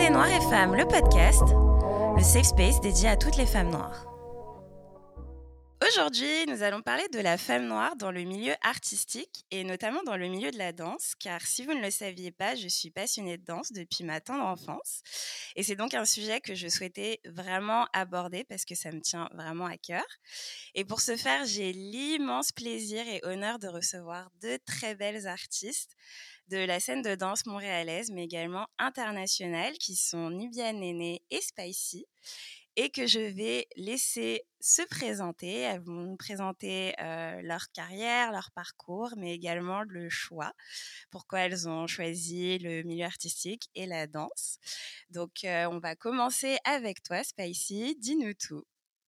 écoutez Noir et Femmes, le podcast, le safe space dédié à toutes les femmes noires. Aujourd'hui, nous allons parler de la femme noire dans le milieu artistique et notamment dans le milieu de la danse, car si vous ne le saviez pas, je suis passionnée de danse depuis ma tendre enfance. Et c'est donc un sujet que je souhaitais vraiment aborder parce que ça me tient vraiment à cœur. Et pour ce faire, j'ai l'immense plaisir et honneur de recevoir deux très belles artistes de la scène de danse montréalaise, mais également internationale, qui sont Nubia Néné et Spicy, et que je vais laisser se présenter. Elles vont nous présenter leur carrière, leur parcours, mais également le choix, pourquoi elles ont choisi le milieu artistique et la danse. Donc, on va commencer avec toi, Spicy. Dis-nous tout.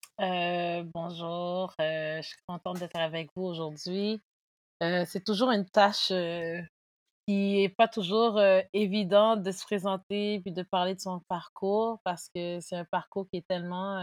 Bonjour, je suis contente d'être avec vous aujourd'hui. C'est toujours une tâche qui est pas toujours évidente de se présenter puis de parler de son parcours parce que c'est un parcours qui est tellement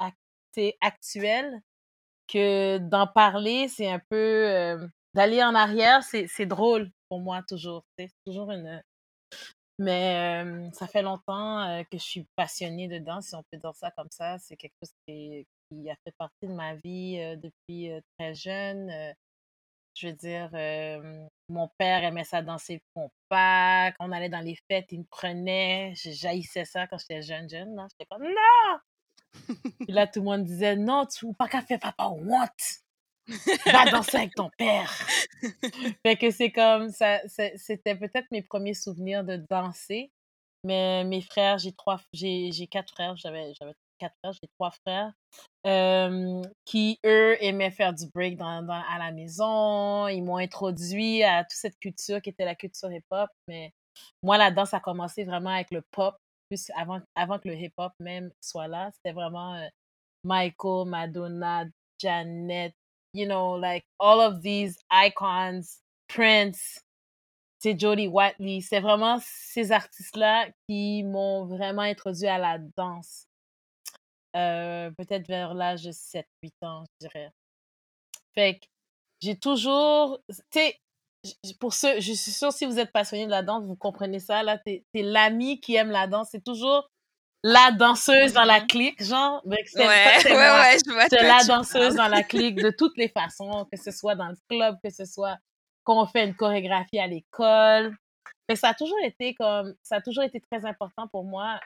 actuel que d'en parler, c'est un peu d'aller en arrière, c'est drôle pour moi toujours. C'est toujours une. Mais ça fait longtemps que je suis passionnée de danse, si on peut dire ça comme ça. C'est quelque chose qui a fait partie de ma vie depuis très jeune. Je veux dire, mon père aimait ça danser compas. Quand on allait dans les fêtes, il me prenait. J'haïssais ça quand j'étais jeune, là. J'étais comme, non! Puis là, tout le monde disait, non, tu ou pas qu'à faire papa, what? Va danser avec ton père. Fait que c'est comme ça, c'était peut-être mes premiers souvenirs de danser. Mais mes frères, j'ai quatre frères, j'avais quatre frères, j'ai trois frères, qui, eux, aimaient faire du break à la maison. Ils m'ont introduit à toute cette culture qui était la culture hip-hop. Mais moi, la danse a commencé vraiment avec le pop, plus avant que le hip-hop même soit là. C'était vraiment Michael, Madonna, Janet, like all of these icons, Prince, c'est Jodie Whiteley. C'est vraiment ces artistes-là qui m'ont vraiment introduit à la danse. Peut-être vers l'âge de 7-8 ans, je dirais. Fait que j'ai toujours. Tu sais, pour ceux, je suis sûre si vous êtes passionné de la danse, vous comprenez ça. Là, t'es l'ami qui aime la danse. C'est toujours la danseuse dans la clique, genre. Ça, c'est moi. Ouais, je vois C'est toi, la tu danseuse parles. dans la clique de toutes les façons, que ce soit dans le club, que ce soit quand on fait une chorégraphie à l'école. Mais ça a toujours été très important pour moi.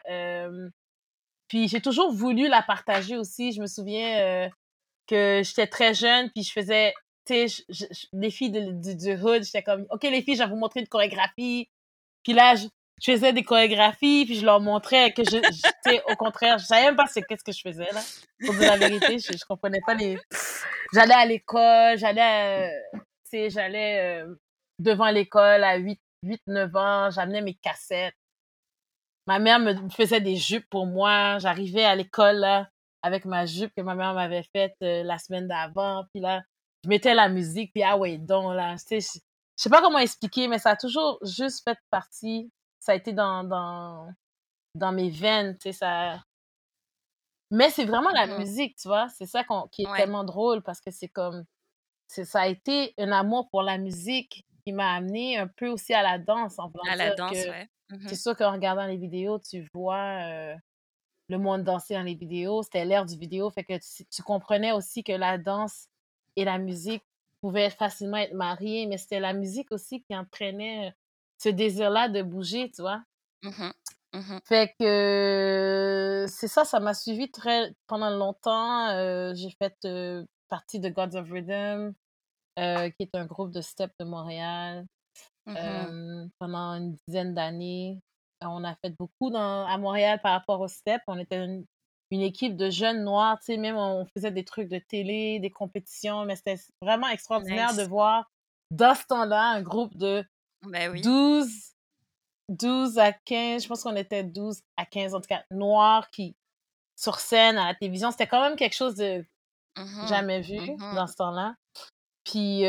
Puis j'ai toujours voulu la partager aussi. Je me souviens que j'étais très jeune, puis je faisais, tu sais, les filles du hood, j'étais comme, OK, les filles, je vais vous montrer une chorégraphie. Puis là, je faisais des chorégraphies, puis je leur montrais que tu sais, au contraire, je savais même pas qu'est-ce que je faisais, là. Pour dire la vérité, je comprenais pas les. J'allais à l'école, tu sais, j'allais devant l'école à 8-9 ans, j'amenais mes cassettes. Ma mère me faisait des jupes pour moi. J'arrivais à l'école, là, avec ma jupe que ma mère m'avait faite la semaine d'avant. Puis là, je mettais la musique, puis ah ouais, donc, là, tu sais, je sais pas comment expliquer, mais ça a toujours juste fait partie. Ça a été dans mes veines, tu sais, ça. Mais c'est vraiment la Mhm. musique, tu vois. C'est ça qui est Ouais, tellement drôle parce que c'est comme. Ça a été un amour pour la musique qui m'a amené un peu aussi à la danse, en voulant à la dire danse, que ouais. c'est Mhm. sûr qu'en regardant les vidéos, tu vois le monde danser dans les vidéos. C'était l'ère du vidéo, fait que tu comprenais aussi que la danse et la musique pouvaient facilement être mariées, mais c'était la musique aussi qui entraînait ce désir-là de bouger, tu vois. Mhm. Mhm. Fait que c'est ça, ça m'a suivi pendant longtemps. J'ai fait partie de Gods of Rhythm, qui est un groupe de step de Montréal, Mhm. pendant une dizaine d'années. On a fait beaucoup à Montréal par rapport au step. On était une équipe de jeunes noirs, tu sais, même on faisait des trucs de télé, des compétitions, mais c'était vraiment extraordinaire de Nice. voir dans ce temps-là un groupe de Bah oui. 12 12 à 15, je pense qu'on était 12 à 15 en tout cas, noirs qui, sur scène, à la télévision, c'était quand même quelque chose de Mhm. jamais vu Mhm. dans ce temps-là. Puis,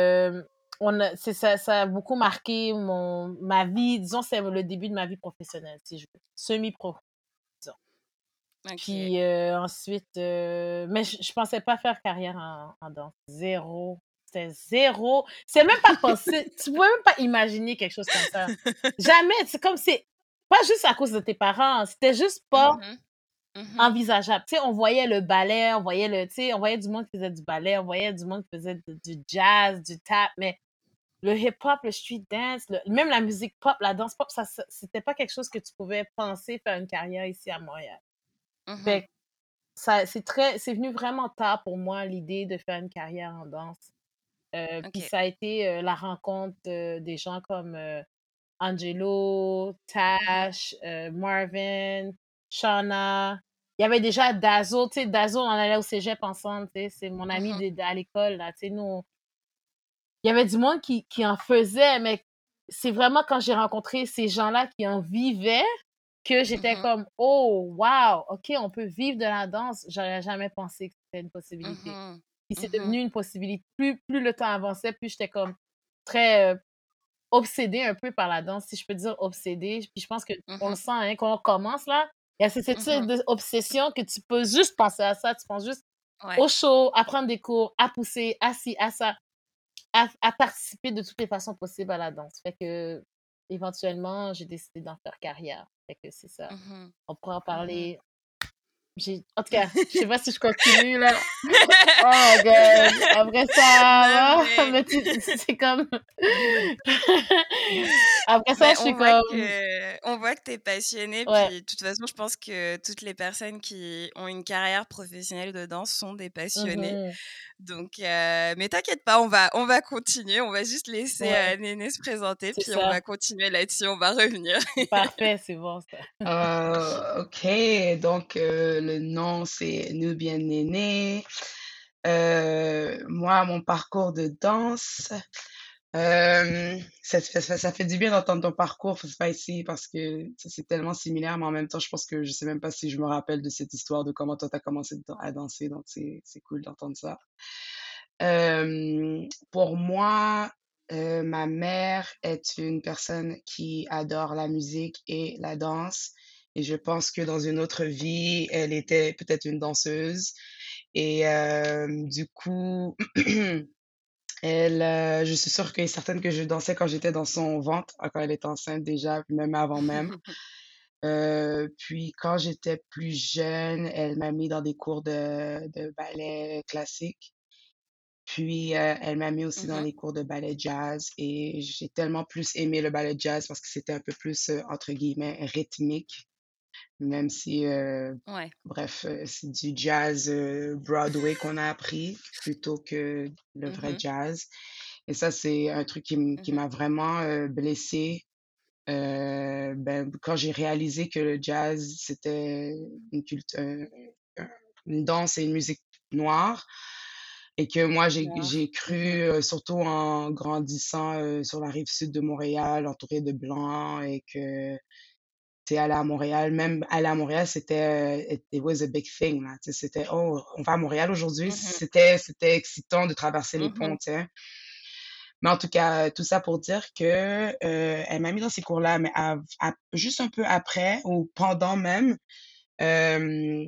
ça a beaucoup marqué ma vie. Disons, c'est le début de ma vie professionnelle, si je veux. Semi-pro, disons. Ok. Puis ensuite, mais je pensais pas faire carrière en danse. Zéro. C'était zéro. C'est même pas possible. Tu pouvais même pas imaginer quelque chose comme ça. Jamais. C'est comme c'est pas juste à cause de tes parents, c'était juste pas Mhm. Mhm. envisageable. Tu sais, on voyait le ballet, tu sais, on voyait du monde qui faisait du ballet, on voyait du monde qui faisait du jazz, du tap, mais le hip-hop, le street dance, même la musique pop, la danse pop, c'était pas quelque chose que tu pouvais penser faire une carrière ici à Montréal. Mhm. Fait que c'est venu vraiment tard pour moi l'idée de faire une carrière en danse. Puis Ok. ça a été la rencontre des gens comme Angelo, Mhm. Tash, Marvin, Shauna. Il y avait déjà Dazo, tu sais, Dazo, on allait au cégep ensemble, tu sais, c'est mon ami Mhm. à l'école, là, tu sais, il y avait du monde qui en faisait, mais c'est vraiment quand j'ai rencontré ces gens-là qui en vivaient que j'étais Mhm. comme, oh, wow, OK, on peut vivre de la danse. J'aurais jamais pensé que c'était une possibilité. Mhm. Puis c'est Mhm. devenu une possibilité. Plus le temps avançait, plus j'étais comme très obsédée un peu par la danse, si je peux dire obsédée. Puis je pense qu'on le Mhm. sent, hein, quand on commence là, il y a cette Mhm. obsession que tu peux juste penser à ça, tu penses juste Ouais. au show, à prendre des cours, à pousser, à ci, à ça, à participer de toutes les façons possibles à la danse. Fait que, éventuellement, j'ai décidé d'en faire carrière. Fait que c'est ça. Mhm. On pourra en Mhm. parler. En tout cas, je sais pas si je continue, là. Oh my God. Après Non, ça, mais mais c'est comme... Après ça, ben, je suis comme... on voit que tu es passionnée. Ouais. Puis, de toute façon, je pense que toutes les personnes qui ont une carrière professionnelle de danse sont des passionnés. Mhm. Donc, mais t'inquiète pas, on va continuer. On va juste laisser Ouais, Néné se présenter. c'est Puis, on va ça. continuer là-dessus. On va revenir. Parfait, c'est bon, ça. Ok, donc le nom c'est Nubian Néné. Moi, mon parcours de danse, ça fait du bien d'entendre ton parcours, c'est pas ici parce que c'est tellement similaire, mais en même temps, je pense que je sais même pas si je me rappelle de cette histoire de comment toi t'as commencé à danser, donc c'est cool d'entendre ça. Pour moi, ma mère est une personne qui adore la musique et la danse. Et je pense que dans une autre vie, elle était peut-être une danseuse. Et du coup, je suis sûre qu'elle est certaine que je dansais quand j'étais dans son ventre, quand elle était enceinte déjà, puis même avant même. Puis quand j'étais plus jeune, elle m'a mis dans des cours de ballet classique. Puis, elle m'a mis aussi dans Mhm. les cours de ballet jazz et j'ai tellement plus aimé le ballet jazz parce que c'était un peu plus, entre guillemets, «rythmique», même si, Ouais. bref, c'est du jazz, Broadway qu'on a appris plutôt que le vrai Mhm. jazz et ça, c'est un truc qui Mhm. m'a vraiment, blessée, ben, quand j'ai réalisé que le jazz, c'était une culte un une danse et une musique noire et que moi Noir. j'ai cru, Mhm. surtout en grandissant, sur la rive sud de Montréal, entourée de blancs et que, tu sais, aller à Montréal, même aller à Montréal, c'était, it was a big thing, là, tu sais, c'était: «Oh, on va à Montréal aujourd'hui?» Mhm. C'était excitant de traverser les ponts, Mhm. tu sais? Mais en tout cas, tout ça pour dire que, elle m'a mis dans ces cours-là, mais juste un peu après ou pendant même, hem,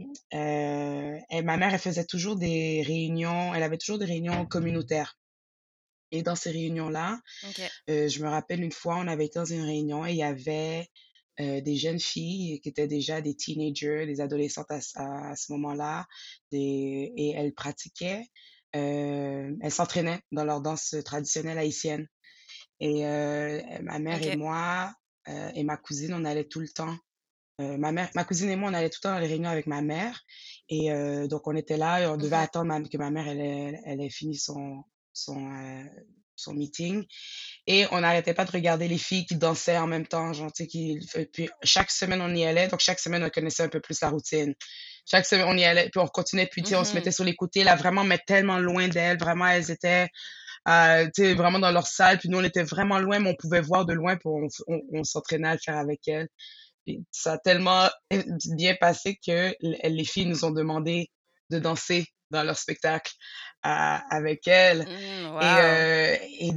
ma mère, elle faisait toujours des réunions elle avait toujours des réunions communautaires et dans ces réunions-là, Ok. je me rappelle une fois, on avait été dans une réunion et il y avait, des jeunes filles qui étaient déjà des teenagers, des adolescentes à ce moment-là, et elles pratiquaient, elles s'entraînaient dans leur danse traditionnelle haïtienne. Et ma mère et Ok. moi, et ma cousine, on allait tout le temps, ma cousine et moi, on allait tout le temps dans les réunions avec ma mère et donc on était là et on devait Mhm. attendre que ma mère elle ait fini son, heu, son meeting et on n'arrêtait pas de regarder les filles qui dansaient en même temps, genre, tu sais, puis chaque semaine, on y allait, donc chaque semaine, on connaissait un peu plus la routine. Chaque semaine, on y allait, puis on continuait, puis tu sais, on se Mhm. mettait sur les côtés, là, vraiment, mais tellement loin d'elles, vraiment, elles étaient tu sais, vraiment dans leur salle. Puis nous, on était vraiment loin, mais on pouvait voir de loin, puis on s'entraînait à le faire avec elles. Puis ça a tellement bien passé que les filles nous ont demandé de danser dans leur spectacle avec elles. Wow. Et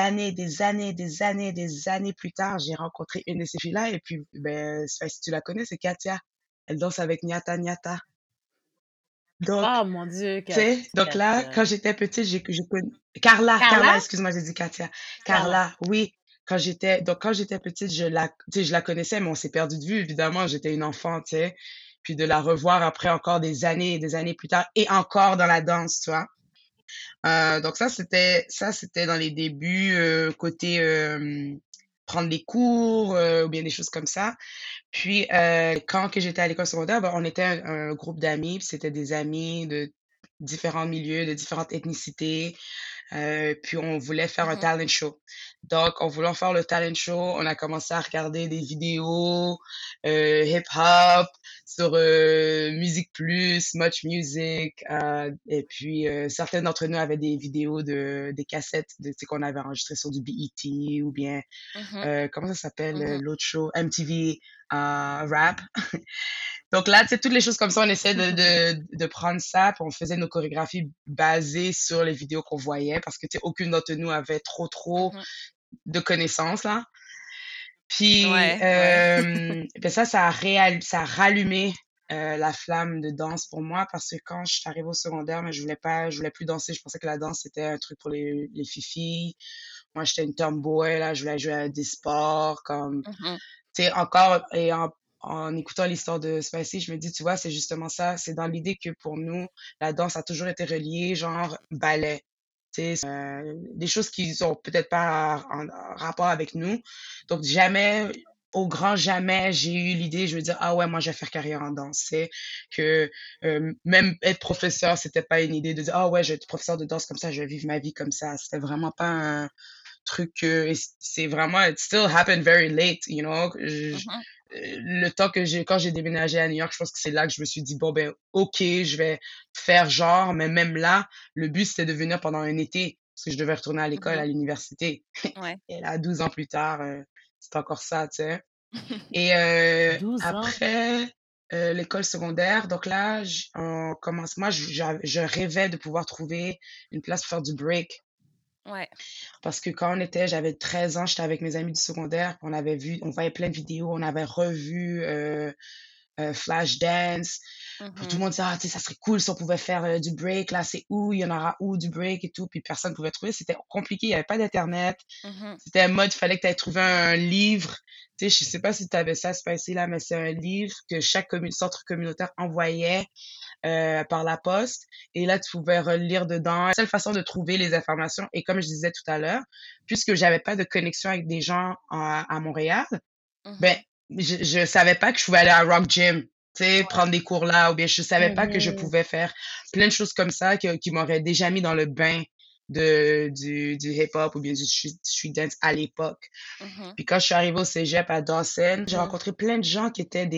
des années plus tard, j'ai rencontré une de ces filles-là. Et puis, ben, je sais pas si tu la connais, c'est Katia. Elle danse avec Nyata Nyata. Donc, Oh mon Dieu, tu sais, donc là, quand Katia. j'étais petite, j'ai connu Carla? Carla, excuse-moi, j'ai dit Katia. Carla. Carla, oui. quand j'étais petite, tu sais, je la connaissais, mais on s'est perdu de vue, évidemment. J'étais une enfant, tu sais. Puis de la revoir après encore des années plus tard et encore dans la danse, tu vois. Donc ça, c'était dans les débuts, côté prendre des cours ou bien des choses comme ça. Puis quand que j'étais à l'école secondaire, ben, on était un groupe d'amis, puis c'était des amis de différents milieux, de différentes ethnicités. Puis on voulait faire un Mhm, talent show. Donc, en voulant faire le talent show, on a commencé à regarder des vidéos hip-hop sur Musique Plus, Much Music, et puis certains d'entre nous avaient des vidéos des cassettes tu sais, qu'on avait enregistrées sur du BET ou bien mhm, comment ça s'appelle mhm, l'autre show, MTV Rap. Donc là, tu sais, toutes les choses comme ça, on essayait de prendre ça, puis on faisait nos chorégraphies basées sur les vidéos qu'on voyait, parce que, tu sais, aucune d'entre nous avait trop mhm. de connaissances, là. Puis, Ouais, ouais. ben ça a rallumé la flamme de danse pour moi, parce que quand je suis arrivée au secondaire, mais je voulais plus danser. Je pensais que la danse, c'était un truc pour les filles. Moi, j'étais une tomboy, là, je voulais jouer à des sports, comme Mhm, tu sais, encore, en écoutant l'histoire de Spicy, je me dis, tu vois, c'est justement ça. C'est dans l'idée que pour nous, la danse a toujours été reliée, genre ballet. Tu sais, des choses qui sont peut-être pas en rapport avec nous. Donc, jamais, au grand jamais, j'ai eu l'idée, je veux dire, ah ouais, moi, je vais faire carrière en danse. C'est que même être professeur, c'était pas une idée de dire, ah ouais, je vais être professeur de danse comme ça, je vais vivre ma vie comme ça. C'était vraiment pas truc et c'est vraiment it still happened very late, you know. mhm, Le temps que quand j'ai déménagé à New York, je pense que c'est là que je me suis dit bon ben ok, je vais faire genre, mais même là, le but c'était de venir pendant un été parce que je devais retourner à l'école, mhm. à l'université. Ouais. Et là, 12 ans plus tard, c'est encore ça, tu sais. Et 12 ans. après l'école secondaire, donc là, on commence. Moi, je rêvais de pouvoir trouver une place pour faire du break. Ouais. Parce que j'avais 13 ans, j'étais avec mes amis du secondaire, on voyait plein de vidéos, on avait revu Flashdance. Puis tout le Mhm, monde disait, ah, tu sais, ça serait cool si on pouvait faire du break, là, c'est où, il y en aura où du break et tout. Puis personne ne pouvait trouver, c'était compliqué, il n'y avait pas d'Internet. mhm, C'était un mode, il fallait que tu aies trouvé un livre. Tu sais, je sais pas si tu avais ça, c'est pas ici, là, mais c'est un livre que chaque centre communautaire envoyait par la poste. Et là, tu pouvais relire dedans. La seule façon de trouver les informations, et comme je disais tout à l'heure, puisque j'avais pas de connexion avec des gens à Montréal, ben, mhm. je savais pas que je pouvais aller à Rock Gym, tu sais, Ouais. prendre des cours là, ou bien je savais pas que je Mhm. pouvais faire plein de choses comme ça qui m'auraient déjà mis dans le bain du hip-hop ou bien du street dance à l'époque. Mhm, Puis quand je suis arrivée au cégep à Dawson, j'ai Mhm. rencontré plein de gens qui étaient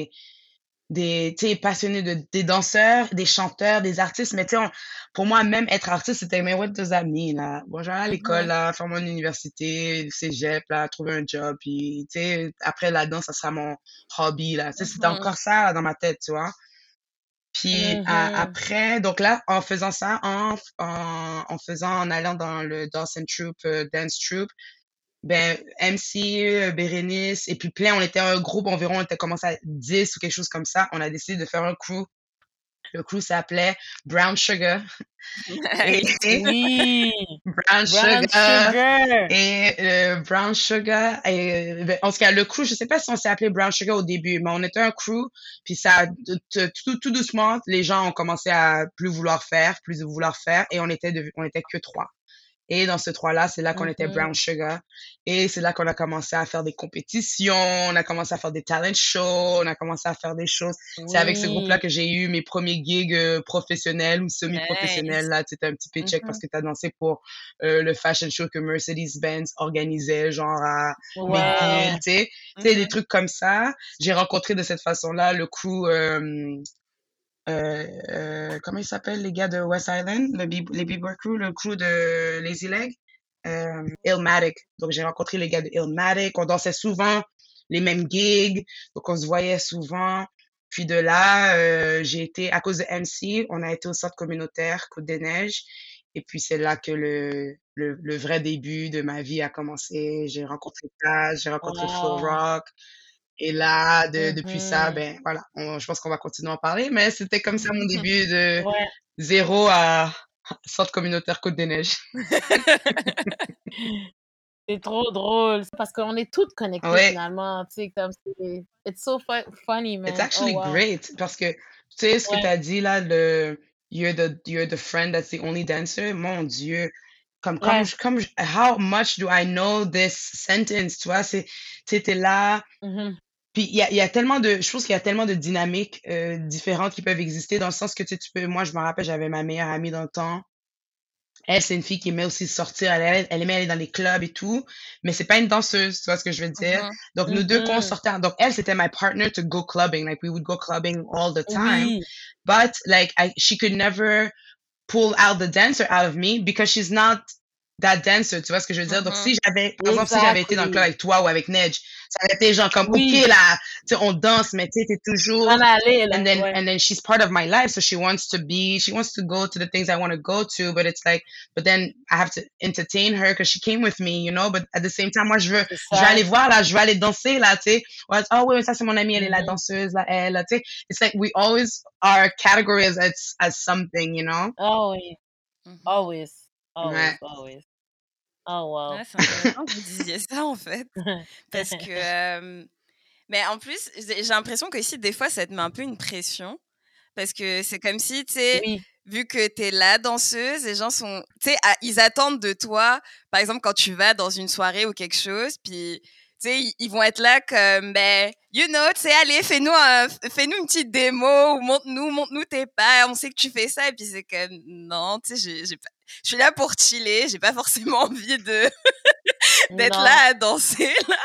tu sais, passionnés des danseurs, des chanteurs, des artistes. Mais tu sais, pour moi, même être artiste, c'était, mais what does that mean, là? Bon, j'allais à l'école, mhm, là, faire mon université, le cégep, là, trouver un job. Puis, tu sais, après la danse, ça sera mon hobby, là. Tu sais, c'était mhm, encore ça, là, dans ma tête, tu vois. Puis Mhm. après, donc là, en faisant ça, en allant dans le Dawson Troupe, Dance Troupe, ben, MC, Bérénice, et puis plein, on était un groupe environ, on était commencé à 10 ou quelque chose comme ça. On a décidé de faire un crew. Le crew s'appelait Brown Sugar. Et Nice. Oui, Brown Brown Sugar Sugar. et Brown Sugar. Et, ben, en tout cas, le crew, je sais pas si on s'est appelé Brown Sugar au début, mais on était un crew. Puis ça, tout doucement, les gens ont commencé à plus vouloir faire, et on était que trois. Et dans ce 3-là, c'est là qu'on était Mhm. Brown Sugar. Et c'est là qu'on a commencé à faire des compétitions, on a commencé à faire des talent shows, on a commencé à faire des choses. C'est avec ce groupe-là Oui, que j'ai eu mes premiers gigs professionnels ou semi-professionnels. Nice. Là, c'était un petit paycheck parce Mhm, que tu as dansé pour le fashion show que Mercedes-Benz organisait, genre à McGill, ouais. tu sais, des mhm. trucs comme ça. J'ai rencontré de cette façon-là le crew comment ils s'appellent les gars de West Island, les B-Boy Crew, le crew de Lazy Leg, Illmatic. Donc j'ai rencontré les gars de Illmatic, on dansait souvent les mêmes gigs, donc on se voyait souvent. Puis de là, j'ai été, à cause de MC, on a été au centre communautaire Côte-des-Neiges. Et puis c'est là que le vrai début de ma vie a commencé. J'ai rencontré Taz, j'ai rencontré Flo Wow. Rock, et là, depuis ça, Mhm. ben voilà, je pense qu'on va continuer à en parler, mais c'était comme ça mon début de Ouais. zéro à centre communautaire Côte des Neiges. C'est trop drôle. Parce qu'on est toutes connectées Ouais, finalement. Tu sais, comme c'est. It's so funny, it's man. Oh, actually wow. great parce que tu sais ce que tu Ouais, as dit là, you're the friend that's the only dancer. Mon Dieu, ouais. how much do I know this sentence, tu vois, t'es là. Mhm. Puis il y a tellement je pense qu'il y a tellement de dynamiques différentes qui peuvent exister dans le sens que tu sais, moi je me rappelle, j'avais ma meilleure amie dans le temps. Elle, c'est une fille qui aimait aussi sortir, elle aimait aller dans les clubs et tout, mais c'est pas une danseuse, tu vois ce que je veux dire? Mhm. Donc, nous deux, quand on Mhm. sortait, donc elle, c'était my partner to go clubbing, like we would go clubbing all the time, Oui. but like she could never pull out the dancer out of me because she's not that dancer, tu vois ce que je veux dire? Donc, Mhm. par exemple, si j'avais été dans le club Exactly. avec toi ou avec Nedge, ça aurait été genre comme, OK, Oui. là, tu sais, on danse, mais tu sais, t'es En toujours, aller, là. Ouais. and then she's part of my life, so she wants to go to the things I want to go to, but it's like, but then I have to entertain her because she came with me, you know, but at the same time, moi, C'est je veux ça. aller voir, là, je veux aller danser, là, tu sais. Ouais, oh, oui, ça, c'est mon amie, elle est la Mhm. danseuse, là, elle, là, tu sais. It's like, we always are categorized as something, you know? Oh, oui. Mhm. Always. Always. Ouais. Always. Oh, wow. Ouais, c'est intéressant que vous disiez ça en fait. Parce que. Mais en plus, j'ai l'impression qu'aussi, des fois, ça te met un peu une pression. Parce que c'est comme si, tu sais, Oui. vu que t'es la danseuse, les gens sont. Tu sais, ils attendent de toi, par exemple, quand tu vas dans une soirée ou quelque chose, puis. Tu sais, ils vont être là comme, ben, you know, tu sais, allez, fais-nous une petite démo ou montre-nous tes pas, on sait que tu fais ça, et puis c'est comme, non, tu sais, je suis là pour chiller, j'ai pas forcément envie d'être Non. là à danser, là.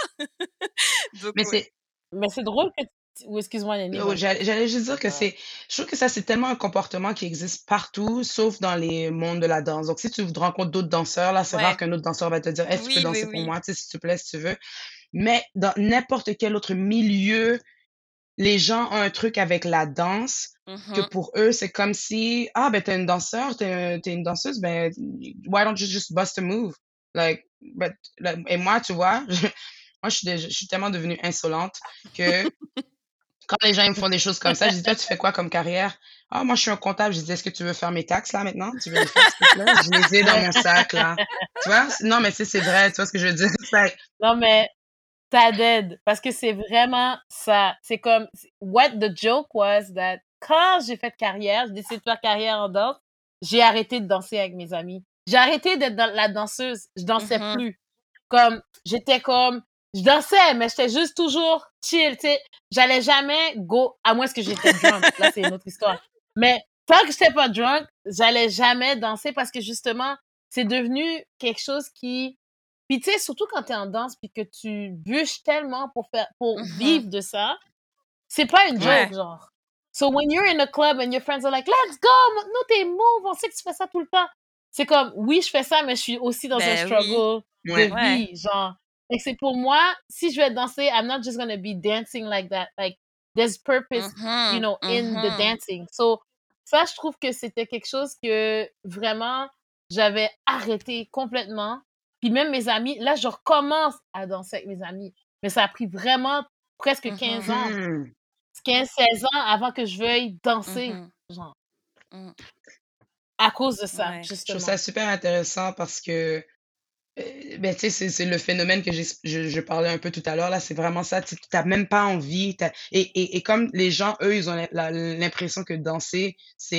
Donc, Mais ouais. c'est, Mais c'est drôle que ou excuse-moi, Lenny, oh, vas-y. j'allais juste dire que Ouais. je trouve que ça, c'est tellement un comportement qui existe partout, sauf dans les mondes de la danse. Donc, si tu rencontres d'autres danseurs, là, c'est rare Ouais. qu'un autre danseur va te dire, est-ce que tu peux Oui, oui, danser pour oui. moi, tu sais, s'il te plaît, si tu veux. Mais dans n'importe quel autre milieu, les gens ont un truc avec la danse que Mhm. pour eux, c'est comme si, ah, ben, t'es une danseuse, ben, why don't you just bust a move? Like, et moi, tu vois, moi, je suis tellement devenue insolente que quand les gens ils me font des choses comme ça, je dis, toi, tu fais quoi comme carrière? Ah, moi, je suis un comptable. Je dis, est-ce que tu veux faire mes taxes là maintenant? Tu veux les faire, s'il te plaît? Je les ai dans mon sac là. Tu vois? Non, mais c'est vrai, tu vois ce que je veux dire? C'est Non, mais ça dead. Parce que c'est vraiment ça. C'est comme, what the joke was that quand j'ai fait carrière, j'ai décidé de faire carrière en danse, j'ai arrêté de danser avec mes amis. J'ai arrêté d'être la danseuse. Je dansais Mhm. plus. Comme, j'étais comme, je dansais, mais j'étais juste toujours chill, tu sais. J'allais jamais go, à moins que j'étais drunk. Là, c'est une autre histoire. Mais tant que j'étais pas drunk, j'allais jamais danser parce que justement, c'est devenu quelque chose qui, puis tu sais, surtout quand t'es en danse puis que tu bûches tellement pour Mhm. vivre de ça, c'est pas une Ouais. joke, genre. So when you're in a club and your friends are like, let's go, nous tes moves, on sait que tu fais ça tout le temps. C'est comme, oui, je fais ça, mais je suis aussi dans un Ben oui. struggle de ouais. Ouais. vie, genre. Et c'est pour moi, si je vais danser, I'm not just gonna be dancing like that. Like, there's purpose, Mhm. in the Mhm. dancing. So, ça, je trouve que c'était quelque chose que vraiment, j'avais arrêté complètement. Puis même mes amis, là, je recommence à danser avec mes amis. Mais ça a pris vraiment presque 15 Mhm. ans, Mhm. 15-16 ans avant que je veuille danser, Mhm. genre, Mhm. à cause de ça, Ouais. Je trouve justement. ça super intéressant parce que ben, tu sais, c'est le phénomène que je parlais un peu tout à l'heure, là, c'est vraiment ça, tu n'as même pas envie, et comme les gens, eux, ils ont l'impression que danser,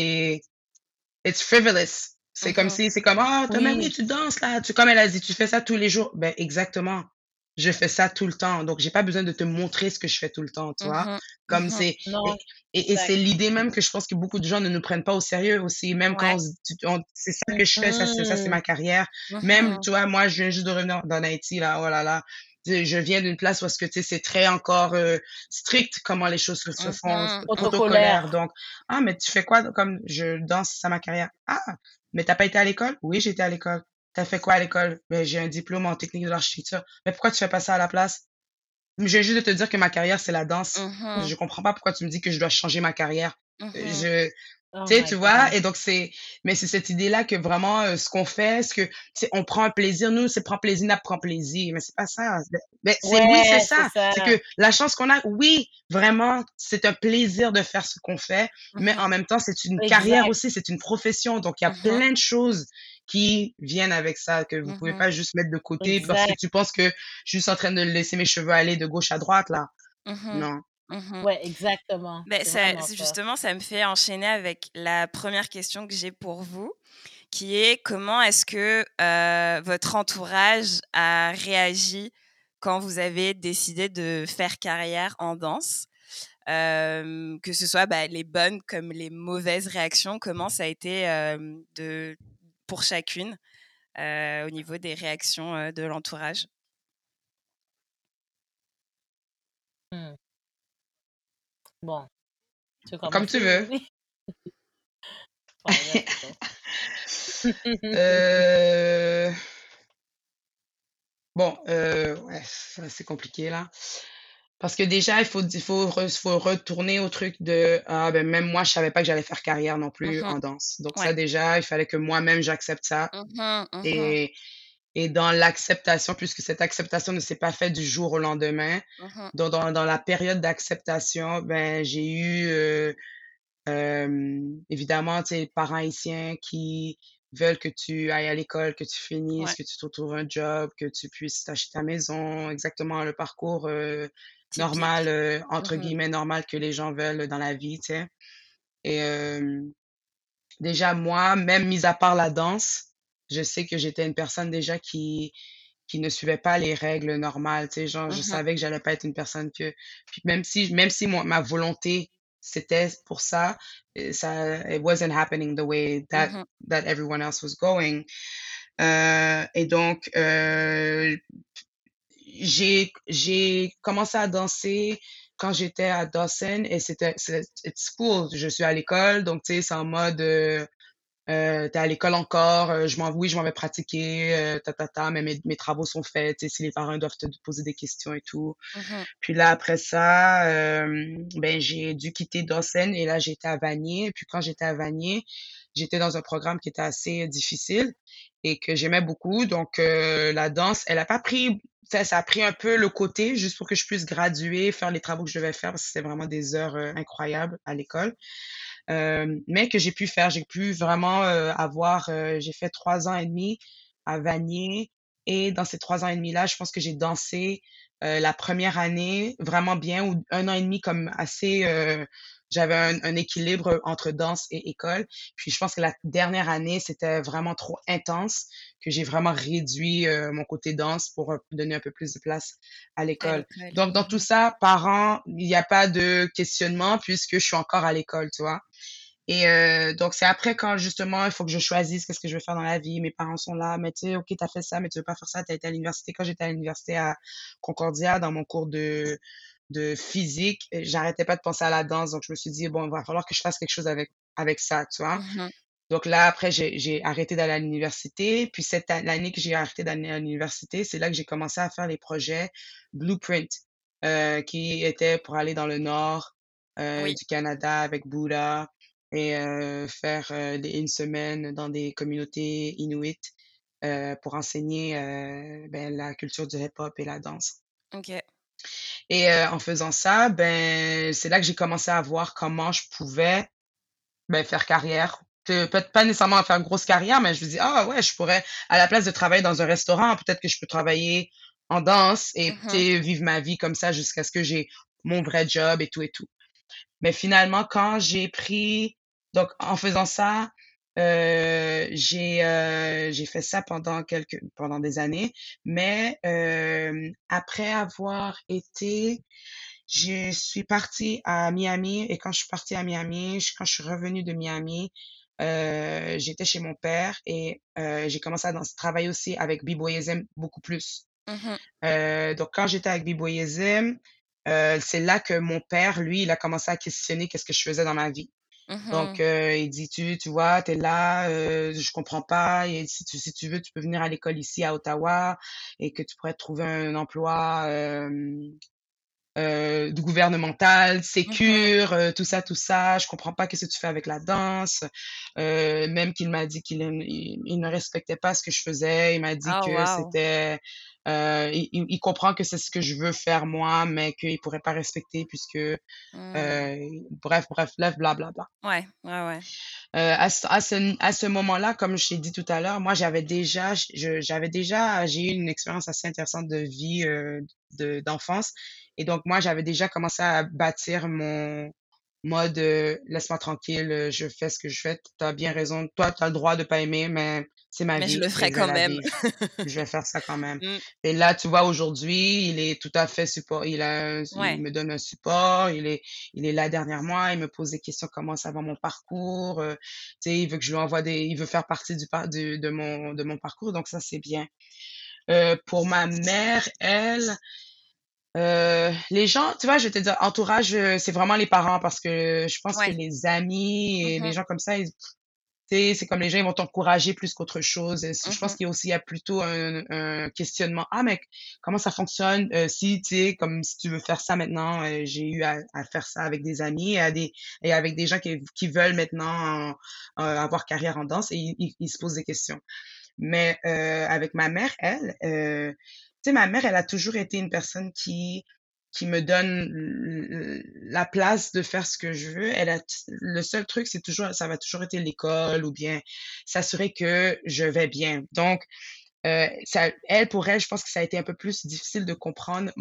it's frivolous. Mhm. C'est comme, ah, mais oui, Oui. tu danses là, comme elle a dit, tu fais ça tous les jours. Ben, exactement. Je fais ça tout le temps. Donc, j'ai pas besoin de te montrer ce que je fais tout le temps, tu vois. Mhm. Comme Mhm. c'est, Non, et c'est exact. l'idée même que je pense que beaucoup de gens ne nous prennent pas au sérieux aussi. Même quand Ouais. c'est ça que je fais, ça, c'est Mhm. ma carrière. Même, Mhm. tu vois, moi, je viens juste de revenir d'en Haïti, là, oh là là. Je viens d'une place où est-ce que, tu sais, c'est très encore strict comment les choses se font, Mhm. protocolaire. Protocolaire. Donc, ah, mais tu fais quoi? Comme je danse, c'est ça ma carrière. Ah, mais t'as pas été à l'école? Oui, j'ai été à l'école. T'as fait quoi à l'école? Ben, j'ai un diplôme en technique de l'architecture. Mais pourquoi tu fais pas ça à la place? Mais je viens juste de te dire que ma carrière, c'est la danse. Mhm. Je comprends pas pourquoi tu me dis que je dois changer ma carrière. Mhm. Je, Oh tu sais, my tu vois? God. Et donc, mais c'est cette idée-là que vraiment, ce qu'on fait, on prend un plaisir. Nous, c'est prend plaisir, n'a prend plaisir. Mais c'est pas ça. Oui, c'est Ouais, c'est ça. ça. C'est que la chance qu'on a, oui, vraiment, c'est un plaisir de faire ce qu'on fait. Mais Mhm. en même temps, c'est une carrière Exact. aussi, c'est une profession. Donc, il y a Mhm. plein de choses qui viennent avec ça, que vous pouvez Mhm. pas juste mettre de côté parce que Exact. tu penses que je suis juste en train de laisser mes cheveux aller de gauche à droite, là. Mhm. Non. Mhm. Ouais, exactement. Ben, C'est vraiment ça. justement, ça me fait enchaîner avec la première question que j'ai pour vous, qui est comment est-ce que votre entourage a réagi quand vous avez décidé de faire carrière en danse? Que ce soit les bonnes comme les mauvaises réactions, comment ça a été pour chacune au niveau des réactions de l'entourage? Hmm. Bon, tu veux Comme tu commencer, veux. Lily? Ouais, vas-y donc. Euh, Bon, ouais, c'est compliqué là. Parce que déjà, faut retourner au truc de, ah, ben, même moi, je savais pas que j'allais faire carrière non plus Mhm. en danse. Donc Ouais. ça, déjà, il fallait que moi-même, j'accepte ça. Mhm, mhm, Et, et dans l'acceptation, puisque cette acceptation ne s'est pas faite du jour au lendemain, mhm, dans la période d'acceptation, ben, j'ai eu, évidemment, tu sais, parents haïtiens qui veulent que tu ailles à l'école, que tu finisses, ouais, que tu te retrouves un job, que tu puisses t'acheter ta maison, exactement le parcours normal, typique. entre Mhm, guillemets, normal que les gens veulent dans la vie, tu sais. Et déjà, moi, même mis à part la danse, je sais que j'étais une personne déjà qui ne suivait pas les règles normales, tu sais, genre, je mhm, savais que j'allais pas être une personne que, puis même si ma volonté, c'était pour ça, it wasn't happening the way mhm, that everyone else was going. Et donc, j'ai commencé à danser quand j'étais à Dawson et it's cool. Je suis à l'école, donc, tu sais, c'est en mode, t'es à l'école encore, oui, je m'en vais pratiquer, mais mes travaux sont faits, tu sais, si les parents doivent te poser des questions et tout. mhm, Puis là, après ça, ben, j'ai dû quitter Dawson et là, j'étais à Vanier. Et puis quand j'étais à Vanier, j'étais dans un programme qui était assez difficile et que j'aimais beaucoup. Donc, la danse, elle a pas pris, ça a pris un peu le côté juste pour que je puisse graduer, faire les travaux que je devais faire parce que c'était vraiment des heures incroyables à l'école. Mais que j'ai pu faire. J'ai pu vraiment j'ai fait 3 ans et demi à Vanier. Et dans ces 3 ans et demi-là, je pense que j'ai dansé la première année vraiment bien, ou 1 an et demi comme assez, j'avais un équilibre entre danse et école. Puis je pense que la dernière année, c'était vraiment trop intense, que j'ai vraiment réduit mon côté danse pour donner un peu plus de place à à l'école. l'école. Donc, dans tout Mhm, ça, parents, il n'y a pas de questionnement puisque je suis encore à l'école, tu vois. Et donc, c'est après quand justement, il faut que je choisisse qu'est-ce que je veux faire dans la vie. Mes parents sont là, mais tu sais, OK, t'as fait ça, mais tu veux pas faire ça, t'as été à l'université. Quand j'étais à l'université à Concordia, dans mon cours de physique, j'arrêtais pas de penser à la danse. Donc, je me suis dit, bon, il va falloir que je fasse quelque chose avec ça, tu vois. mhm, Donc là, après, j'ai arrêté d'aller à l'université. Puis l'année que j'ai arrêté d'aller à l'université, c'est là que j'ai commencé à faire les projets Blueprint, qui étaient pour aller dans le nord oui, du Canada avec Bula et faire une semaine dans des communautés inuites pour enseigner ben, la culture du hip-hop et la danse. ok. Et en faisant ça, ben, c'est là que j'ai commencé à voir comment je pouvais ben, faire carrière. Peut-être pas nécessairement faire une grosse carrière, mais je me dis, ah ouais, je pourrais, à la place de travailler dans un restaurant, peut-être que je peux travailler en danse et tu Mhm, sais, vivre ma vie comme ça jusqu'à ce que j'ai mon vrai job et tout et tout. Mais finalement, donc en faisant ça, j'ai fait ça pendant des années, mais après avoir été je suis partie à Miami et quand je suis partie à Miami, quand je suis revenue de Miami, j'étais chez mon père et j'ai commencé à travailler aussi avec B-Boyism beaucoup plus. mhm, Donc quand j'étais avec B-Boyism, c'est là que mon père, lui, il a commencé à questionner qu'est-ce que je faisais dans ma vie. Donc mhm, il dit, tu vois, t'es là, je comprends pas. Et si tu veux, tu peux venir à l'école ici à Ottawa et que tu pourrais trouver un emploi du gouvernemental, Mhm. sécure, tout ça. Je comprends pas qu'est-ce que tu fais avec la danse. Même qu'il m'a dit il ne respectait pas ce que je faisais. Il m'a dit Oh, que wow. c'était, il comprend que c'est ce que je veux faire moi, mais qu'il pourrait pas respecter puisque, Hmm. bref, blablabla. Ouais, ouais, ouais. À ce moment-là, comme je t'ai dit tout à l'heure, moi, j'ai eu une expérience assez intéressante de vie, d'enfance. Et donc, moi, j'avais déjà commencé à bâtir mon mode, laisse-moi tranquille, je fais ce que je fais. T'as bien raison. Toi, t'as le droit de pas aimer, mais c'est ma Mais je vie le et ferai je vais quand la même. vivre. Je vais faire ça quand même. Mm. Et là, tu vois, aujourd'hui, il est tout à fait support. Il Ouais. me donne un support. Il est là derrière moi. Il me pose des questions. Comment ça va mon parcours? Tu sais, il veut que je lui envoie il veut faire partie de mon parcours. Donc ça, c'est bien. Pour ma mère, elle, les gens, tu vois, je vais te dire, entourage, c'est vraiment les parents parce que je pense que Ouais. les amis et les Mhm. gens comme ça, tu sais, c'est comme les gens, ils vont t'encourager plus qu'autre chose. Je pense Mhm. il y a plutôt un questionnement. Ah, mais comment ça fonctionne? Si, tu sais, comme si tu veux faire ça maintenant, j'ai eu à faire ça avec des amis et avec des gens qui veulent maintenant avoir carrière en danse et ils se posent des questions. Mais avec ma mère, elle, tu sais, ma mère, elle a toujours été une personne qui me donne la place de faire ce que je veux. Le seul truc, ça va toujours été l'école ou bien s'assurer que je vais bien. Donc, pour elle, je pense que ça a été un peu plus difficile de comprendre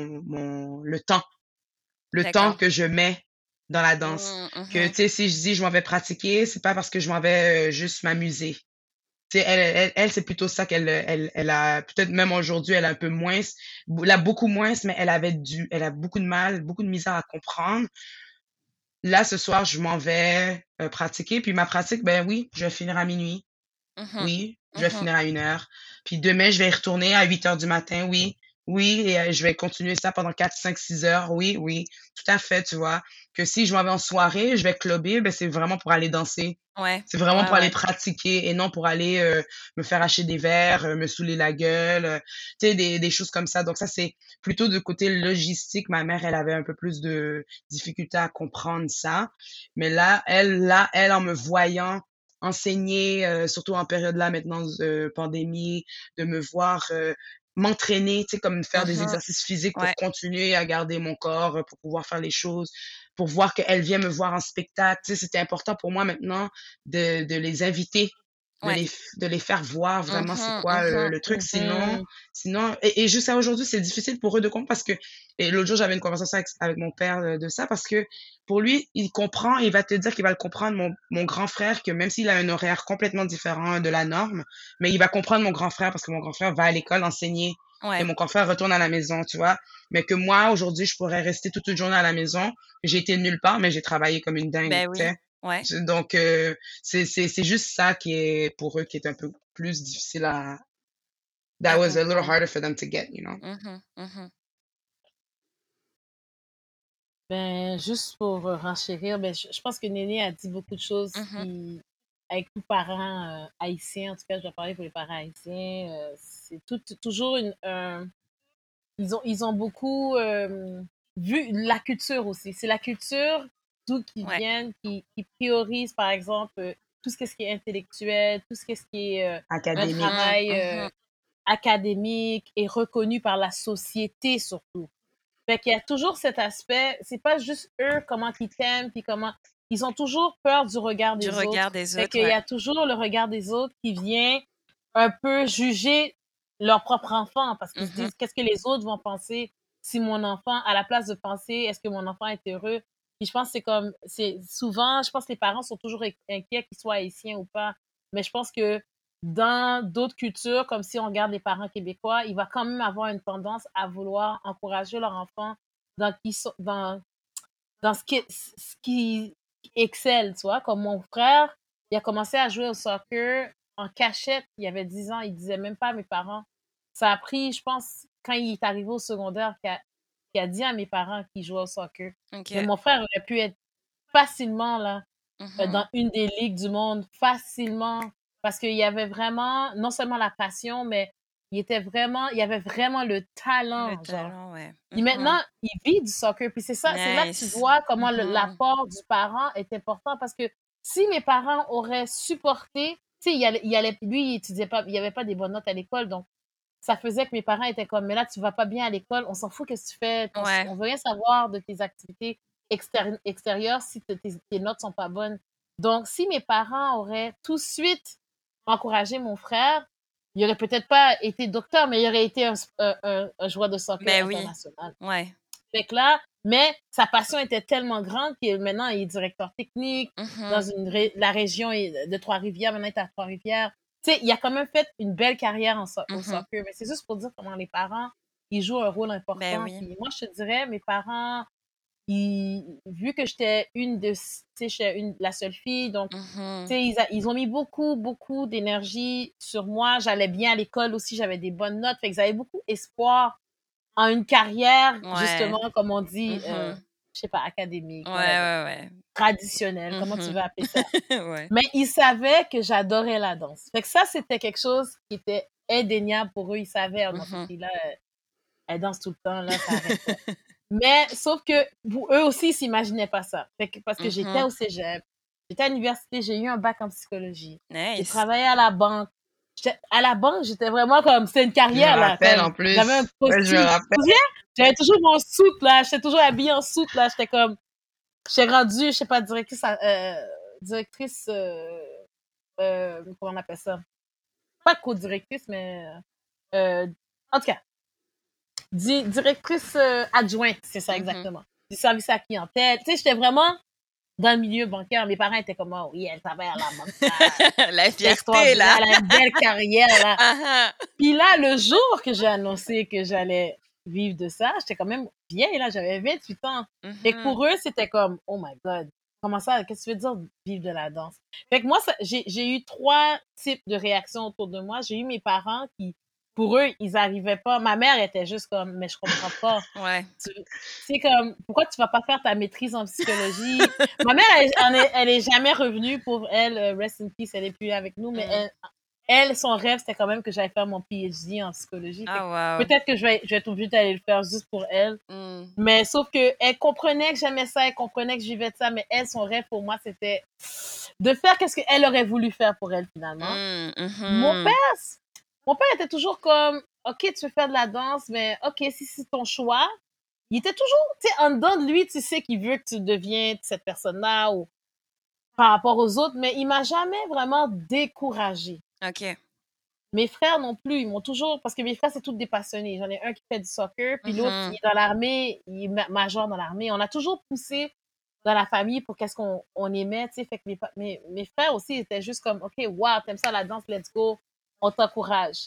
le temps D'accord. que je mets dans la danse. Mm, Que, tu mhm. sais, si je dis je m'en vais pratiquer, c'est pas parce que je m'en vais juste m'amuser. Tu sais, c'est plutôt ça elle a, peut-être même aujourd'hui, elle a un peu moins, elle a beaucoup moins, mais elle a beaucoup de mal, beaucoup de misère à comprendre. Là, ce soir, je m'en vais pratiquer, puis ma pratique, ben oui, je vais finir à minuit. Mhm. Oui, je vais Mhm. finir à 1 heure. Puis demain, je vais y retourner à 8 heures du matin. Oui, oui, et je vais continuer ça pendant 4, 5, 6 heures. Oui, oui, tout à fait, tu vois. Que si je m'en vais en soirée, je vais clubber, ben c'est vraiment pour aller danser. Ouais. C'est vraiment Ouais, pour aller ouais. pratiquer et non pour aller me faire acheter des verres, me saouler la gueule, tu sais, des choses comme ça. Donc ça, c'est plutôt de côté logistique. Ma mère, elle avait un peu plus de difficulté à comprendre ça. Mais elle, en me voyant enseigner, surtout en période là maintenant de pandémie, de me voir m'entraîner, tu sais, comme faire des Mhm. exercices physiques pour Ouais. continuer à garder mon corps, pour pouvoir faire les choses, pour voir qu'elle vient me voir en spectacle. Tu sais, c'était important pour moi maintenant de les inviter, Ouais. de les faire voir vraiment c'est Mhm. quoi Mhm. le truc. Mhm. Et jusqu'à aujourd'hui, c'est difficile pour eux de comprendre parce que, et l'autre jour, j'avais une conversation avec mon père de ça parce que pour lui, il comprend, il va te dire qu'il va le comprendre, mon grand frère, que même s'il a un horaire complètement différent de la norme, mais il va comprendre mon grand frère parce que mon grand frère va à l'école enseigner et Ouais. mon grand frère retourne à la maison, tu vois. Mais que moi, aujourd'hui, je pourrais rester toute une journée à la maison. J'ai été nulle part, mais j'ai travaillé comme une dingue, Ben tu oui. sais. Ouais. Donc, c'est juste ça qui est, pour eux, qui est un peu plus difficile that À was a little comprendre. harder for them to get, you know. Mhm. Mhm. Ben, juste pour renchérir, ben, je pense que Néné a dit beaucoup de choses Mhm. qui, avec tous parents haïtiens, en tout cas, je dois parler pour les parents haïtiens, c'est toujours ils ont beaucoup vu la culture aussi. C'est la culture d'où qu'ils Ouais. viennent qui priorise, par exemple, tout ce qui est intellectuel, tout ce qui est un Académique. Mhm. travail Mhm. académique et reconnu par la société surtout. Fait qu'il y a toujours cet aspect, c'est pas juste eux, comment ils t'aiment, puis comment. Ils ont toujours peur du regard Du des regard autres. des Fait autres, qu'il y ouais. a toujours le regard des autres qui vient un peu juger leur propre enfant parce qu'ils se Mhm. disent qu'est-ce que les autres vont penser si mon enfant, à la place de penser est-ce que mon enfant est heureux. Puis je pense que c'est souvent, je pense que les parents sont toujours inquiets qu'ils soient haïtiens ou pas. Mais je pense que dans d'autres cultures, comme si on regarde les parents québécois, il va quand même avoir une tendance à vouloir encourager leur enfant dans, dans ce qui excelle, tu vois. Comme mon frère, il a commencé à jouer au soccer en cachette, il avait 10 ans, il disait même pas à mes parents. Ça a pris, je pense, quand il est arrivé au secondaire, qu'il a dit à mes parents qu'il jouait au soccer. Mais Ok. mon frère aurait pu être facilement là, Mhm. dans une des ligues du monde, facilement, parce qu'il y avait vraiment non seulement la passion, mais il y avait vraiment le Le talent, genre. talent, ouais. Puis maintenant, il vit du soccer. Puis c'est là que tu Nice. vois comment l'apport du parent est important parce que si mes parents auraient supporté, tu sais, lui, il étudiait pas, il avait pas des bonnes notes à l'école, donc ça faisait que mes parents étaient comme, mais là, tu vas pas bien à l'école, on s'en fout qu'est-ce que tu fais, Ouais. on veut rien savoir de tes activités extérieures si tes notes sont pas bonnes. Donc, si mes parents auraient tout de suite encouragé mon frère, il aurait peut-être pas été docteur, mais il aurait été un joueur de soccer Ben oui. international. Ouais. Fait que là, mais sa passion était tellement grande que maintenant, il est directeur technique dans la région de Trois-Rivières. Maintenant, il est à Trois-Rivières. Tu sais, il a quand même fait une belle carrière au soccer. Mais c'est juste pour dire comment les parents, ils jouent un rôle Ben important. oui. Puis moi, je te dirais, mes parents, vu que j'étais la seule fille, donc, tu sais, ils ont mis beaucoup, beaucoup d'énergie sur moi. J'allais bien à l'école aussi, j'avais des bonnes notes. Fait qu'ils avaient beaucoup espoir en une carrière, Ouais. justement, comme on dit, je sais pas, académique, Ouais. traditionnelle, comment tu veux appeler ça. Ouais. Mais ils savaient que j'adorais la danse. Fait que ça, c'était quelque chose qui était indéniable pour eux. Ils savaient, oh non, cette fille-là, elle danse tout le temps, là, ça arrête pas. Mais, sauf que, pour eux aussi, ils s'imaginaient pas ça. Fait que, parce que j'étais au cégep, j'étais à l'université, j'ai eu un bac en psychologie. J'ai Nice. travaillé à la banque. À la banque, j'étais vraiment comme, c'était une Je me carrière, là. rappelle Comme, en plus. j'avais un Ouais, je me costume. Tu te rappelle. souviens? J'avais toujours mon soute, là. J'étais toujours habillée en soute, là. J'étais comme, j'étais rendue, je sais pas, directrice, comment on appelle ça? Pas co-directrice, mais, en tout cas, directrice adjointe, c'est ça exactement. Du service à la clientèle. Tu sais, j'étais vraiment dans le milieu bancaire. Mes parents étaient comme, oh oui, elle travaille à la banque. La C'est fierté, extraordinaire, là. elle a une belle carrière, là. Ah, Puis là, le jour que j'ai annoncé que j'allais vivre de ça, j'étais quand même vieille, là, j'avais 28 ans. Et pour eux, c'était comme, oh my God, comment ça, qu'est-ce que tu veux dire vivre de la danse? Fait que moi, j'ai eu 3 types de réactions autour de moi. J'ai eu mes parents qui, pour eux, ils arrivaient pas. Ma mère était juste comme, mais je comprends pas. Ouais. C'est comme, pourquoi tu vas pas faire ta maîtrise en psychologie? Ma mère, elle est jamais revenue pour elle, rest in peace, elle est plus avec nous, mais elle, son rêve, c'était quand même que j'aille faire mon PhD en psychologie. Ah, wow. Peut-être que je vais être obligée d'aller le faire juste pour elle. Mais sauf que elle comprenait que j'aimais ça, elle comprenait que je vivais de ça, mais elle, son rêve pour moi, c'était de faire qu'est-ce qu'elle aurait voulu faire pour elle, finalement. Mon père était toujours comme, OK, tu veux faire de la danse, mais OK, si c'est ton choix. Il était toujours, tu sais, en dedans de lui, tu sais qu'il veut que tu deviennes cette personne-là ou par rapport aux autres, mais il m'a jamais vraiment découragée. OK. Mes frères non plus, ils m'ont toujours, parce que mes frères, c'est tous des passionnés. J'en ai un qui fait du soccer, puis l'autre, il est dans l'armée, il est major dans l'armée. On a toujours poussé dans la famille pour qu'est-ce qu'on aimait, tu sais. Fait que mes frères aussi étaient juste comme, OK, wow, t'aimes ça la danse, let's go, on t'encourage.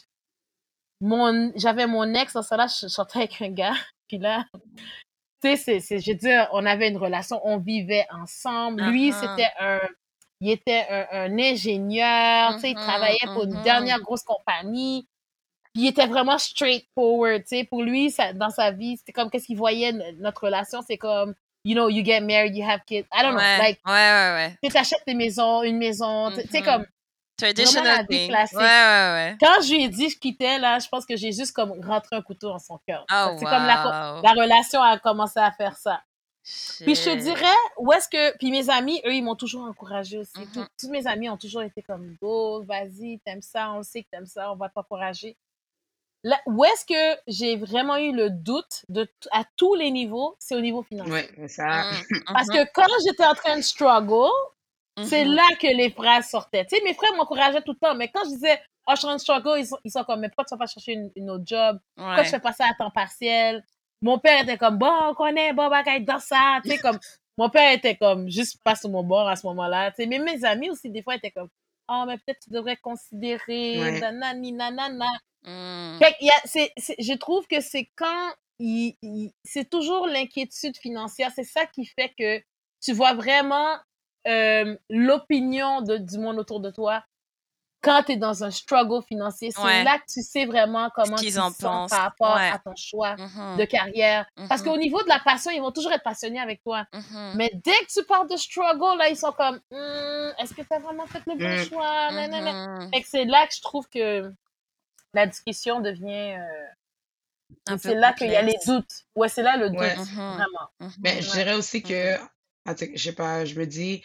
J'avais mon ex, dans ça là, je sortais avec un gars, puis là, tu sais, je veux dire, on avait une relation, on vivait ensemble. Lui, il était un ingénieur, tu sais, il travaillait pour une dernière grosse compagnie. Puis il était vraiment straightforward, tu sais. Pour lui, dans sa vie, c'était comme qu'est-ce qu'il voyait notre relation, c'est comme, you know, you get married, you have kids. I don't know, like, Ouais. tu t'achètes une maison, tu sais, comme, vraiment Traditional la vie thing. classique. Ouais. Quand je lui ai dit que je quittais, là, je pense que j'ai juste comme rentré un couteau dans son cœur. Oh, C'est comme la relation a commencé à faire ça. Puis je te dirais, où est-ce que... Puis mes amis, eux, ils m'ont toujours encouragée aussi. Tous mes amis ont toujours été comme, go, vas-y, t'aimes ça, on sait que t'aimes ça, on va t'encourager. Là, où est-ce que j'ai vraiment eu le doute à tous les niveaux, c'est au niveau financier. Oui, c'est ça. Parce que quand j'étais en train de struggle, c'est là que les phrases sortaient. Tu sais, mes frères m'encourageaient tout le temps, mais quand je disais, oh, je suis en struggle, ils sont comme, mais pourquoi tu vas pas chercher une autre job? Pourquoi je fais pas ça à temps partiel? Mon père était comme, bon, on connaît, bon, bagaille dans ça. Tu sais, comme, mon père était comme, juste pas sur mon bord à ce moment-là. Tu sais, mais mes amis aussi, des fois, étaient comme, oh, mais peut-être tu devrais considérer, nanani, nanana. Fait que je trouve que c'est quand c'est toujours l'inquiétude financière, c'est ça qui fait que tu vois vraiment l'opinion du monde autour de toi quand tu es dans un struggle financier. C'est là que tu sais vraiment comment tu te sens par rapport à ton choix de carrière. Parce qu'au niveau de la passion, ils vont toujours être passionnés avec toi. Mais dès que tu parles de struggle, là, ils sont comme, est-ce que tu as vraiment fait le bon choix? Fait que c'est là que je trouve que la discussion devient... Un et peu c'est là qu'il y a les complexe. doutes. Ouais, c'est là le doute, Ouais. Mhm, vraiment. Mais je mhm, Ouais. dirais aussi que, je sais pas, je me dis,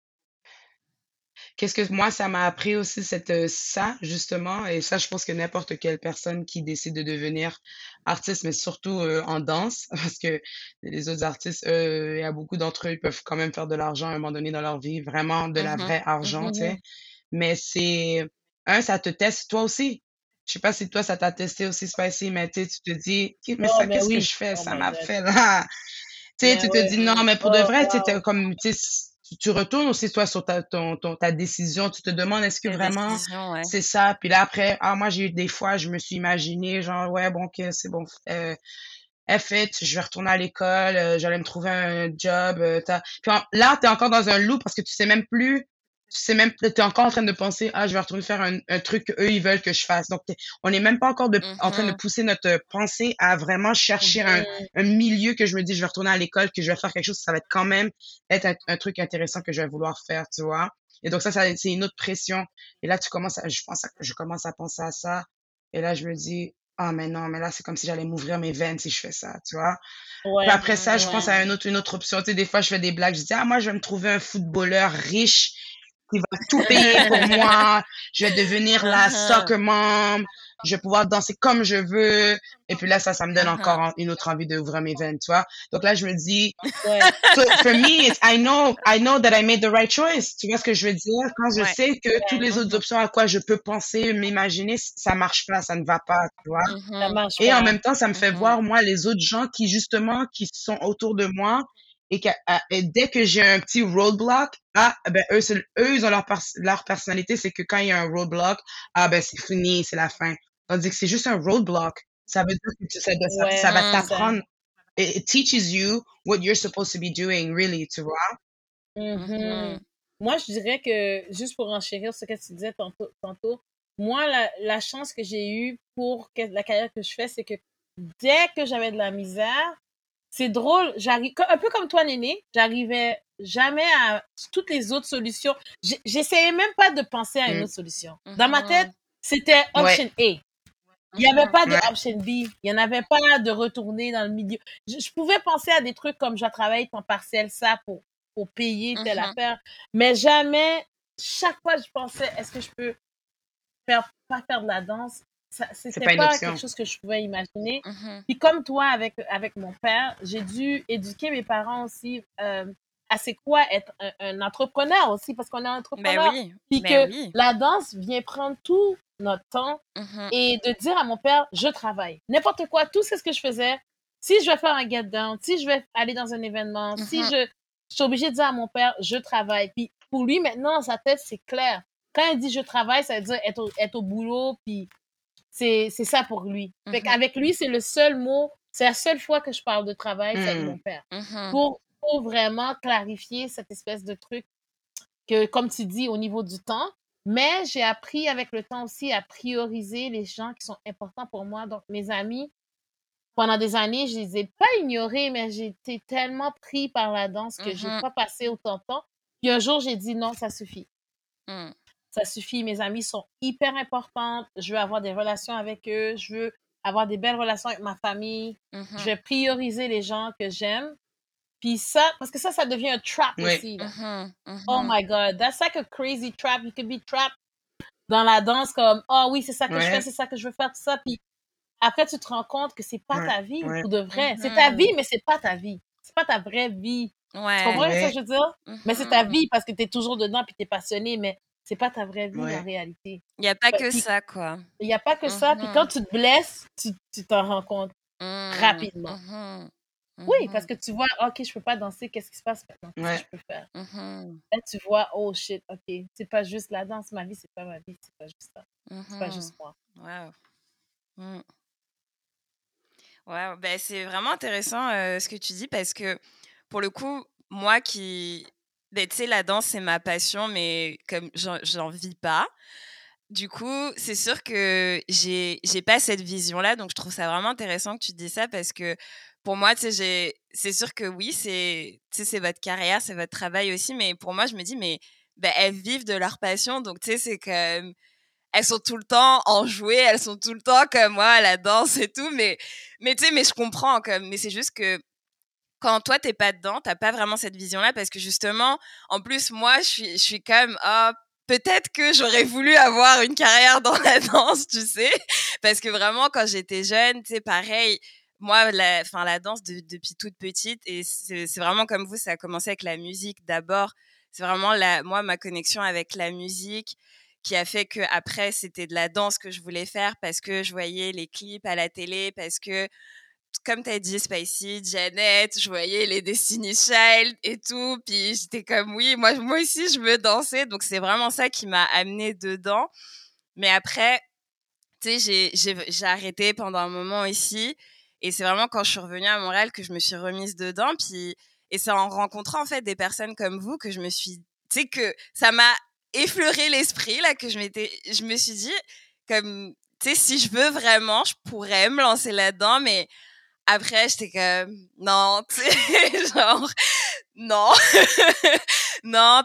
qu'est-ce que moi, ça m'a appris aussi ça, justement, et ça, je pense que n'importe quelle personne qui décide de devenir artiste, mais surtout en danse, parce que les autres artistes, il y a beaucoup d'entre eux, ils peuvent quand même faire de l'argent à un moment donné dans leur vie, vraiment de la mhm, vraie argent, tu sais. Mhm. Mais ça te teste toi aussi. Je sais pas si toi, ça t'a testé aussi, Spicy, mais tu te dis, mais Oh, ça, mais qu'est-ce que oui. je fais? Oh Ça my m'a God. fait là. Tu sais, Mais tu te ouais. dis non, mais pour de Oh, vrai, tu sais, wow. comme, tu retournes aussi, toi, sur ta décision. Tu te demandes, est-ce que tes vraiment décisions, ouais. c'est ça? Puis là, après, moi, j'ai eu des fois, je me suis imaginé, genre, ouais, bon, ok, c'est bon, fait, je vais retourner à l'école, j'allais me trouver un job. Là, t'es encore dans un loop parce que tu sais même, t'es encore en train de penser, je vais retourner faire un truc qu'eux, ils veulent que je fasse. Donc, on n'est même pas encore en train de Mhm, pousser notre pensée à vraiment chercher Mhm. un milieu que je me dis, je vais retourner à l'école, que je vais faire quelque chose, ça va être quand même être un truc intéressant que je vais vouloir faire, tu vois. Et donc ça, c'est une autre pression. Et là, je commence à penser à ça. Et là, je me dis, ah, mais non, mais là, c'est comme si j'allais m'ouvrir mes veines si je fais ça, tu vois. Puis Ouais. après ça, je pense Ouais. à une autre option. Tu sais, des fois, je fais des blagues. Je dis, moi, je vais me trouver un footballeur riche qui va tout payer pour moi. Je vais devenir la mhm, soccer mom. Je vais pouvoir danser comme je veux. Et puis là, ça me donne mhm, encore une autre envie d'ouvrir mes veines, tu vois. Donc là, je me dis, Ouais. so for me, I know that I made the right choice. Tu vois ce que je veux dire? Quand je ouais. sais que toutes les autres Mhm, options à quoi je peux penser, m'imaginer, ça marche pas, ça ne va pas, tu vois? Ça mhm, marche Et en pas. même temps, ça me fait mhm, voir, moi, les autres gens qui, justement, qui sont autour de moi et dès que j'ai un petit roadblock, ben, eux, ils ont leur personnalité, c'est que quand il y a un roadblock, ben, c'est fini, c'est la fin. Tandis que c'est juste un roadblock. Ça veut dire que ça Ouais, va c'est ça. t'apprendre. It teaches you what you're supposed to be doing, really, tu vois? Mhm. mhm. Moi, je dirais que, juste pour enchérir ce que tu disais tantôt, moi, la chance que j'ai eue pour la carrière que je fais, c'est que dès que j'avais de la misère, c'est drôle, un peu comme toi, Néné, j'arrivais jamais à toutes les autres solutions. J'essayais même pas de penser à une Mm. autre solution. Dans ma tête, Mhm, c'était Ouais, option A. Il n'y avait mhm, pas de ouais. option B. Il n'y en avait pas de retourner dans le milieu. Je pouvais penser à des trucs comme je travaille temps partiel, ça, pour payer telle mhm. affaire. Mais jamais, chaque fois, je pensais, est-ce que je peux pas faire de la danse? C'est C'était pas une pas quelque option. chose que je pouvais imaginer. Mhm. Puis comme toi, avec mon père, j'ai dû éduquer mes parents aussi à c'est quoi être un entrepreneur aussi, parce qu'on est Ben entrepreneur. oui, Puis ben que oui. la danse vient prendre tout notre temps Mhm, et de dire à mon père, je travaille. N'importe quoi, tout ce que je faisais. Si je vais faire un get down, si je vais aller dans un événement, si mhm, je suis obligée de dire à mon père, je travaille. Puis pour lui, maintenant, dans sa tête, c'est clair. Quand il dit je travaille, ça veut dire être au boulot, puis c'est ça pour lui. Fait mhm, qu'avec lui, c'est le seul mot, c'est la seule fois que je parle de travail, c'est avec mon Mm. père. mhm, Pour vraiment clarifier cette espèce de truc que, comme tu dis, au niveau du temps, mais j'ai appris avec le temps aussi à prioriser les gens qui sont importants pour moi. Donc, mes amis, pendant des années, je les ai pas ignorés, mais j'ai été tellement pris par la danse que j'ai mhm, pas passé autant de temps. Puis un jour, j'ai dit non, ça suffit. mhm, Ça suffit. Mes amis sont hyper importantes. Je veux avoir des relations avec eux. Je veux avoir des belles relations avec ma famille. Je mhm, vais prioriser les gens que j'aime. Puis ça, parce que ça devient un trap Ouais. aussi, là. mhm, Oh mhm. my God, that's like a crazy trap. You can be trapped dans la danse comme, oh oui, c'est ça que je fais, Ouais. c'est ça que je veux faire, tout ça. Puis après, tu te rends compte que c'est pas Ouais. ta vie, Ouais. pour de vrai. C'est ta Mhm. vie, mais c'est pas ta vie. C'est pas ta vraie vie. Tu Ouais. comprends ce que Ouais. je veux dire? Mais c'est ta Mhm. vie parce que tu es toujours dedans puis tu es passionné, mais c'est pas ta vraie vie en Ouais. réalité. Il n'y a pas que Puis ça, quoi. il n'y a pas que ça. Puis quand Mhm, tu te blesses, tu t'en rends compte mhm, rapidement. mhm, Oui, parce mhm, que tu vois, OK, je peux pas danser, qu'est-ce qui se passe maintenant? Qu'est-ce que je Ouais. peux faire? mhm, Là, tu vois, oh shit, OK, c'est pas juste la danse, ma vie, c'est pas ma vie, c'est pas juste ça. C'est pas mhm. juste moi. Wow. Mm. Wow. Ben, c'est vraiment intéressant ce que tu dis parce que pour le coup, moi qui. Ben, tu sais, la danse, c'est ma passion, mais comme j'en vis pas. Du coup, c'est sûr que j'ai pas cette vision-là, donc je trouve ça vraiment intéressant que tu dis ça parce que pour moi, tu sais, c'est sûr que oui, tu sais, c'est votre carrière, c'est votre travail aussi, mais pour moi, je me dis, mais ben, elles vivent de leur passion, donc tu sais, c'est comme elles sont tout le temps enjouées, elles sont tout le temps comme moi à la danse et tout, mais tu sais, mais je comprends mais c'est juste que quand toi t'es pas dedans, t'as pas vraiment cette vision-là parce que justement, en plus moi je suis comme peut-être que j'aurais voulu avoir une carrière dans la danse, tu sais, parce que vraiment quand j'étais jeune, tu sais, pareil, moi la danse depuis toute petite et c'est vraiment comme vous, ça a commencé avec la musique d'abord. C'est vraiment moi ma connexion avec la musique qui a fait que après c'était de la danse que je voulais faire parce que je voyais les clips à la télé, parce que comme tu as dit, Spicy, Janet, je voyais les Destiny Child et tout. Puis j'étais comme, oui, moi aussi, je veux danser. Donc, c'est vraiment ça qui m'a amenée dedans. Mais après, tu sais, j'ai arrêté pendant un moment ici. Et c'est vraiment quand je suis revenue à Montréal que je me suis remise dedans. Puis, et c'est en rencontrant, en fait, des personnes comme vous que je me suis, tu sais, que ça m'a effleuré l'esprit, là, que je me suis dit, comme, tu sais, si je veux vraiment, je pourrais me lancer là-dedans, mais après, j'étais comme, non, tu sais, genre, non. Non,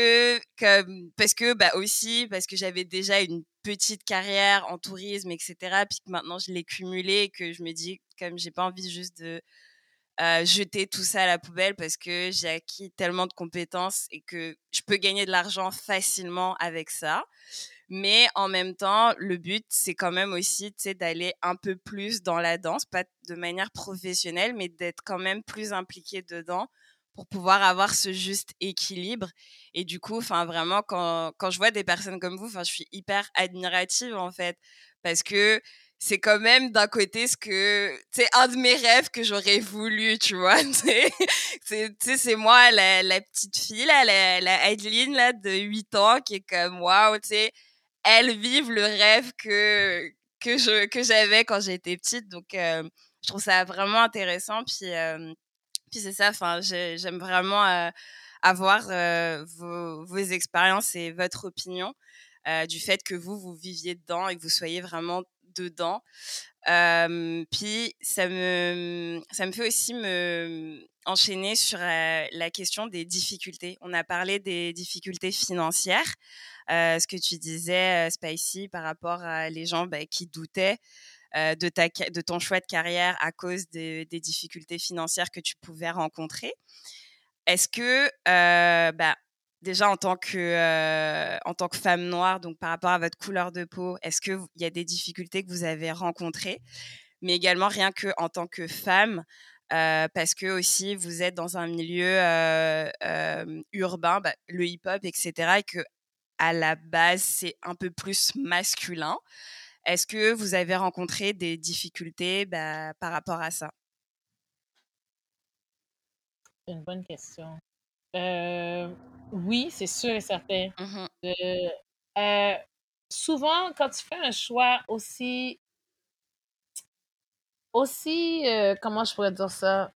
bah aussi, parce que j'avais déjà une petite carrière en tourisme, etc. Puis que maintenant, je l'ai cumulé et que je me dis, comme j'ai pas envie juste de jeter tout ça à la poubelle parce que j'ai acquis tellement de compétences et que je peux gagner de l'argent facilement avec ça. Mais en même temps, le but, c'est quand même aussi, tu sais, d'aller un peu plus dans la danse, pas de manière professionnelle, mais d'être quand même plus impliqué dedans pour pouvoir avoir ce juste équilibre. Et du coup, enfin, vraiment, quand je vois des personnes comme vous, enfin, je suis hyper admirative, en fait, parce que c'est quand même d'un côté tu sais, un de mes rêves que j'aurais voulu, tu vois, tu sais, c'est moi, la petite fille, là, la Adeline, là, de 8 ans, qui est comme, waouh, tu sais, elles vivent le rêve que j'avais quand j'étais petite. Donc, je trouve ça vraiment intéressant. Puis c'est ça, enfin, j'aime vraiment avoir vos expériences et votre opinion du fait que vous viviez dedans et que vous soyez vraiment dedans. Puis ça me fait aussi me enchaîner sur la question des difficultés. On a parlé des difficultés financières, ce que tu disais, Spicy, par rapport à les gens qui doutaient de ton choix de carrière à cause des difficultés financières que tu pouvais rencontrer. Est-ce que, déjà en tant que femme noire, donc par rapport à votre couleur de peau, est-ce qu'il y a des difficultés que vous avez rencontrées? Mais également rien que en tant que femme, parce que aussi vous êtes dans un milieu urbain, le hip-hop, etc., et que à la base c'est un peu plus masculin. Est-ce que vous avez rencontré des difficultés par rapport à ça? C'est une bonne question. Oui, c'est sûr et certain. Mmh. Euh, euh, Souvent, quand tu fais un choix comment je pourrais dire ça,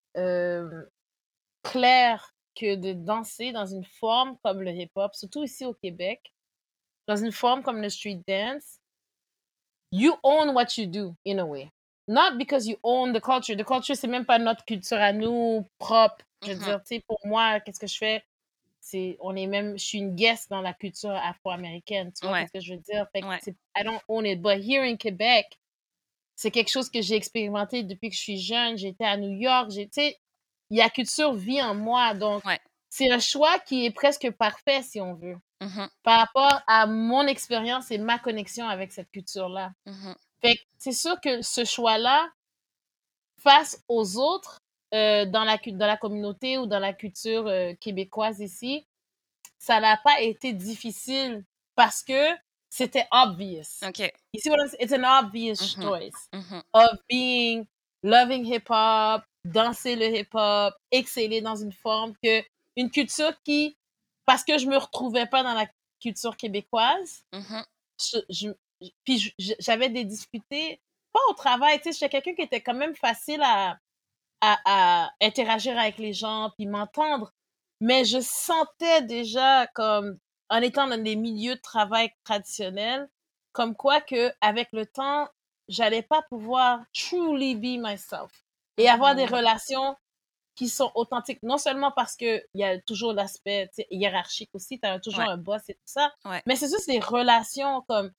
clair que de danser dans une forme comme le hip-hop, surtout ici au Québec, dans une forme comme le street dance, you own what you do in a way. Not because you own the culture. The culture, c'est même pas notre culture à nous propre. Je veux Mmh. dire, tu sais, pour moi, qu'est-ce que je fais? Je suis une guest dans la culture afro-américaine. Tu vois, Ouais, qu'est-ce que je veux dire? Fait que ouais. I don't own it. But here in Québec, c'est quelque chose que j'ai expérimenté depuis que je suis jeune. J'étais à New York. Tu sais, la culture vit en moi. Donc, Ouais. c'est un choix qui est presque parfait, si on veut, Mmh. par rapport à mon expérience et ma connexion avec cette culture-là. Mmh. Fait que c'est sûr que ce choix-là, face aux autres, dans la communauté ou dans la culture québécoise ici, ça n'a pas été difficile parce que c'était obvious. OK. You see what I'm saying? It's an obvious Mmh. choice Mmh. of loving hip-hop, danser le hip-hop, exceller dans une forme une culture parce que je me retrouvais pas dans la culture québécoise, Mmh. puis j'avais des difficultés, pas au travail, tu sais, j'étais quelqu'un qui était quand même facile à interagir avec les gens, puis m'entendre. Mais je sentais déjà, comme, en étant dans des milieux de travail traditionnels, comme quoi que, avec le temps, j'allais pas pouvoir truly be myself et avoir des Mmh. relations qui sont authentiques. Non seulement parce que il y a toujours l'aspect, tu sais, hiérarchique aussi, tu as toujours Ouais, un boss et tout ça, ouais. mais c'est juste des relations comme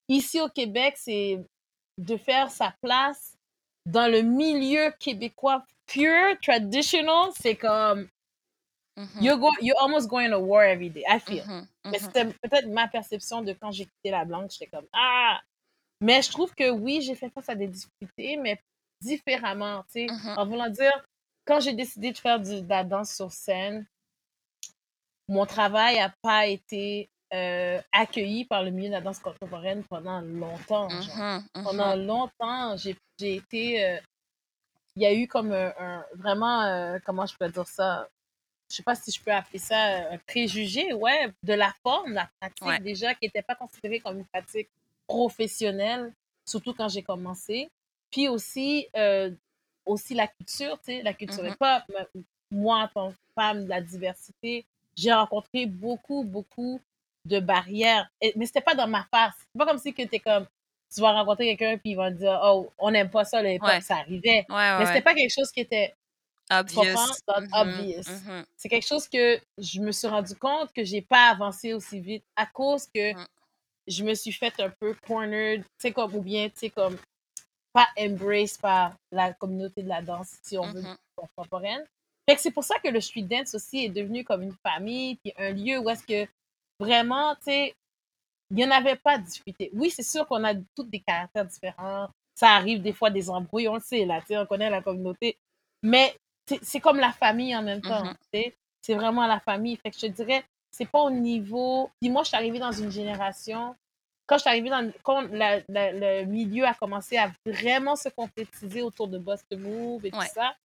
ici au Québec, c'est de faire sa place dans le milieu québécois pure, traditional, c'est comme Mhm. you're almost going to war every day, I feel. Mhm. Mais Mhm. c'était peut-être ma perception de quand j'ai quitté la Blanche, j'étais comme ah! Mais je trouve que oui, j'ai fait face à des difficultés, mais différemment, tu sais, Mhm. en voulant dire, quand j'ai décidé de faire de la danse sur scène, mon travail n'a pas été accueilli par le milieu de la danse contemporaine pendant longtemps, genre. Mhm. Pendant Mhm. longtemps, j'ai été... il y a eu comme vraiment, comment je peux dire ça? Je sais pas si je peux appeler ça un préjugé, ouais, de la forme, la Ouais. pratique déjà, qui n'était pas considérée comme une pratique professionnelle, surtout quand j'ai commencé. Puis aussi la culture, tu sais, la culture Mhm. hip-hop. Moi, en tant que femme de la diversité, j'ai rencontré beaucoup de barrières. Mais c'était pas dans ma face. C'est pas comme si que t'es comme, tu vas rencontrer quelqu'un puis il va te dire, oh, on n'aime pas ça, le hip-hop, Ouais. ça arrivait. Ouais, ouais, Mais c'était ouais. pas quelque chose qui était, tu comprends, Obvious. not Mhm. obvious. Mhm. C'est quelque chose que je me suis rendu compte que j'ai pas avancé aussi vite à cause que Mhm. je me suis fait un peu cornered, tu sais, comme, ou bien, tu sais, comme, pas embrace par la communauté de la danse, si on veut, Mhm. contemporaine. Fait que c'est pour ça que le street dance aussi est devenu comme une famille, puis un lieu où est-ce que vraiment, tu sais, il n'y en avait pas de difficulté. Oui, c'est sûr qu'on a tous des caractères différents. Ça arrive des fois des embrouilles, on le sait, là, tu sais, on connaît la communauté. Mais c'est comme la famille en même temps, Mhm. tu sais. C'est vraiment la famille. Fait que je te dirais, c'est pas au niveau. Puis moi, je suis arrivée dans une génération. Quand je suis arrivée quand le milieu a commencé à vraiment se concrétiser autour de Bust Move et tout Ouais. ça,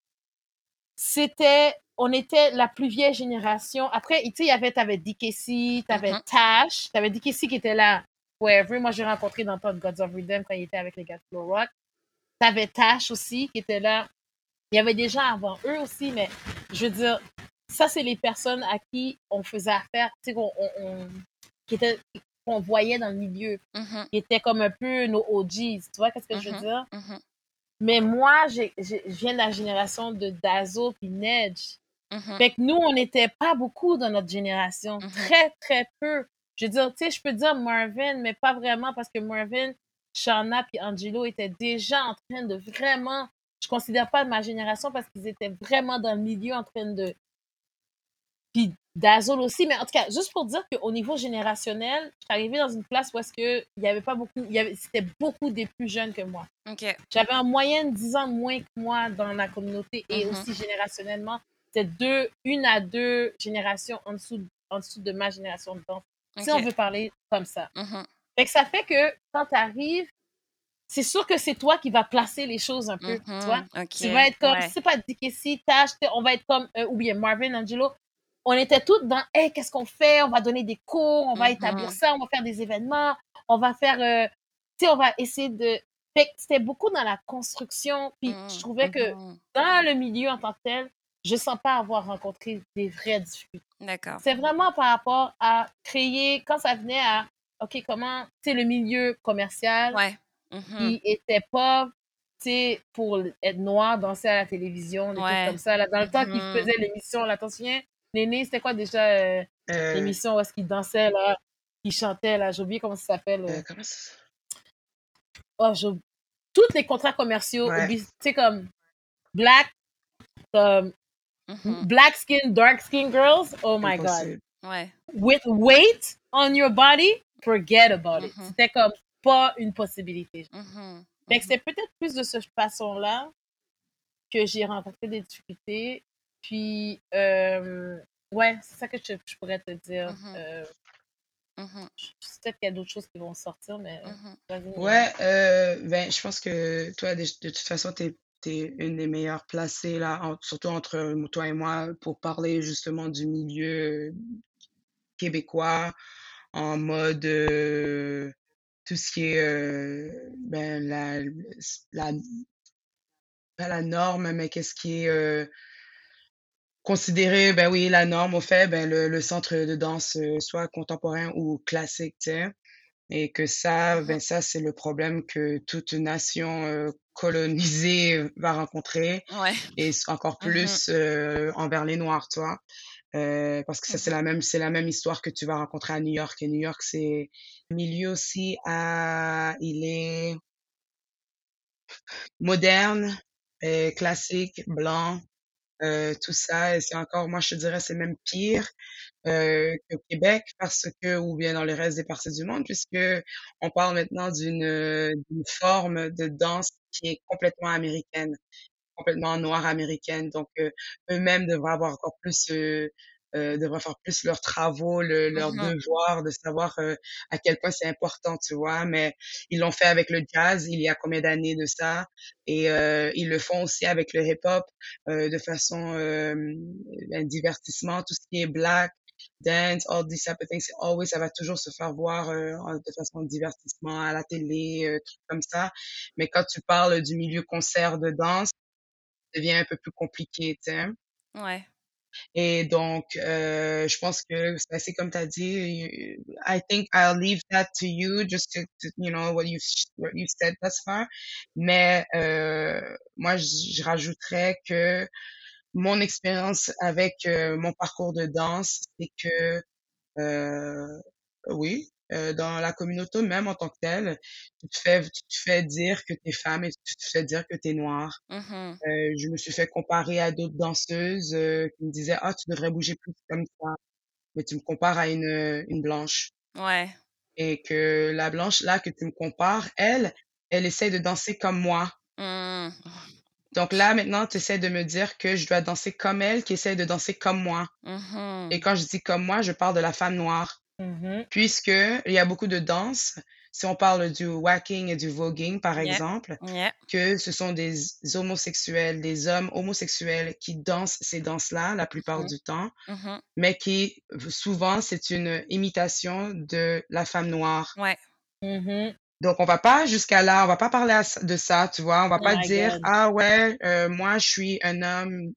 on était la plus vieille génération. Après, tu sais, t'avais DKC, t'avais Mhm. Tash, t'avais DKC qui était là, wherever. Moi, j'ai rencontré dans le Gods of Rhythm quand il était avec les gars de Flow Rock. T'avais Tash aussi qui était là. Il y avait des gens avant eux aussi, mais je veux dire, ça, c'est les personnes à qui on faisait affaire, tu sais, qui étaient, qu'on voyait dans le milieu, Mhm. qui étaient comme un peu nos OGs. Tu vois, qu'est-ce que je veux Mhm. dire? Mhm. Mais moi, je viens de la génération de Dazo puis Nedge. Mhm. Fait que nous, on n'était pas beaucoup dans notre génération. Mhm. Très peu. Je veux dire, tu sais, je peux dire Marvin, mais pas vraiment parce que Marvin, Shauna puis Angelo étaient déjà en train de vraiment. Je considère pas ma génération parce qu'ils étaient vraiment dans le milieu en train de. Puis Dazzle aussi, mais en tout cas, juste pour dire qu'au niveau générationnel, je suis arrivée dans une place où est-ce que il y avait pas beaucoup, c'était beaucoup des plus jeunes que moi. OK. J'avais en moyenne 10 ans de moins que moi dans la communauté et Mhm. aussi générationnellement, c'était une à deux générations en dessous de ma génération de danse. Si on OK. veut parler comme ça. Mhm. Fait que ça fait que quand tu arrives, c'est sûr que c'est toi qui vas placer les choses un peu, tu vois. Mhm. OK. Tu vas être comme, Ouais. c'est pas Dikessi, Tash, on va être comme, ou bien Marvin, Angelo. On était toutes dans, hey, qu'est-ce qu'on fait? On va donner des cours, on va établir Mhm. ça, on va faire des événements, on va faire, tu sais, on va essayer de. Fait que c'était beaucoup dans la construction, puis je Mhm. trouvais que Mhm. dans le milieu en tant que tel, je sens pas avoir rencontré des vraies difficultés. D'accord. C'est vraiment par rapport à créer, quand ça venait à, OK, comment, tu sais, le milieu commercial, Ouais. Mhm. qui était pas, tu sais, pour être noir, danser à la télévision, des trucs Ouais. comme ça. Là, dans le temps qu'il Mhm. faisait l'émission, là, t'en souviens? Néné, c'était quoi déjà Euh, l'émission où est-ce qu'il dansait, là, qu'il chantait, là, j'ai oublié comment ça s'appelle. comment ça? Oh, toutes les contrats commerciaux, Ouais, tu sais, comme Black, comme Mhm. Black Skin, Dark Skin Girls, oh my God. impossible. Ouais. With weight on your body, forget about it. Mhm. C'était comme pas une possibilité. Mhm. Fait que Mhm. c'est peut-être plus de cette façon-là que j'ai rencontré des difficultés. Puis, ouais, c'est ça que je pourrais te dire. Mhm. Mhm. Peut-être qu'il y a d'autres choses qui vont sortir, mais Mhm. vas-y, Mylène. Ouais, ben, je pense que toi, de toute façon, t'es une des meilleures placées là, surtout entre toi et moi, pour parler justement du milieu québécois en mode tout ce qui est ben la pas la norme, mais qu'est-ce qui est considéré, ben oui, la norme au fait, ben le centre de danse soit contemporain ou classique, tu sais. Et que ça, Mhm. ben ça, c'est le problème que toute nation colonisée va rencontrer Ouais. et encore Mhm. plus envers les Noirs, tu vois. parce que ça, Mmh. c'est la même histoire que tu vas rencontrer à New York. Et New York, c'est milieu aussi il est moderne, classique, blanc, tout ça. Et c'est encore, moi, je te dirais, c'est même pire qu'au Québec parce que, ou bien dans le reste des parties du monde, puisque on parle maintenant d'une forme de danse qui est complètement américaine, complètement noire américaine. Donc, eux-mêmes devraient avoir encore plus, devraient faire plus leurs travaux, leur Mmh. devoir de savoir à quel point c'est important, tu vois. Mais ils l'ont fait avec le jazz il y a combien d'années de ça, et ils le font aussi avec le hip-hop de façon un divertissement, tout ce qui est black dance, all these type of things, always, ça va toujours se faire voir de façon divertissement à la télé, trucs comme ça. Mais quand tu parles du milieu concert de danse, devient un peu plus compliqué, tu sais. Ouais. Et donc, je pense que c'est assez comme tu as dit. I think I'll leave that to you, just you know, what you said thus far. Mais moi, je rajouterais que mon expérience avec mon parcours de danse, c'est que euh, oui, dans la communauté même en tant que telle, tu te fais dire que t'es femme et tu te fais dire que t'es noire. Mmh. Je me suis fait comparer à d'autres danseuses qui me disaient: «Ah, tu devrais bouger plus comme ça». Mais tu me compares à une blanche, Ouais. et que la blanche là que tu me compares, elle, elle essaie de danser comme moi. Mmh. Donc là, maintenant, tu essaies de me dire que je dois danser comme elle qui essaie de danser comme moi. Et Mmh. quand je dis comme moi, je parle de la femme noire. Mhm. Puisque il y a beaucoup de danses, si on parle du whacking et du voguing, par Yeah. exemple, Yeah. que ce sont des homosexuels, des hommes homosexuels qui dansent ces danses-là la plupart Mmh. du temps, Mmh. mais qui souvent c'est une imitation de la femme noire. Ouais. Mhm. Donc on va pas jusqu'à là, on va pas parler de ça, tu vois. On va Oh pas my dire God. ah ouais, moi je suis un homme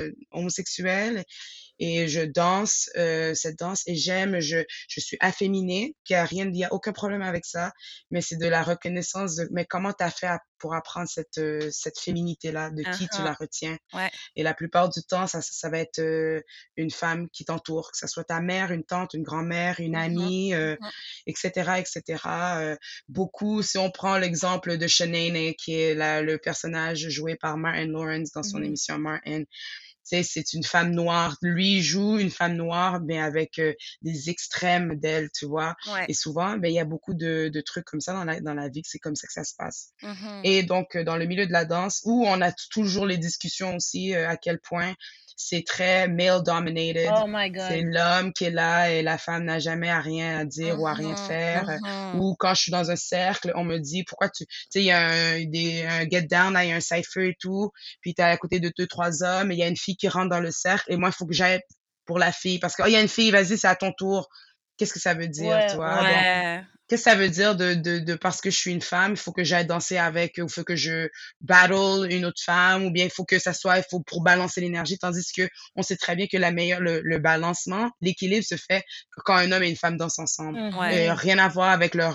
homosexuel et je danse cette danse et je suis afféminée, qu'il y a rien, il y a aucun problème avec ça, mais c'est de la reconnaissance de mais comment tu as fait pour apprendre cette féminité-là, de qui tu Mmh. la retiens? Ouais. Et la plupart du temps, ça va être une femme qui t'entoure, que ça soit ta mère, une tante, une grand-mère, une Mmh. amie, Mmh. etc., etc. Beaucoup, si on prend l'exemple de Shanae, qui est le personnage joué par Martin Lawrence dans son Mhm. émission Martin, sais, c'est une femme noire. Lui il joue une femme noire, mais avec des extrêmes d'elle, tu vois. Ouais. Et souvent, ben, il y a beaucoup de trucs comme ça dans la vie, que c'est comme ça que ça se passe. Mmh. Et donc, dans le milieu de la danse, où on a toujours les discussions aussi, à quel point c'est très male dominated. Oh my C'est God. l'homme qui est là et la femme n'a jamais à rien à dire ou à rien Mmh. faire. Mmh. Ou quand je suis dans un cercle, on me dit pourquoi tu sais, il y a un get down, là, il y a un cypher et tout, puis t'es à côté de deux, trois hommes, et il y a une fille qui rentre dans le cercle, et moi, il faut que j'aille pour la fille, parce que, oh, il y a une fille, vas-y, c'est à ton tour. Qu'est-ce que ça veut dire, tu Ouais, vois? Donc, ouais. Ouais. qu'est-ce que ça veut dire de parce que je suis une femme, il faut que j'aille danser avec, ou il faut que je battle une autre femme, ou bien il faut que ça soit, il faut pour balancer l'énergie, tandis que on sait très bien que le balancement, l'équilibre se fait quand un homme et une femme dansent ensemble. Ouais. Mhm. Rien à voir avec leur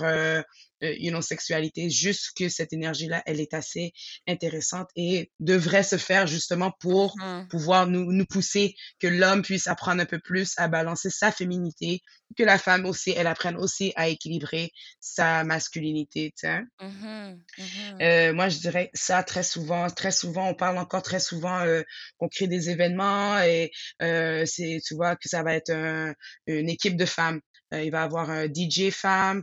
sexualité, juste que cette énergie-là, elle est assez intéressante et devrait se faire justement pour Mmh. pouvoir nous pousser, que l'homme puisse apprendre un peu plus à balancer sa féminité, que la femme aussi, elle apprenne aussi à équilibrer sa masculinité, tu sais. Mmh. Mmh. Moi, je dirais ça très souvent, on parle encore très souvent qu'on crée des événements et tu vois, que ça va être une équipe de femmes. Il va y avoir un DJ femme,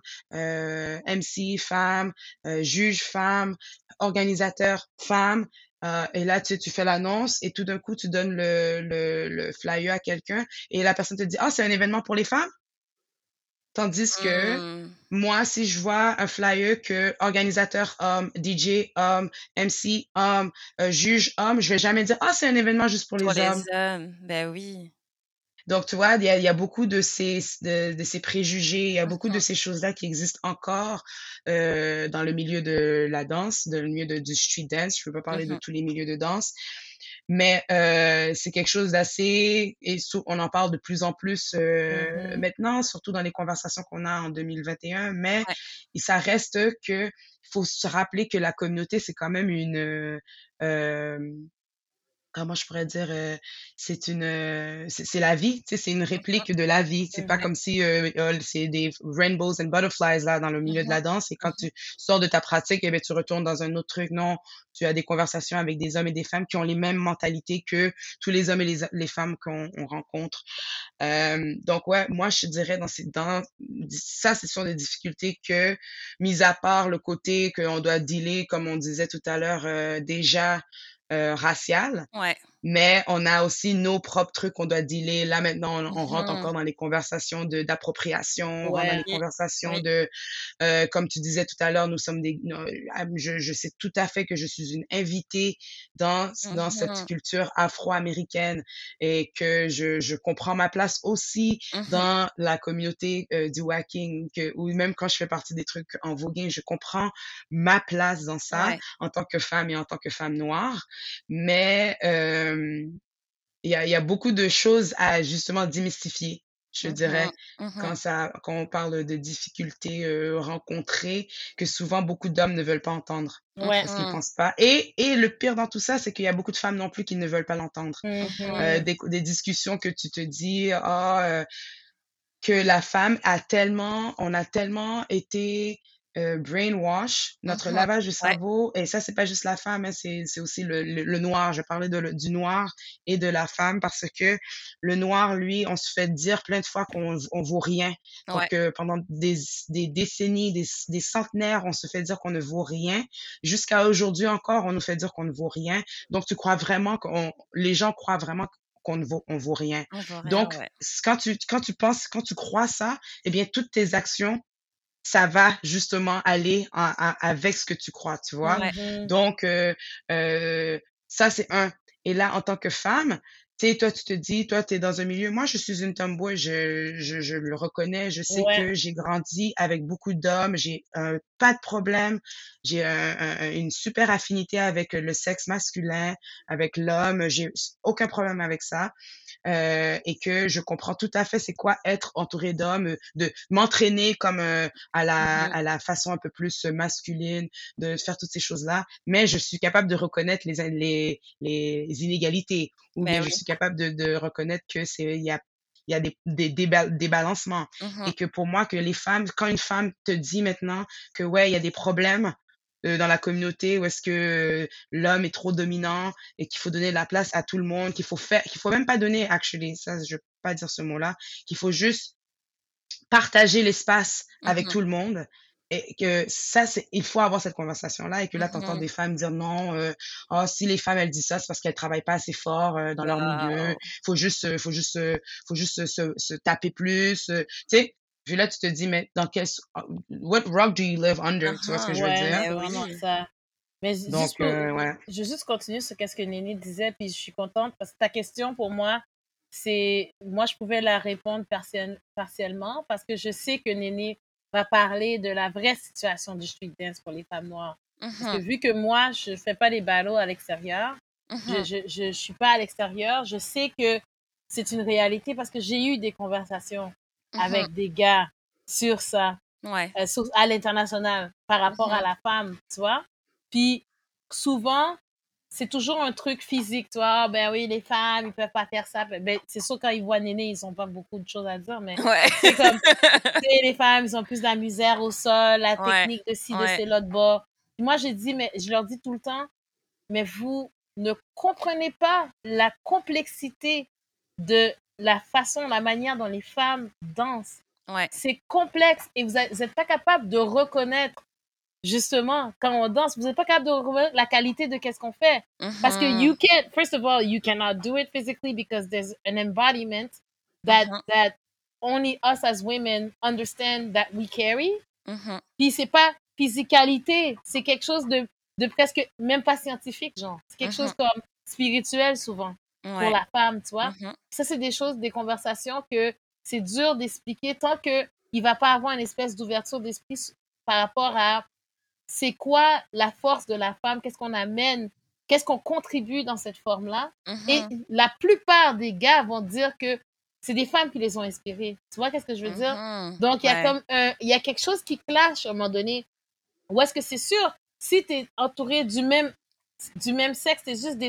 MC femme, juge femme, organisateur femme. Et là, tu fais l'annonce et tout d'un coup, tu donnes le flyer à quelqu'un et la personne te dit, ah, c'est un événement pour les femmes? Tandis que Mmh. moi, si je vois un flyer que organisateur homme, DJ homme, MC homme, juge homme, je vais jamais dire: «Ah, c'est un événement juste pour Pour les les hommes». hommes, ben oui. Donc tu vois, il y a beaucoup de ces préjugés, il y a beaucoup de Mmh. ces choses-là qui existent encore, dans le milieu de la danse, dans le milieu du street dance. Je peux pas parler de Mmh. tous les milieux de danse, mais c'est quelque chose d'assez on en parle de plus en plus, Mhm. maintenant, surtout dans les conversations qu'on a en 2021, mais Ouais. ça reste que il faut se rappeler que la communauté, c'est quand même comment je pourrais dire, c'est la vie, tu sais, c'est une réplique de la vie. C'est pas Mhm. comme si, c'est des rainbows and butterflies là dans le milieu de Mhm, la danse et quand mhm. tu sors de ta pratique et ben tu retournes dans un autre truc. Non, tu as des conversations avec des hommes et des femmes qui ont les mêmes mentalités que tous les hommes et les femmes qu'on rencontre. Donc ouais, moi je dirais dans ça, ce sont des difficultés que, mis à part le côté qu'on doit dealer, comme on disait tout à l'heure, déjà, racial, Ouais. mais on a aussi nos propres trucs qu'on doit dealer. Là, maintenant, on rentre Mhm. encore dans les conversations d'appropriation, on rentre dans Ouais, les Oui, conversations oui, de, comme tu disais tout à l'heure, nous sommes des, je sais tout à fait que je suis une invitée dans cette mhm, culture afro-américaine et que je comprends ma place aussi mhm. dans la communauté du wacking, ou même quand je fais partie des trucs en voguing, je comprends ma place dans ça Ouais. en tant que femme et en tant que femme noire. Mais il y a beaucoup de choses à justement démystifier, je Mhm, dirais, mhm. quand on parle de difficultés rencontrées, que souvent beaucoup d'hommes ne veulent pas entendre ouais. parce qu'ils Mhm, pensent pas. Et le pire dans tout ça, c'est qu'il y a beaucoup de femmes non plus qui ne veulent pas l'entendre. mhm. Mhm. Des discussions que tu te dis, ah, que la femme a tellement, on a tellement été brainwash, notre Mhm. lavage de Ouais, cerveau, et ça, c'est pas juste la femme, hein, c'est aussi le noir. Je parlais du noir et de la femme parce que le noir, lui, on se fait dire plein de fois on vaut rien. ouais. Que pendant des décennies, des centenaires, on se fait dire qu'on ne vaut rien. Jusqu'à aujourd'hui encore, on nous fait dire qu'on ne vaut rien. Donc, tu crois vraiment les gens croient vraiment on vaut rien. On voit rien, Donc, ouais. quand tu crois ça, eh bien, toutes tes actions, ça va justement aller avec ce que tu crois, tu vois? Ouais. Mhm. Donc, ça, c'est un. Et là, en tant que femme, tu sais, toi, tu te dis, toi, tu es dans un milieu, moi, je suis une tomboy, je le reconnais, je sais Ouais. que j'ai grandi avec beaucoup d'hommes, j'ai pas de problème, j'ai une super affinité avec le sexe masculin, avec l'homme, j'ai aucun problème avec ça. Et que je comprends tout à fait c'est quoi être entouré d'hommes, de m'entraîner comme Mhm. à la façon un peu plus masculine, de faire toutes ces choses-là, mais je suis capable de reconnaître les inégalités, ou Ben bien je oui. suis capable de reconnaître que il y a des balancements. Mhm, Et que pour moi, que les femmes, quand une femme te dit maintenant que ouais, il y a des problèmes dans la communauté où est-ce que l'homme est trop dominant et qu'il faut donner la place à tout le monde, qu'il faut même pas donner, actually, ça, je vais pas dire ce mot-là, qu'il faut juste partager l'espace avec mhm, tout le monde. Et que ça, il faut avoir cette conversation-là et que là, tu entends mhm. des femmes dire non, oh, si les femmes, elles disent ça, c'est parce qu'elles travaillent pas assez fort dans leur milieu. Waouh. Faut juste se taper plus. Tu sais, puis là, tu te dis, mais what rock do you live under? Tu vois ce que Mhm. je veux Ouais, dire? c'est Ben vraiment oui. ça. Mais juste Donc, pour, ouais. je vais juste continuer sur ce que Néné disait, puis je suis contente parce que ta question pour moi, c'est, moi je pouvais la répondre partiellement parce que je sais que Néné va parler de la vraie situation du street dance pour les femmes noires. Parce que Mhm, vu que moi, je fais pas les ballots à l'extérieur, mhm, je suis pas à l'extérieur, je sais que c'est une réalité parce que j'ai eu des conversations mhm. avec des gars sur ça Ouais. à l'international par rapport à Mhm, la femme, tu vois. Puis souvent, c'est toujours un truc physique, tu vois. Ah, ben oui, les femmes, ils peuvent pas faire ça. Ben, c'est sûr, quand ils voient Néné, ils ont pas beaucoup de choses à dire, mais ouais. c'est comme, tu sais, les femmes, ils ont plus de la misère au sol, la Ouais. technique de ci, de Ouais. cela, de bas. Puis moi, j'ai dit, mais je leur dis tout le temps, mais vous ne comprenez pas la complexité de la façon, la manière dont les femmes dansent. Ouais. C'est complexe et vous n'êtes pas capable de reconnaître, justement, quand on danse, vous n'êtes pas capable de reconnaître la qualité de qu'est-ce qu'on fait. Parce que Mhm, you can't, first of all, you cannot do it physically because there's an embodiment mhm, that only us as women understand that we carry. mhm, Puis c'est pas physicalité, c'est quelque chose de presque même pas scientifique, genre. C'est quelque mhm. chose comme spirituel souvent pour Ouais. la femme, tu vois. Mhm, Ça, c'est des choses, des conversations que c'est dur d'expliquer tant que il va pas avoir une espèce d'ouverture d'esprit par rapport à c'est quoi la force de la femme, qu'est-ce qu'on amène, qu'est-ce qu'on contribue dans cette forme-là. Et mhm, la plupart des gars vont dire que c'est des femmes qui les ont inspirés. Tu vois qu'est-ce que je veux dire? mhm. Donc, il y a Ouais. comme il y a quelque chose qui clash à un moment donné. Ou est-ce que c'est sûr, si tu es entouré du même sexe, c'est juste des hommes,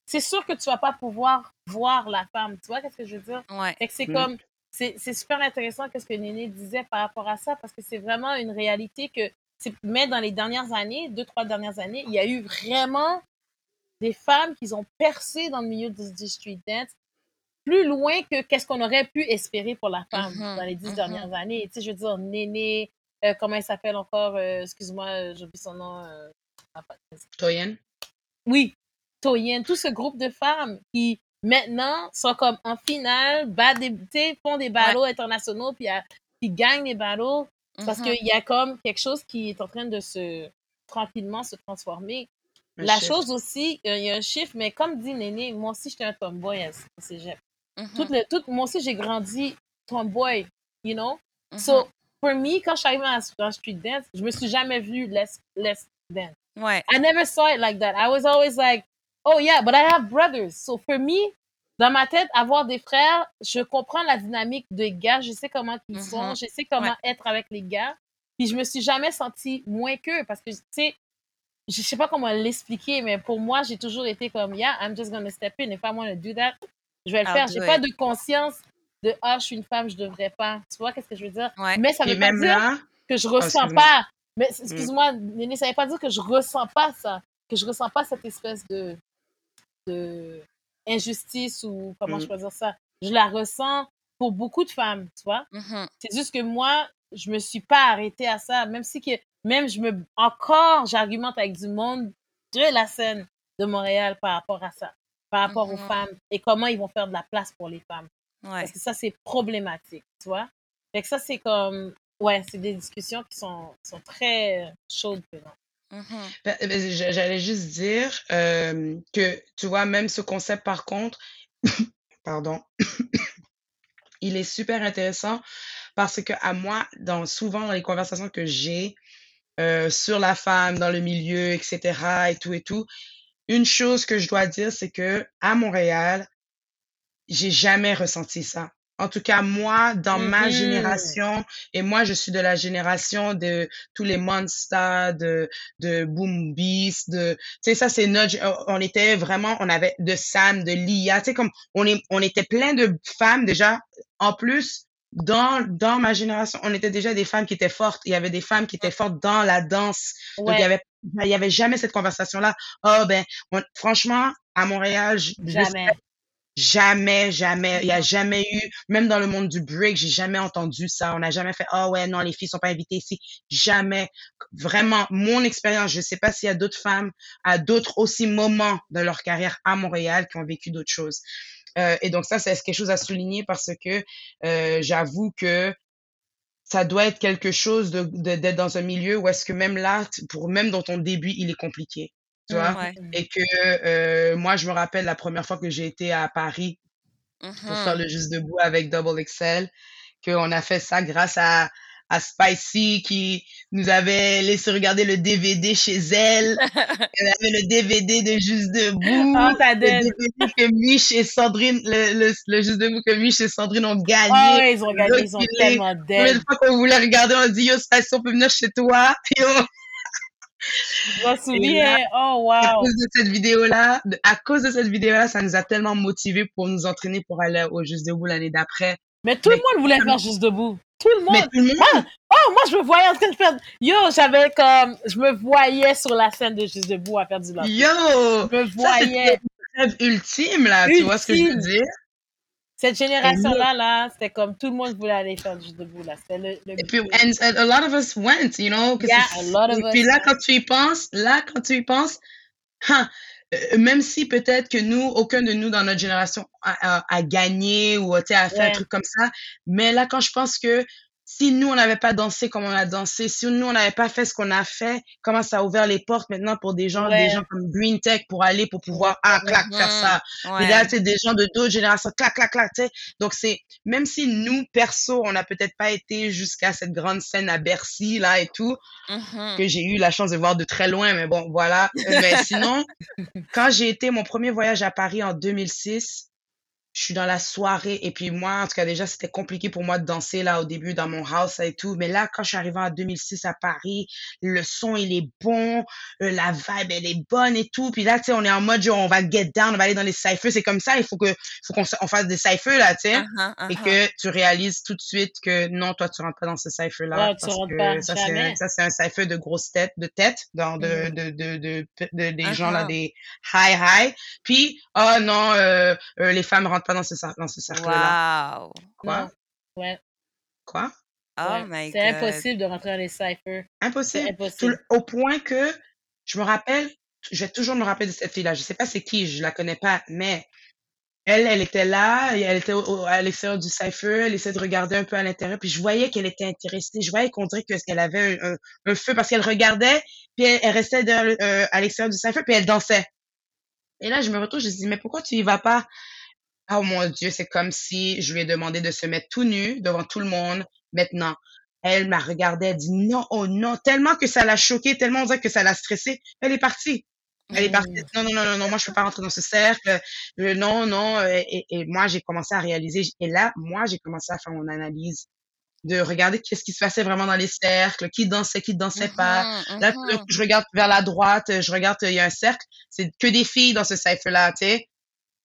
c'est sûr que tu vas pas pouvoir voir la femme. Tu vois qu'est-ce que je veux dire? Ouais. Fait que c'est comme, c'est super intéressant ce que Néné disait par rapport à ça, parce que c'est vraiment une réalité que, mais dans les dernières années, 2, 3 dernières années, il y a eu vraiment des femmes qui ont percé dans le milieu du street dance plus loin que qu'est-ce qu'on aurait pu espérer pour la femme dans les 10 dernières années. Tu sais, je veux dire, Néné, comment elle s'appelle encore? Excuse-moi, j'ai oublié son nom. Toyen? Oui, Toyen, tout ce groupe de femmes qui maintenant sont comme en finale, font des battles internationaux, puis gagnent les battles, parce qu'il y a comme quelque chose qui est en train de tranquillement se transformer. La chose aussi, il y a un chiffre, mais comme dit Néné, moi aussi j'étais un tomboy au cégep. Moi aussi j'ai grandi tomboy, you know? So, for me, quand je suis arrivée dans street dance, je me suis jamais vue less dance. Ouais. I never saw it like that. I was always like, oh yeah, but I have brothers. So for me, dans ma tête, avoir des frères, je comprends la dynamique des gars, je sais comment ils sont, je sais comment être avec les gars. Puis je me suis jamais sentie moins qu'eux parce que, tu sais, je sais pas comment l'expliquer, mais pour moi, j'ai toujours été comme, yeah, I'm just gonna step in. If I want to do that, je vais le faire. J'ai pas de conscience de, ah, je suis une femme, je devrais pas. Tu vois, qu'est-ce que je veux dire? Ouais. Mais ça veut pas dire que je ressens pas. Mais excuse-moi, Néné, ça veut pas dire que je ressens pas ça, que je ressens pas cette espèce de injustice ou comment je peux dire ça. Je la ressens pour beaucoup de femmes, tu vois. C'est juste que moi, je me suis pas arrêtée à ça, même si j'argumente avec du monde de la scène de Montréal par rapport à ça, par rapport aux femmes et comment ils vont faire de la place pour les femmes. Parce que ça, c'est problématique, tu vois. Fait que ça, c'est comme, ouais, c'est des discussions qui sont très chaudes. J'allais juste dire que, tu vois, même ce concept, par contre, pardon, il est super intéressant parce que à moi, souvent dans les conversations que j'ai sur la femme, dans le milieu, etc., et tout, une chose que je dois dire, c'est que à Montréal, j'ai jamais ressenti ça. En tout cas, moi, dans ma génération, et moi, je suis de la génération de tous les Monsters, de Boom Beast, tu sais, ça, c'est on était vraiment, on avait de Sam, de Lia, tu sais, comme, on était plein de femmes déjà. En plus, dans ma génération, on était déjà des femmes qui étaient fortes. Il y avait des femmes qui étaient fortes dans la danse. Donc, il y avait jamais cette conversation-là. Oh, ben, franchement, à Montréal, jamais. Il y a jamais eu, même dans le monde du break, j'ai jamais entendu ça. On n'a jamais fait, oh ouais, non, les filles sont pas invitées ici. Jamais. Vraiment, mon expérience, je sais pas s'il y a d'autres femmes à d'autres aussi moments de leur carrière à Montréal qui ont vécu d'autres choses. Et donc ça, c'est quelque chose à souligner parce que j'avoue que ça doit être quelque chose d'être dans un milieu où est-ce que même là, même dans ton début, il est compliqué. Tu vois? Et que moi, je me rappelle la première fois que j'ai été à Paris pour faire le Juste Debout avec Double XL, qu'on a fait ça grâce à Spicy qui nous avait laissé regarder le DVD chez elle. Elle avait le DVD de Juste Debout, le DVD que Mich et Sandrine, le Juste Debout que Mich et Sandrine ont gagné. Oh, ils ont gagné, ils ont tellement dead. Combien de fois qu'on voulait regarder, on dit, yo, Spicy, on peut venir chez toi. Yo. Je me souviens, oh wow. À cause de cette vidéo-là, ça nous a tellement motivés pour nous entraîner pour aller au Juste Debout l'année d'après. Mais tout le monde voulait faire Juste Debout. Tout le monde. Mais tout le monde. Moi, je me voyais en train de faire. Yo, je me voyais sur la scène de Juste Debout à faire du lap. Yo! Je me voyais. Ça, c'était le rêve ultime, là. Tu vois ce que je veux dire? Cette génération-là, c'était comme tout le monde voulait aller faire Juste Debout, là. C'était et puis, and a lot of us went, you know? Yeah, a lot of us. Et puis là, quand tu y penses, même si peut-être que nous, aucun de nous dans notre génération a gagné ou a fait un truc comme ça, mais là, quand je pense que si nous, on n'avait pas dansé comme on a dansé, si nous, on n'avait pas fait ce qu'on a fait, comment ça a ouvert les portes maintenant pour des gens comme Green Tech pour pouvoir, faire ça. Et là, tu sais, des gens de d'autres générations, tu sais. Donc, même si nous, perso, on n'a peut-être pas été jusqu'à cette grande scène à Bercy, là, et tout, que j'ai eu la chance de voir de très loin, mais bon, voilà. Mais sinon, quand j'ai été mon premier voyage à Paris en 2006, je suis dans la soirée et puis moi, en tout cas, déjà, c'était compliqué pour moi de danser là au début dans mon house et tout. Mais là, quand je suis arrivée en 2006 à Paris, le son, il est bon, la vibe, elle est bonne et tout. Puis là, tu sais, on est en mode, genre, on va get down, on va aller dans les cyphers. C'est comme ça, faut on fasse des cyphers là, tu sais. Uh-huh, Et uh-huh. que tu réalises tout de suite que non, toi, tu rentres pas dans ce cypher-là Ouais, tu parce rentres que pas, jamais. ça, c'est un cypher de grosses têtes, de tête, dans, Mhm. des gens là, Uh-huh. des high. Puis, oh non, les femmes rentrent pas dans ce cercle-là. Wow. Quoi? Non. Ouais, Quoi? Oh ouais. my C'est God. impossible de rentrer dans les cyphers. C'est Impossible. impossible. Au point que je me rappelle, je vais toujours me rappeler de cette fille-là. Je sais pas c'est qui, je la connais pas, mais elle était là, et elle était à l'extérieur du cypher, elle essayait de regarder un peu à l'intérieur, puis je voyais qu'elle était intéressée. Je voyais qu'on dirait qu'elle avait un feu parce qu'elle regardait, puis elle restait à l'extérieur du cypher, puis elle dansait. Et là, je me retrouve, je me dis, mais pourquoi tu y vas pas? Oh mon Dieu, c'est comme si je lui ai demandé de se mettre tout nu devant tout le monde maintenant. Elle m'a regardé, elle dit non, oh non, tellement que ça l'a choquée, tellement on dirait que ça l'a stressée. Elle est partie. Elle est partie. Mhm. Non, non, non, non, non, moi je peux pas rentrer dans ce cercle. Non, non. Et moi j'ai commencé à réaliser. Et là, moi j'ai commencé à faire mon analyse de regarder qu'est-ce qui se passait vraiment dans les cercles, qui dansait pas. Mhm, Là, tout d'un coup, mhm. je regarde vers la droite, je regarde, il y a un cercle. C'est que des filles dans ce cypher-là, tu sais.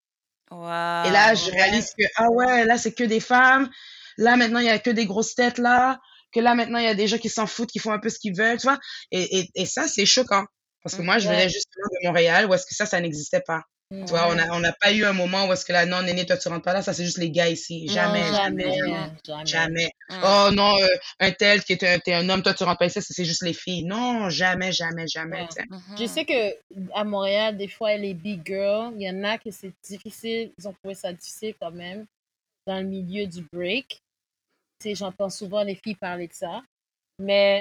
Et là, Wow. je Ouais. réalise que, ah ouais, là, c'est que des femmes. Là, maintenant, il y a que des grosses têtes, là. Que là, maintenant, il y a des gens qui s'en foutent, qui font un peu ce qu'ils veulent, tu vois. Et ça, c'est choquant. Parce que moi, je Mhm, Ouais. venais justement de Montréal où est-ce que ça n'existait pas. Tu vois, Mhm. on n'a pas eu un moment où est-ce que là, non, néné, toi, tu rentres pas là. Ça, c'est juste les gars ici. Non, Jamais, jamais, jamais, jamais. Jamais. jamais. mhm, Oh non, un tel qui t'es un homme, toi, tu rentres pas ici. Ça, c'est juste les filles. Non, jamais, jamais, jamais, Ouais. tu sais. Je mhm. sais que à Montréal, des fois, les big girls, il y en a que c'est difficile, ils ont trouvé ça difficile quand même dans le milieu du break. Tu sais, j'entends souvent les filles parler de ça. Mais,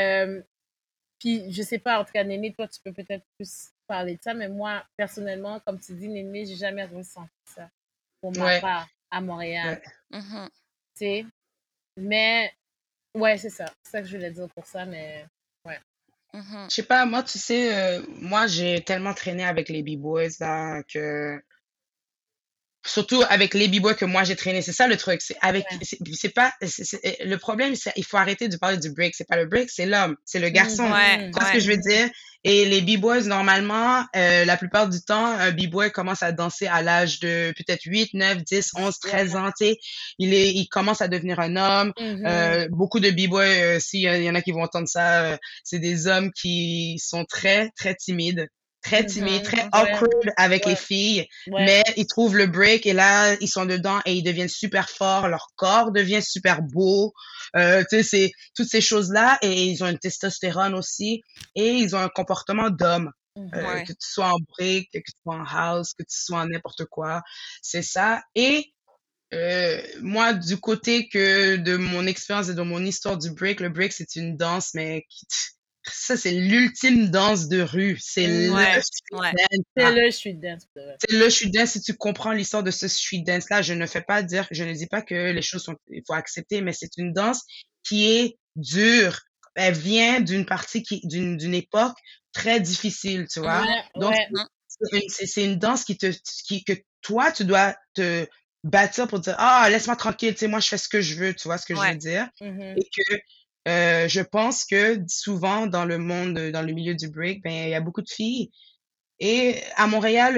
puis, je sais pas, en tout cas, Néné, toi, tu peux peut-être plus parler de ça, mais moi, personnellement, comme tu dis, Néné, j'ai jamais ressenti ça pour ma Ouais, part à Montréal. ouais. Mhm, Tu sais, mais, ouais, c'est ça. C'est ça que je voulais dire pour ça, mais, ouais. mhm. Je sais pas, moi, tu sais, moi, j'ai tellement traîné avec les B-boys, là, que surtout avec les b-boys que moi j'ai traîné, c'est ça le truc. Ouais. C'est pas, le problème, c'est il faut arrêter de parler du break. C'est pas le break, c'est l'homme, c'est le garçon. Ouais, Mhm. Tu vois ce ouais. que je veux dire? Et les b-boys, normalement, la plupart du temps, un b-boy commence à danser à l'âge de peut-être 8, 9, 10, 11, Ouais. 13 ans, tu sais. Il commence à devenir un homme. Mhm. Beaucoup de b-boys, s'il y en a qui vont entendre ça, c'est des hommes qui sont très, très timides, Mhm. très Ouais. awkward avec les Ouais. filles, Ouais. mais ils trouvent le break et là, ils sont dedans et ils deviennent super forts, leur corps devient super beau, tu sais, c'est toutes ces choses-là et ils ont une testostérone aussi et ils ont un comportement d'homme. Mhm. Ouais. Que tu sois en break, que tu sois en house, que tu sois en n'importe quoi, c'est ça. Et moi, du côté que de mon expérience et de mon histoire du break, le break, c'est une danse, mais ça, c'est l'ultime danse de rue. C'est le Mhm. Ouais, street ouais. dance, C'est là. le street dance. Pour de vrai. C'est le street dance. Si tu comprends l'histoire de ce street dance-là, je ne dis pas que les choses sont, il faut accepter, mais c'est une danse qui est dure. Elle vient d'une partie d'une époque très difficile, tu vois. Mhm, Ouais. Donc, Ouais. mhm. c'est une danse que toi, tu dois te bâtir pour dire, ah, laisse-moi tranquille, tu sais, moi, je fais ce que je veux, tu vois ce que je Ouais. veux dire? Mhm. Et que, je pense que souvent, dans le monde, dans le milieu du break, ben, il y a beaucoup de filles. Et à Montréal,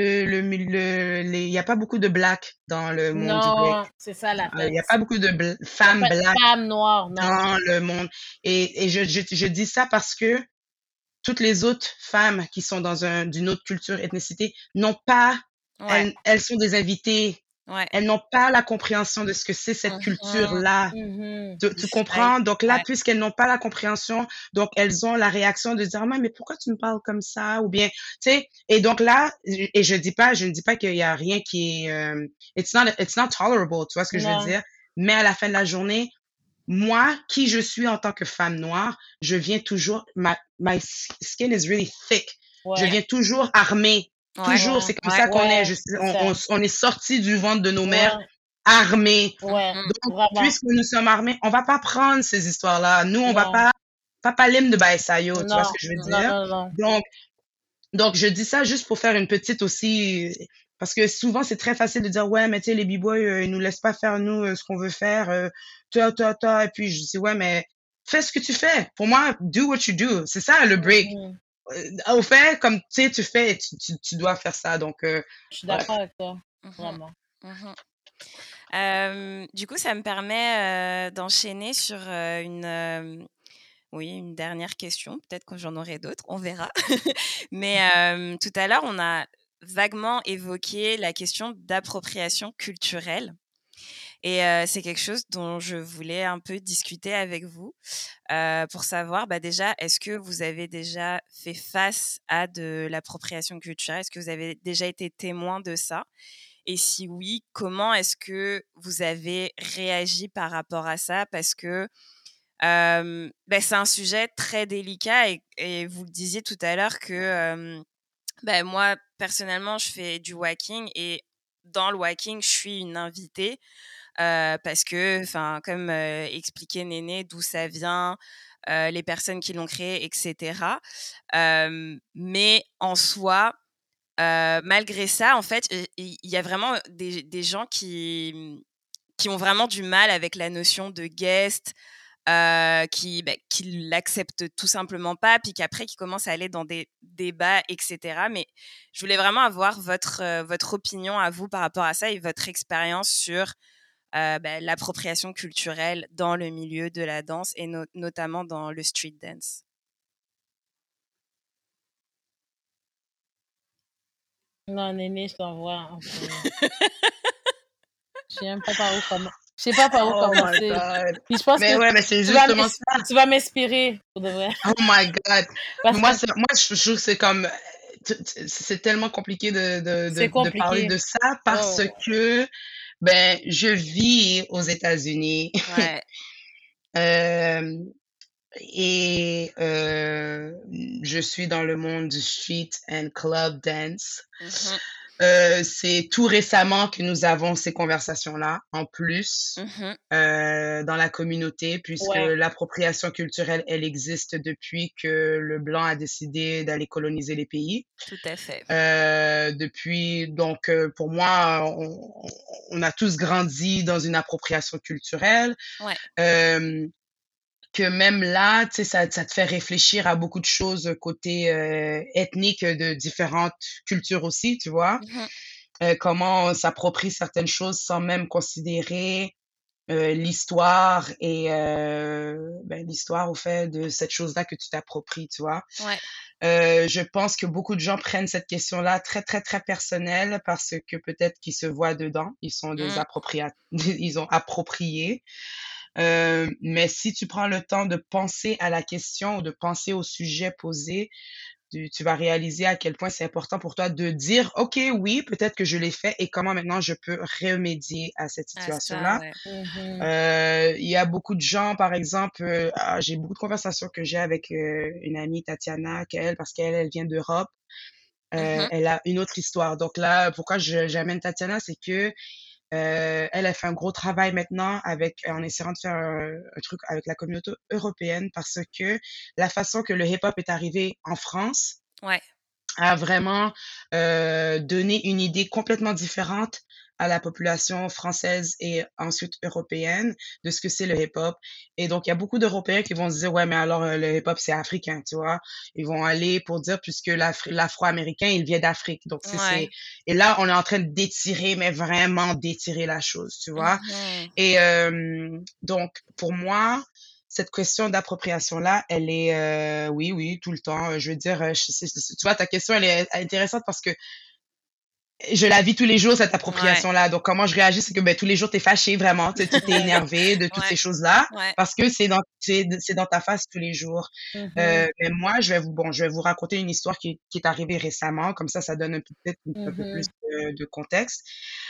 il y a pas beaucoup de blacks dans le monde du break. Non, c'est ça Il l'affaire y a pas aussi. beaucoup de Il n'y a femmes pas de blacks femme noire, non. dans le monde. Et je dis ça parce que toutes les autres femmes qui sont d'une autre culture, ethnicité, n'ont pas, Ouais, elles sont des invitées. ouais. Elles n'ont pas la compréhension de ce que c'est cette Mhm. culture-là. Mhm. Tu Ouais, comprends? Donc là, ouais. puisqu'elles n'ont pas la compréhension, donc elles ont la réaction de dire, mais pourquoi tu me parles comme ça? Ou bien, tu sais, et donc là, et je ne dis pas qu'il y a rien qui est, it's not tolerable, tu vois ce que je veux Non. dire? Mais à la fin de la journée, moi, qui je suis en tant que femme noire, je viens toujours, my skin is really thick. Je Ouais. viens toujours armée. Ouais, Toujours, Ouais. c'est comme ouais. ça qu'on est. Ouais. C'est On, ça. on est sorti du ventre de nos mères Ouais. armés. Ouais. Mhm. Donc, Vraiment. puisque nous sommes armés, on va pas prendre ces histoires-là. Nous, on va Non. pas, papa l'aime de Baïsayo, tu vois ce Non. que je veux Non, dire? non, non. Donc, je dis ça juste pour faire une petite aussi, Parce que souvent, c'est très facile de dire, ouais, mais tu sais, les b-boys, ils nous laissent pas faire, nous, ce qu'on veut faire, toi. Et puis, je dis, ouais, mais fais ce que tu fais. Pour moi, do what you do. C'est ça, le break. Mhm. Au fait, comme tu sais, tu fais, tu dois faire ça. Donc, Je suis bref. d'accord avec toi, Mhm, vraiment. mhm. Du coup, ça me permet d'enchaîner sur oui, une dernière question. Peut-être que j'en aurai d'autres, on verra. Mais tout à l'heure, on a vaguement évoqué la question d'appropriation culturelle. Et c'est quelque chose dont je voulais un peu discuter avec vous pour savoir, bah, déjà, est-ce que vous avez déjà fait face à de l'appropriation culturelle? Est-ce que vous avez déjà été témoin de ça? Et si oui, comment est-ce que vous avez réagi par rapport à ça? Parce que bah, c'est un sujet très délicat et vous le disiez tout à l'heure que bah, moi, personnellement, je fais du walking et dans le walking, je suis une invitée parce que, enfin, comme expliquait Néné, d'où ça vient, les personnes qui l'ont créé, etc. Mais en soi, malgré ça, en fait, il y a vraiment des gens qui ont vraiment du mal avec la notion de guest, qui l'acceptent tout simplement pas, puis qu'après qui commencent à aller dans des débats, etc. Mais je voulais vraiment avoir votre opinion à vous par rapport à ça et votre expérience sur l'appropriation culturelle dans le milieu de la danse et notamment dans le street dance. Non, Néné, je t'envoie en premier. Je sais même pas par où comment. Je sais pas par où Oh my commencer. God. Puis je pense Mais que ouais, mais c'est tu vas justement ça. tu vas m'inspirer pour de vrai. Oh my God. Parce que Moi, je trouve que c'est comme, c'est tellement compliqué c'est de parler compliqué. de ça parce Oh, que, ben, je vis aux États-Unis. Ouais. Euh, et je suis dans le monde du street and club dance. Mhm, C'est tout récemment que nous avons ces conversations-là, en plus, mhm. dans la communauté, puisque ouais. l'appropriation culturelle, elle existe depuis que le blanc a décidé d'aller coloniser les pays. Tout à fait. Depuis, donc, pour moi, on a tous grandi dans une appropriation culturelle. Ouais. Euh, que même là, tu sais, ça te fait réfléchir à beaucoup de choses côté ethnique de différentes cultures aussi, tu vois. Mhm. Comment on s'approprie certaines choses sans même considérer l'histoire et ben, l'histoire au fait de cette chose-là que tu t'appropries, tu vois. Ouais. Je pense que beaucoup de gens prennent cette question-là très, très, très personnelle parce que peut-être qu'ils se voient dedans, ils sont des Mm. ils ont approprié. Mais si tu prends le temps de penser à la question ou de penser au sujet posé, tu vas réaliser à quel point c'est important pour toi de dire, OK, oui, peut-être que je l'ai fait et comment maintenant je peux remédier à cette Ah, ça, situation-là. ouais. Mhm. Il y a beaucoup de gens, par exemple, j'ai beaucoup de conversations que j'ai avec une amie, Tatiana, qu'elle, parce elle vient d'Europe. Mhm, Elle a une autre histoire. Donc là, pourquoi j'amène Tatiana, c'est que elle a fait un gros travail maintenant en essayant de faire un truc avec la communauté européenne parce que la façon que le hip-hop est arrivé en France ouais. a vraiment donné une idée complètement différente à la population française et ensuite européenne de ce que c'est le hip-hop. Et donc, il y a beaucoup d'Européens qui vont se dire, ouais, mais alors le hip-hop, c'est africain, tu vois. Ils vont aller pour dire, puisque l'afro-américain, il vient d'Afrique. Donc, Ouais. et là, on est en train d'étirer, mais vraiment d'étirer la chose, tu vois. Mhm. Et donc, pour moi, cette question d'appropriation-là, elle est, oui, oui, tout le temps. Je veux dire, tu vois, ta question, elle est intéressante parce que je la vis tous les jours, cette Ouais. appropriation-là. Donc, comment je réagis, c'est que ben, tous les jours, t'es fâché, vraiment. Tu t'es Ouais. énervé de toutes Ouais. ces choses-là Ouais. parce que c'est dans ta face tous les jours. Mhm. Mais moi, je vais vous raconter une histoire qui est arrivée récemment. Comme ça donne peut-être un peu plus Mhm. de contexte.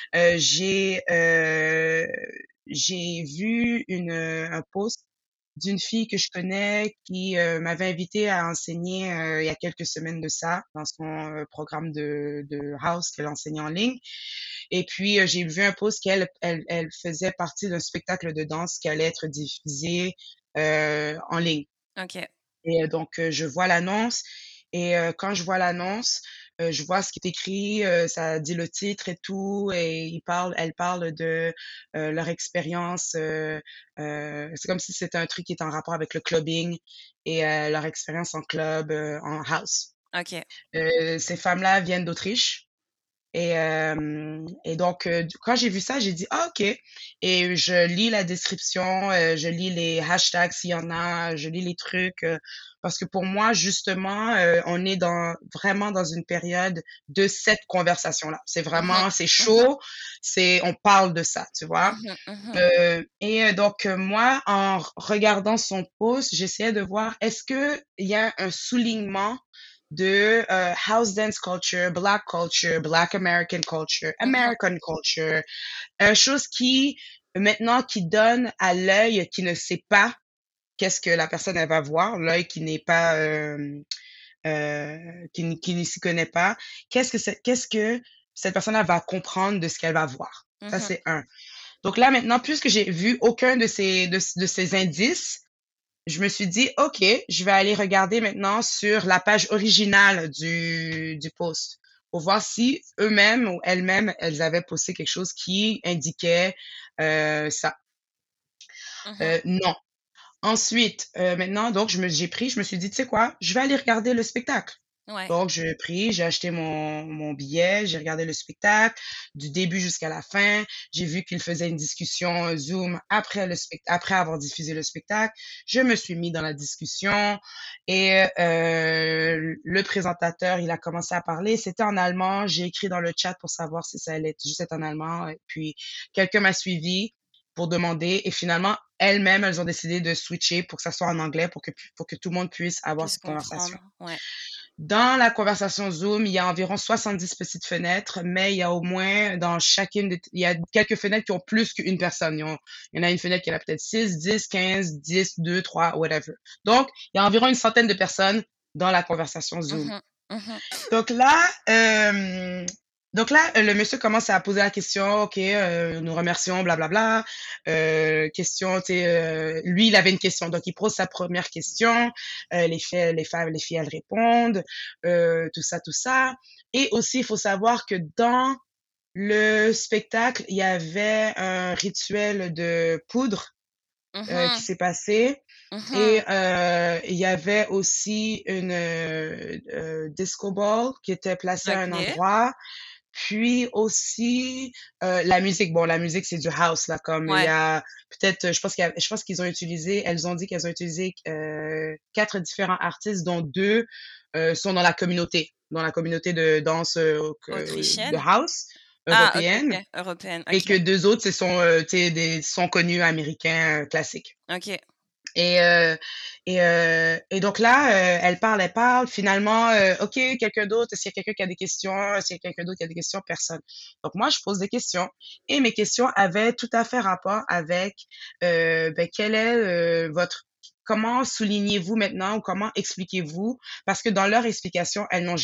J'ai vu un post d'une fille que je connais qui m'avait invité à enseigner il y a quelques semaines de ça dans son programme de house qu'elle enseignait en ligne. Et puis j'ai vu un post elle faisait partie d'un spectacle de danse qui allait être diffusé en ligne. Ok. Et donc je vois l'annonce et quand je vois l'annonce, je vois ce qui est écrit, ça dit le titre et tout, et elle parle de leur expérience. C'est comme si c'était un truc qui est en rapport avec le clubbing et leur expérience en club, en house. OK. Ces femmes-là viennent d'Autriche. Et donc, quand j'ai vu ça, j'ai dit, ah, OK. Et je lis la description, je lis les hashtags s'il y en a, je lis les trucs, parce que pour moi, justement, on est vraiment dans une période de cette conversation-là. C'est Mhm, vraiment, c'est mhm, chaud, on parle de ça, tu vois. mhm, mhm, Donc, moi, en regardant son post, j'essayais de voir, est-ce que il y a un soulignement de house dance culture, Black American culture, mhm, American culture, chose qui, maintenant, qui donne à l'œil qui ne sait pas qu'est-ce que la personne elle va voir, l'œil qui n'est pas, qui ne s'y connaît pas, qu'est-ce que cette personne-là va comprendre de ce qu'elle va voir. Ça, mhm. c'est un. Donc là, maintenant, puisque j'ai vu aucun de ces indices, je me suis dit, OK, je vais aller regarder maintenant sur la page originale du post pour voir si eux-mêmes ou elles-mêmes, elles avaient posté quelque chose qui indiquait ça. Mhm. Non. Ensuite, maintenant, donc, je me suis dit, tu sais quoi, je vais aller regarder le spectacle. Ouais. Donc, j'ai acheté mon billet, j'ai regardé le spectacle du début jusqu'à la fin. J'ai vu qu'il faisait une discussion Zoom après avoir diffusé le spectacle. Je me suis mis dans la discussion et le présentateur, il a commencé à parler. C'était en allemand. J'ai écrit dans le chat pour savoir si ça allait juste être en allemand. Et puis, quelqu'un m'a suivi pour demander. Et finalement, elles-mêmes, elles ont décidé de switcher pour que ça soit en anglais, pour que tout le monde puisse avoir Puisse cette conversation. comprendre. Ouais. Dans la conversation Zoom, il y a environ 70 petites fenêtres, mais il y a au moins dans il y a quelques fenêtres qui ont plus qu'une personne. Il y en a une fenêtre qui a peut-être 6, 10, 15, 10, 2, 3, whatever. Donc, il y a environ une centaine de personnes dans la conversation Zoom. Mhm, mhm. Donc là, le monsieur commence à poser la question, OK, nous remercions, blablabla. Question, tu sais, lui, il avait une question. Donc, il pose sa première question. Les filles, elles répondent. Tout ça, tout ça. Et aussi, il faut savoir que dans le spectacle, il y avait un rituel de poudre qui Mhm, s'est passé. Et mhm. il y avait aussi une disco ball qui était placée à un OK. endroit. Puis aussi la musique. Bon, la musique c'est du house là, comme il y Ouais. a peut-être, je pense qu'ils ont utilisé, elles ont dit qu'elles ont utilisé 4 différents artistes, dont 2 sont dans la communauté de danse de Autrichienne? house Ah, OK, européenne, OK. Européenne. et que OK. 2 autres ce sont tu sais, sont connus américains classiques. OK. Et, et donc là, elle parle. Finalement, OK, quelqu'un d'autre, est-ce qu'il y a quelqu'un qui a des questions? S'il y a quelqu'un d'autre qui a des questions? Personne. Donc moi, je pose des questions et mes questions avaient tout à fait rapport avec, ben, quel est comment soulignez-vous maintenant ou comment expliquez-vous? Parce que dans leur explication, elles n'ont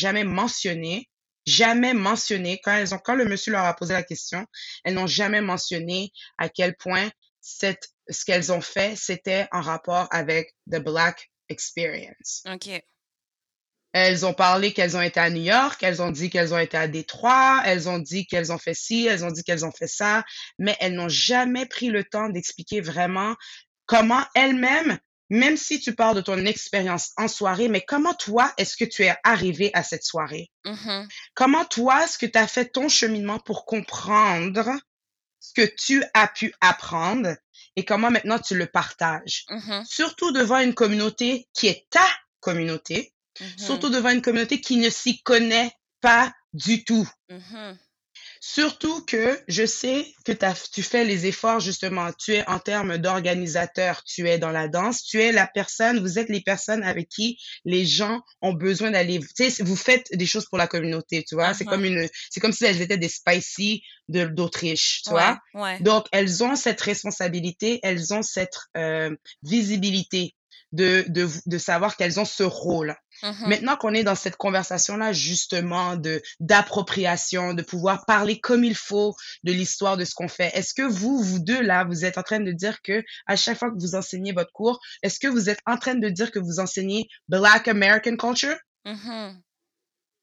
jamais mentionné, quand le monsieur leur a posé la question, elles n'ont jamais mentionné à quel point ce qu'elles ont fait, c'était en rapport avec the Black experience. OK. Elles ont parlé qu'elles ont été à New York, elles ont dit qu'elles ont été à Détroit, elles ont dit qu'elles ont fait ci, elles ont dit qu'elles ont fait ça, mais elles n'ont jamais pris le temps d'expliquer vraiment comment elles-mêmes, même si tu parles de ton expérience en soirée, mais comment toi, est-ce que tu es arrivé à cette soirée? Mhm, Comment toi, est-ce que tu as fait ton cheminement pour comprendre ce que tu as pu apprendre et comment maintenant tu le partages. mhm, Surtout devant une communauté qui est ta communauté, mhm, surtout devant une communauté qui ne s'y connaît pas du tout. mhm. Surtout que je sais que tu fais les efforts justement. Tu es en termes d'organisateur, tu es dans la danse, tu es la personne, vous êtes les personnes avec qui les gens ont besoin d'aller. Tu sais, vous faites des choses pour la communauté, tu vois. Mhm. C'est comme si elles étaient des Spicy d'Autriche, tu Ouais, vois. ouais. Donc elles ont cette responsabilité, elles ont cette visibilité de savoir qu'elles ont ce rôle. Mhm. Maintenant qu'on est dans cette conversation-là, justement, d'appropriation, de pouvoir parler comme il faut de l'histoire de ce qu'on fait, est-ce que vous deux, là, vous êtes en train de dire que à chaque fois que vous enseignez votre cours, est-ce que vous êtes en train de dire que vous enseignez Black American culture? Mhm.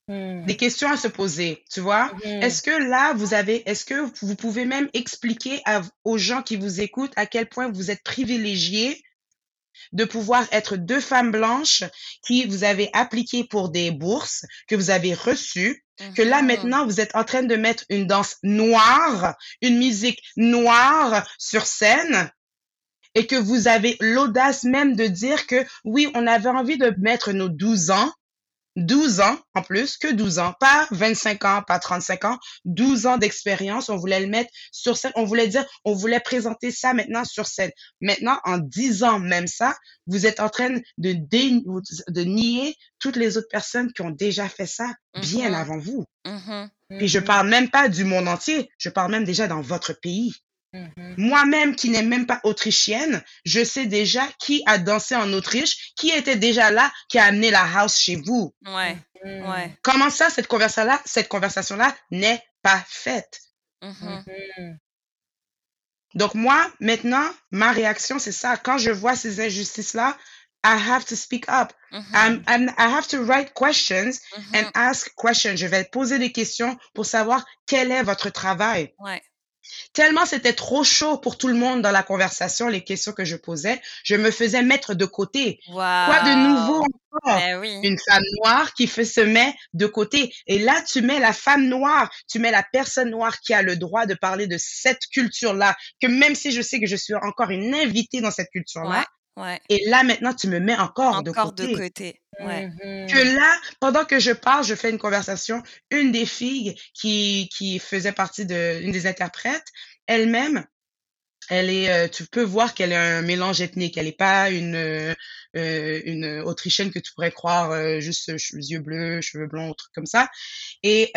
Des questions à se poser, tu vois? Est-ce que là, est-ce que vous pouvez même expliquer aux gens qui vous écoutent à quel point vous êtes privilégiés de pouvoir être 2 femmes blanches qui vous avez appliqué pour des bourses que vous avez reçues, que là maintenant vous êtes en train de mettre une danse noire, une musique noire sur scène et que vous avez l'audace même de dire que oui, on avait envie de mettre nos 12 ans en plus, que 12 ans, pas 25 ans, pas 35 ans, 12 ans d'expérience, on voulait le mettre sur scène, on voulait présenter ça maintenant sur scène. Maintenant, en 10 ans même ça, vous êtes en train de nier toutes les autres personnes qui ont déjà fait ça bien avant vous. Puis je parle même pas du monde entier, je parle même déjà dans votre pays. Moi-même, qui n'ai même pas autrichienne, je sais déjà qui a dansé en Autriche, qui était déjà là, qui a amené la house chez vous. Ouais. Comment ça, cette conversation-là n'est pas faite? Donc moi, maintenant, ma réaction, c'est ça. Quand je vois ces injustices-là, I have to speak up. I have to write questions and ask questions. Je vais poser des questions pour savoir quel est votre travail. Ouais. Tellement c'était trop chaud pour tout le monde dans la conversation, les questions que je posais, je me faisais mettre de côté. Quoi de nouveau encore? Ben oui. Une femme noire qui se met de côté. Et là, tu mets la femme noire, tu mets la personne noire qui a le droit de parler de cette culture-là, que même si je sais que je suis encore une invitée dans cette culture-là, Ouais. et là, maintenant, tu me mets encore de côté. Ouais. Que là, pendant que je parle, je fais une conversation. Une des filles qui faisait partie une des interprètes, elle-même, tu peux voir qu'elle est un mélange ethnique. Elle n'est pas une Autrichienne que tu pourrais croire juste yeux bleus, cheveux blonds, trucs comme ça. Et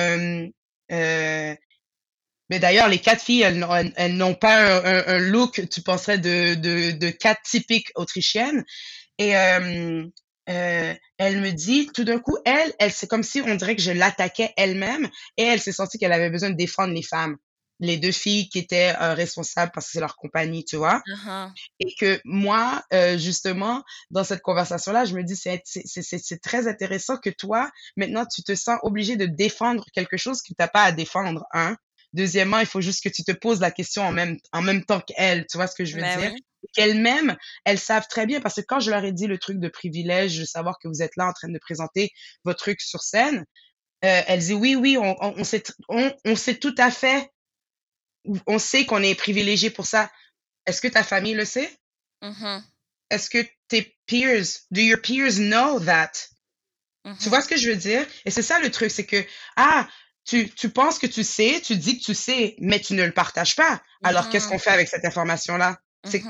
mais d'ailleurs, les 4 filles, elles n'ont pas un look, tu penserais, de 4 typiques autrichiennes. Et elle me dit, tout d'un coup, c'est comme si on dirait que je l'attaquais elle-même et elle s'est sentie qu'elle avait besoin de défendre les femmes. Les 2 filles qui étaient responsables parce que c'est leur compagnie, tu vois. Et que moi, justement, dans cette conversation-là, je me dis, c'est très intéressant que toi, maintenant, tu te sens obligé de défendre quelque chose que tu n'as pas à défendre, hein. Deuxièmement, il faut juste que tu te poses la question en même temps qu'elle, tu vois ce que je veux dire? Oui. Qu'elles-mêmes, elles savent très bien, parce que quand je leur ai dit le truc de privilège, de savoir que vous êtes là en train de présenter votre truc sur scène, elles disent oui, on sait tout à fait, on sait qu'on est privilégié pour ça. Est-ce que ta famille le sait? Est-ce que do your peers know that? Tu vois ce que je veux dire? Et c'est ça le truc, c'est que, tu penses que tu sais, tu dis que tu sais, mais tu ne le partages pas. Alors, qu'est-ce qu'on fait avec cette information-là?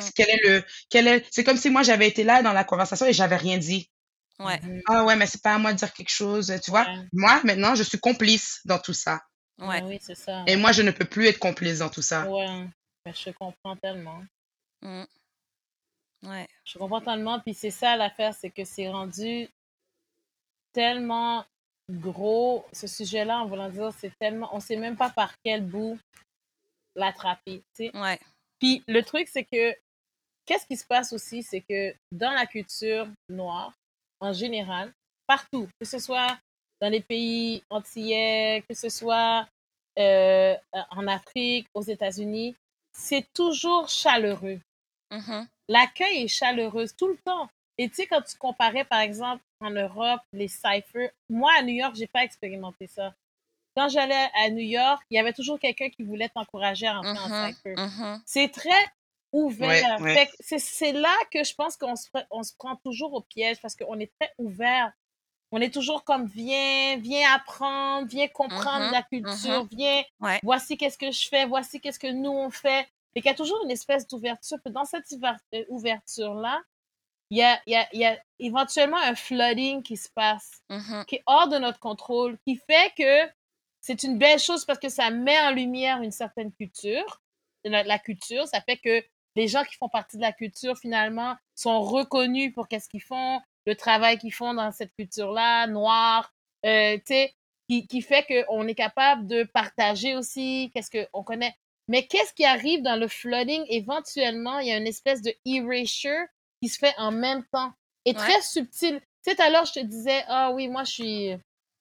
C'est comme si moi, j'avais été là dans la conversation et j'avais rien dit. Ouais. Ah ouais, mais c'est pas à moi de dire quelque chose, tu vois? Moi, maintenant, je suis complice dans tout ça. Ouais, oui, c'est ça. Et moi, je ne peux plus être complice dans tout ça. Ouais, je comprends tellement. Ouais. Je comprends tellement, puis c'est ça l'affaire, c'est que c'est rendu tellement gros, ce sujet-là, en voulant dire, c'est tellement, on sait même pas par quel bout l'attraper, tu sais. Ouais. Puis le truc, c'est que, qu'est-ce qui se passe aussi, c'est que dans la culture noire, en général, partout, que ce soit dans les pays antillais, que ce soit en Afrique, aux États-Unis, c'est toujours chaleureux. L'accueil est chaleureux tout le temps. Et tu sais, quand tu comparais, par exemple, en Europe, les cyphers, moi, à New York, j'ai pas expérimenté ça. Quand j'allais à New York, il y avait toujours quelqu'un qui voulait t'encourager à entrer en cypher. C'est très ouvert. Ouais. C'est là que je pense qu'on se prend toujours au piège parce qu'on est très ouvert. On est toujours comme, viens apprendre, viens comprendre la culture, viens, voici qu'est-ce que je fais, voici qu'est-ce que nous on fait. Et qu'il y a toujours une espèce d'ouverture. Dans cette ouverture-là, il y a éventuellement un flooding qui se passe, qui est hors de notre contrôle, qui fait que c'est une belle chose parce que ça met en lumière une certaine culture. La culture, ça fait que les gens qui font partie de la culture, finalement, sont reconnus pour qu'est-ce qu'ils font, le travail qu'ils font dans cette culture-là, noire, tu sais, qui fait qu'on est capable de partager aussi qu'est-ce qu'on connaît. Mais qu'est-ce qui arrive dans le flooding? Éventuellement, il y a une espèce de erasure qui se fait en même temps et très subtil. Tu sais, tout à l'heure, je te disais, ah oui, moi, je suis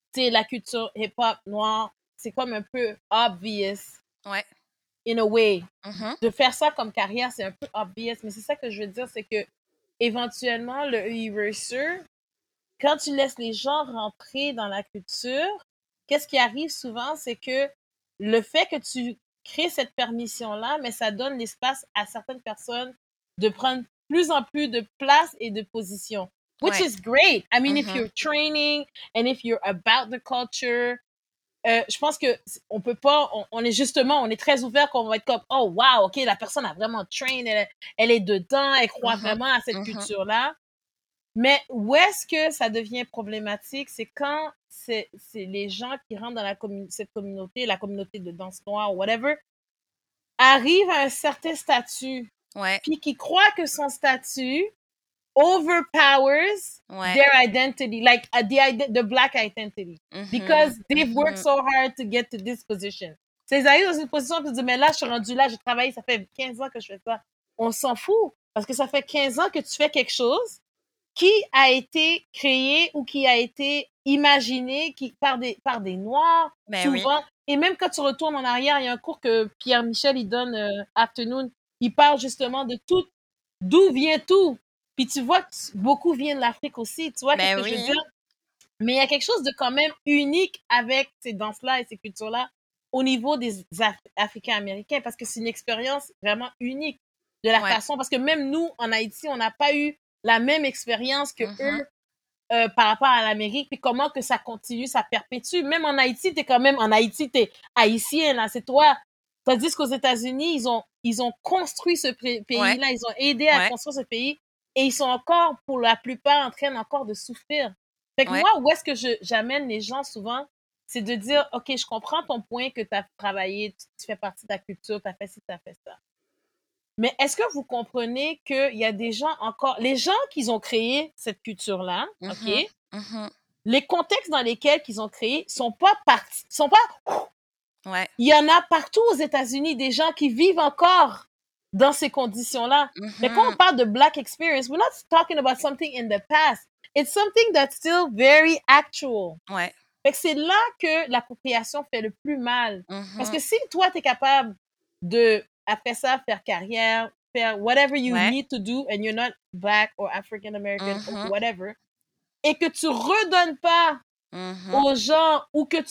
tu sais, la culture hip-hop noire, c'est comme un peu obvious, Ouais. in a way. Mhm. De faire ça comme carrière, c'est un peu obvious, mais c'est ça que je veux dire, c'est que éventuellement, le eraser, quand tu laisses les gens rentrer dans la culture, qu'est-ce qui arrive souvent, c'est que le fait que tu crées cette permission-là, mais ça donne l'espace à certaines personnes de prendre plus en plus de place et de position. Which Ouais. is great. I mean, if Mhm. you're training and if you're about the culture, je pense que on peut pas, on est justement, on est très ouvert qu'on va être comme, oh wow, ok, la personne a vraiment train, elle est dedans, elle croit Mhm. vraiment à cette Mhm. culture-là. Mais où est-ce que ça devient problématique, c'est quand c'est les gens qui rentrent dans cette communauté, la communauté de danse noire, whatever, arrivent à un certain statut, Ouais. puis qui croient que son statut overpowers Ouais. their identity, like the black identity, because Mhm. they've worked Mhm. so hard to get to this position. C'est ils arrivent dans une position puis ils disent mais là je suis rendu là, j'ai travaillé, ça fait 15 ans que je fais ça. On s'en fout parce que ça fait 15 ans que tu fais quelque chose qui a été créé ou qui a été imaginé par des noirs Ben oui. souvent. Et même quand tu retournes en arrière, il y a un cours que Pierre-Michel il donne Afternoon, il parle justement de tout, d'où vient tout. Puis tu vois que beaucoup vient de l'Afrique aussi, tu vois qu'est-ce Ben que je veux oui. dire? Mais il y a quelque chose de quand même unique avec ces danses-là et ces cultures-là au niveau des Africains-Américains parce que c'est une expérience vraiment unique de la Ouais. façon, parce que même nous, en Haïti, on n'a pas eu la même expérience que Mhm. eux par rapport à l'Amérique, puis comment que ça continue, ça perpétue. Même en Haïti, t'es quand même, en Haïti, t'es haïtien, là, c'est toi. Tandis qu'aux États-Unis, ils ont construit ce Ouais. pays-là, ils ont aidé à Ouais. construire ce pays, et ils sont encore, pour la plupart, en train encore de souffrir. Fait que Ouais. moi, où est-ce que j'amène les gens souvent, c'est de dire, OK, je comprends ton point que tu as travaillé, tu fais partie de ta culture, tu as fait ci, tu as fait ça. Mais est-ce que vous comprenez qu'il y a des gens encore, les gens qui ont créé cette culture-là, OK, Mhm. Mhm. les contextes dans lesquels ils ont créé sont pas partis, sont pas, Ouais. il y en a partout aux États-Unis des gens qui vivent encore dans ces conditions-là. Mais quand on Mhm. parle de Black experience, we're not talking about something in the past. It's something that's still very actual. Ouais. Fait que c'est là que l'appropriation fait le plus mal. Parce Mhm. que si toi, tu es capable de, après ça, faire carrière, faire whatever you Ouais. need to do, and you're not Black or African American or Mhm. whatever, et que tu redonnes pas Mhm. aux gens ou que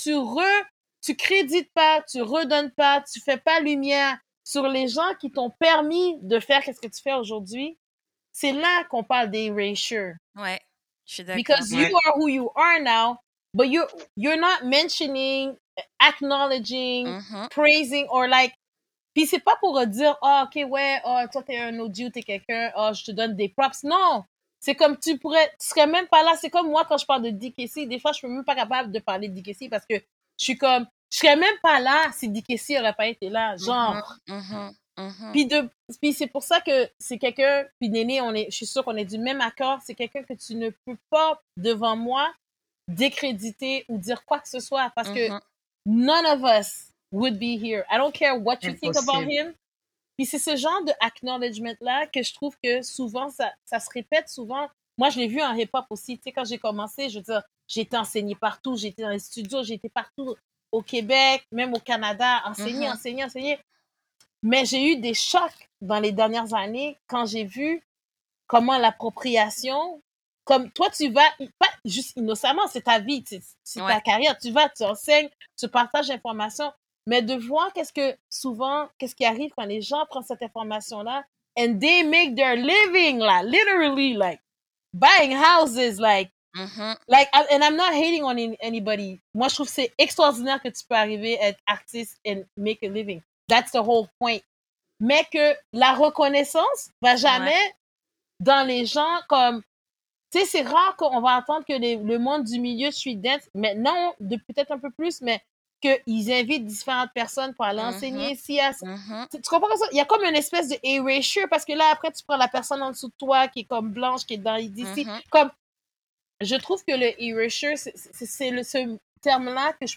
tu crédites pas, tu redonnes pas, tu fais pas lumière sur les gens qui t'ont permis de faire ce que tu fais aujourd'hui, c'est là qu'on parle d'erasure. Ouais. Je suis d'accord. Because you Ouais. are who you are now, but you're not mentioning, acknowledging, Mhm. praising, or like, puis c'est pas pour dire, oh, ok, ouais, oh, toi t'es un audio, t'es quelqu'un, oh, je te donne des props. Non! C'est comme tu serais même pas là. C'est comme moi quand je parle de DKC, des fois je suis même pas capable de parler de DKC parce que je suis comme, je serais même pas là si DKC aurait pas été là. Mhm. Genre. Mhm. Mhm. Puis puis c'est pour ça que c'est quelqu'un, puis Néné, je suis sûre qu'on est du même accord, c'est quelqu'un que tu ne peux pas, devant moi, décréditer ou dire quoi que ce soit parce que Mhm. none of us would be here. I don't care what you think about Impossible. him. Puis c'est ce genre de acknowledgement-là que je trouve que souvent, ça se répète souvent. Moi, je l'ai vu en hip-hop aussi. Tu sais, quand j'ai commencé, je veux dire, j'ai été enseignée partout, j'ai été dans les studios, j'ai été partout au Québec, même au Canada, Mhm. enseigner. Mais j'ai eu des chocs dans les dernières années quand j'ai vu comment l'appropriation, comme toi, tu vas, pas juste innocemment, c'est ta vie, c'est Ouais. ta carrière, tu vas, tu enseignes, tu partages l'information, mais de voir qu'est-ce qui arrive quand les gens prennent cette information-là and they make their living, là, literally, like, buying houses, Mhm. and I'm not hating on anybody. Moi, je trouve que c'est extraordinaire que tu peux arriver à être artiste and make a living. That's the whole point. Mais que la reconnaissance va Ouais. jamais dans les gens comme, tu sais, c'est rare qu'on va entendre que le monde du milieu street dance, maintenant, de peut-être un peu plus, mais qu'ils invitent différentes personnes pour aller Mhm. enseigner. Mhm. Tu comprends ça? Il y a comme une espèce de erasure parce que là, après, tu prends la personne en dessous de toi qui est comme blanche, qui est dans d'ici. Mhm. Comme, je trouve que le erasure, ce terme-là que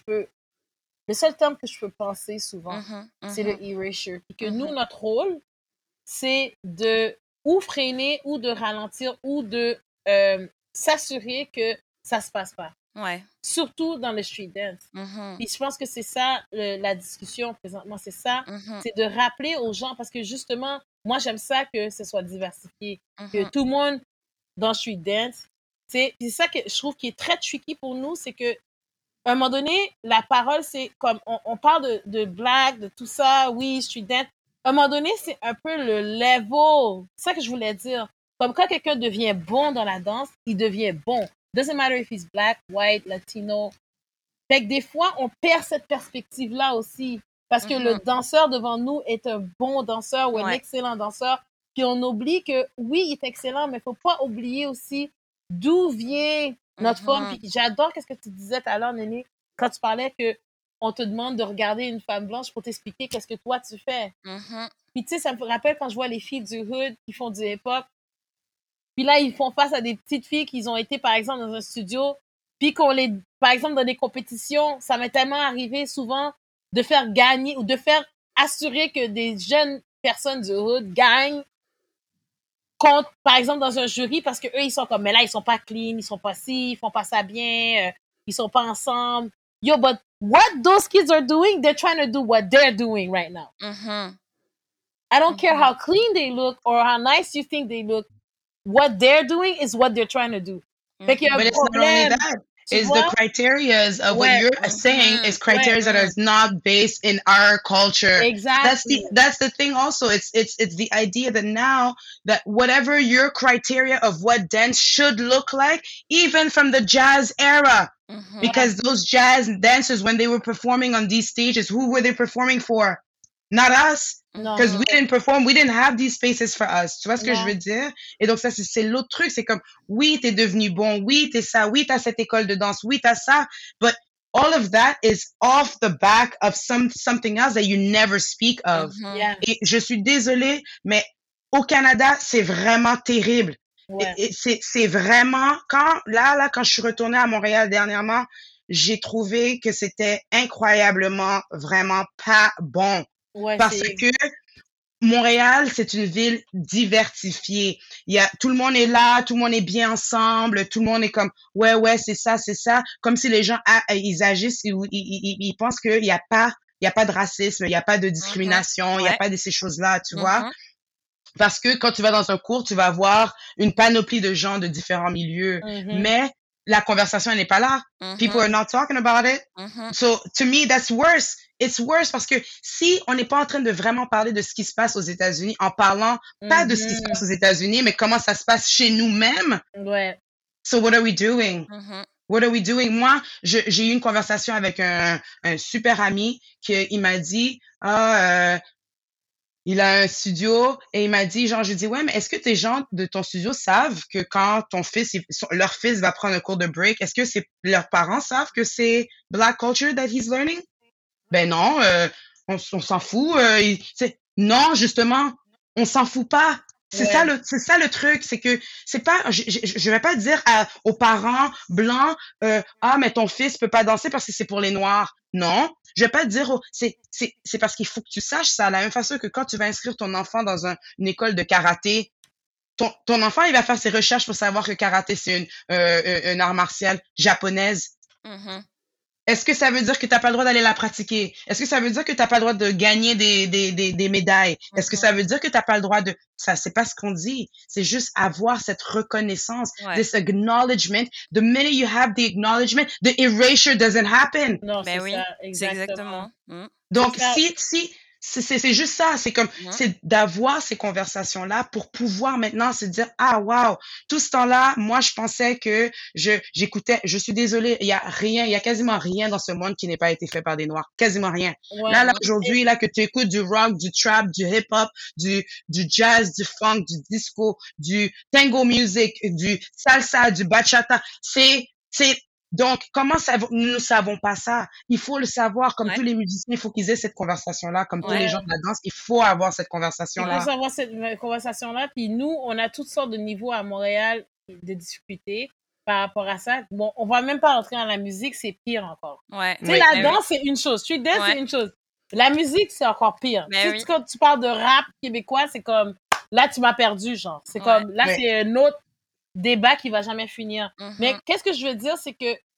le seul terme que je peux penser souvent, Mhm. c'est le Mhm. erasure. Puis que nous, Mhm. notre rôle, c'est de ou freiner ou de ralentir ou de s'assurer que ça se passe pas. Ouais. surtout dans le street dance. Puis je pense que c'est ça, la discussion présentement, c'est ça, c'est de rappeler aux gens, parce que justement, moi, j'aime ça que ce soit diversifié, que tout le monde dans le street dance, c'est ça que je trouve qui est très tricky pour nous, c'est que à un moment donné, la parole, c'est comme, on parle de blagues, de tout ça, oui, street dance. À un moment donné, c'est un peu le level. C'est ça que je voulais dire. Comme quand quelqu'un devient bon dans la danse, il devient bon. Doesn't matter if he's black, white, latino. Fait que des fois, on perd cette perspective-là aussi. Parce que le danseur devant nous est un bon danseur ou un excellent danseur. Puis on oublie que, oui, il est excellent, mais il ne faut pas oublier aussi d'où vient notre forme. Puis j'adore ce que tu disais tout à l'heure, Néné, quand tu parlais que on te demande de regarder une femme blanche pour t'expliquer qu'est-ce que toi tu fais. Puis tu sais, ça me rappelle quand je vois les filles du hood qui font du hip-hop. Puis là, ils font face à des petites filles qui ont été, par exemple, dans un studio. Puis par exemple, dans des compétitions, ça m'est tellement arrivé souvent de faire gagner ou de faire assurer que des jeunes personnes du hood gagnent contre, par exemple, dans un jury, parce que eux, ils sont comme, mais là, ils sont pas clean, ils sont pas ci, ils font pas ça bien, ils sont pas ensemble. Yo, but what those kids are doing, they're trying to do what they're doing right now. I don't care how clean they look or how nice you think they look. What they're doing is what they're trying to do. Fait qu'il y a But it's not only that. Is the criterias of what you're saying is criteria that is not based in our culture. Exactly. That's the thing also. It's the idea that now that whatever your criteria of what dance should look like, even from the jazz era, because those jazz dancers, when they were performing on these stages, who were they performing for? Not us. Because we didn't perform, we didn't have these spaces for us. Tu vois ce que je veux dire? Et donc ça, c'est l'autre truc. C'est comme, oui, t'es devenu bon. Oui, t'es ça. Oui, t'as cette école de danse. Oui, t'as ça. But all of that is off the back of something else that you never speak of. Et je suis désolée, mais au Canada, c'est vraiment terrible. Et c'est vraiment, quand je suis retournée à Montréal dernièrement, j'ai trouvé que c'était incroyablement, vraiment pas bon. Parce que Montréal, c'est une ville diversifiée. Tout le monde est là, tout le monde est bien ensemble, tout le monde est comme, ouais, c'est ça. Comme si les gens, ils agissent, ils pensent qu'il n'y a pas de racisme, il n'y a pas de discrimination, il n'y a pas de ces choses-là, tu vois. Parce que quand tu vas dans un cours, tu vas avoir une panoplie de gens de différents milieux. Mais la conversation, elle n'est pas là. People are not talking about it. So, to me, that's worse. It's worse parce que si on n'est pas en train de vraiment parler de ce qui se passe aux États-Unis, en parlant pas de ce qui se passe aux États-Unis, mais comment ça se passe chez nous-mêmes. So, what are we doing? What are we doing? Moi, j'ai eu une conversation avec un super ami qui m'a dit, il a un studio et il m'a dit, genre, je dis, ouais, mais est-ce que tes gens de ton studio savent que quand leur fils va prendre un cours de break, est-ce que leurs parents savent que c'est Black culture that he's learning? Ben non, on s'en fout. Non, justement, on s'en fout pas. C'est ça le truc, c'est que c'est pas, je vais pas dire aux parents blancs, mais ton fils peut pas danser parce que c'est pour les noirs. Non, je vais pas dire, c'est parce qu'il faut que tu saches ça. De la même façon que quand tu vas inscrire ton enfant dans une école de karaté, ton enfant il va faire ses recherches pour savoir que karaté c'est un art martial japonaise. Est-ce que ça veut dire que t'as pas le droit d'aller la pratiquer? Est-ce que ça veut dire que t'as pas le droit de gagner des médailles? Est-ce que ça veut dire que t'as pas le droit de... Ça, c'est pas ce qu'on dit. C'est juste avoir cette reconnaissance, this acknowledgement. The minute you have the acknowledgement, the erasure doesn't happen. Non, Ben oui, ça, c'est exactement. Donc, c'est juste ça, c'est comme, c'est d'avoir ces conversations-là pour pouvoir maintenant se dire, ah, wow, tout ce temps-là, moi, je pensais que j'écoutais, je suis désolée, il y a quasiment rien dans ce monde qui n'ait pas été fait par des Noirs, quasiment rien. Là, aujourd'hui, là, que tu écoutes du rock, du trap, du hip-hop, du jazz, du funk, du disco, du tango music, du salsa, du bachata, donc, comment nous ne savons pas ça? Il faut le savoir, comme tous les musiciens, il faut qu'ils aient cette conversation-là, comme tous les gens de la danse, il faut avoir cette conversation-là. Il faut avoir cette conversation-là, puis nous, on a toutes sortes de niveaux à Montréal de difficultés par rapport à ça. Bon, on va même pas rentrer dans la musique, c'est pire encore. Tu sais, la danse, c'est une chose, street dance, c'est une chose. La musique, c'est encore pire. Quand tu parles de rap québécois, c'est comme, là, tu m'as perdu, genre. C'est comme, là, c'est un autre débat qui va jamais finir. Mais qu'est-ce que je veux dire, c'est que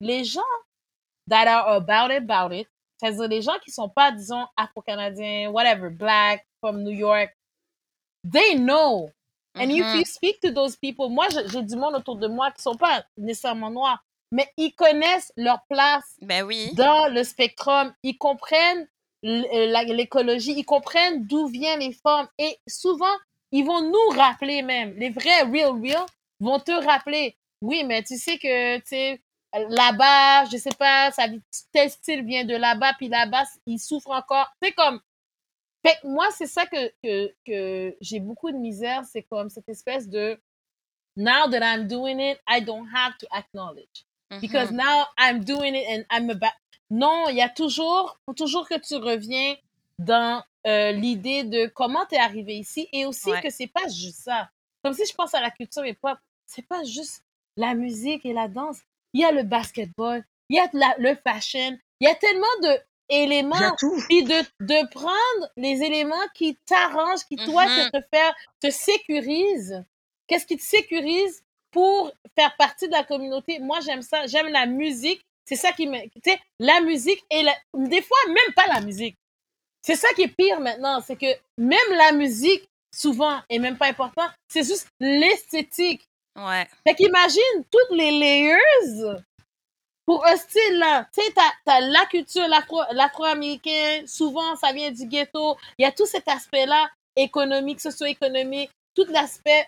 les gens that are about it, c'est-à-dire les gens qui sont pas, disons, afro-canadiens, whatever, black, from New York, they know. And if you speak to those people, moi, j'ai du monde autour de moi qui sont pas nécessairement noirs, mais ils connaissent leur place Ben oui. dans le spectrum. Ils comprennent l'écologie, ils comprennent d'où viennent les formes. Et souvent, ils vont nous rappeler même. Les vrais real vont te rappeler. Oui, mais tu sais que, tu sais, là-bas, je sais pas, tel style vient de là-bas, puis là-bas, ils souffrent encore. C'est comme, fait que moi, c'est ça que j'ai beaucoup de misère, c'est comme cette espèce de now that I'm doing it, I don't have to acknowledge. Because now I'm doing it and I'm about. Non, il y a faut toujours que tu reviens dans l'idée de comment t'es arrivé ici et aussi que c'est pas juste ça. Comme si je pense à la culture hip-hop, c'est pas juste la musique et la danse. Il y a le basketball, il y a le fashion, il y a tellement d'éléments. Puis de prendre les éléments qui t'arrangent, qui toi te sécurisent. Qu'est-ce qui te sécurise pour faire partie de la communauté? Moi, j'aime ça. J'aime la musique. C'est ça qui me... Tu sais, la musique et des fois, même pas la musique. C'est ça qui est pire maintenant. C'est que même la musique, souvent, est même pas important. C'est juste l'esthétique. Ouais. Fait qu'imagine toutes les layers pour un style, là. Tu sais, t'as la culture l'afro-américaine. Souvent, ça vient du ghetto. Il y a tout cet aspect-là, économique, socio-économique. Tout l'aspect,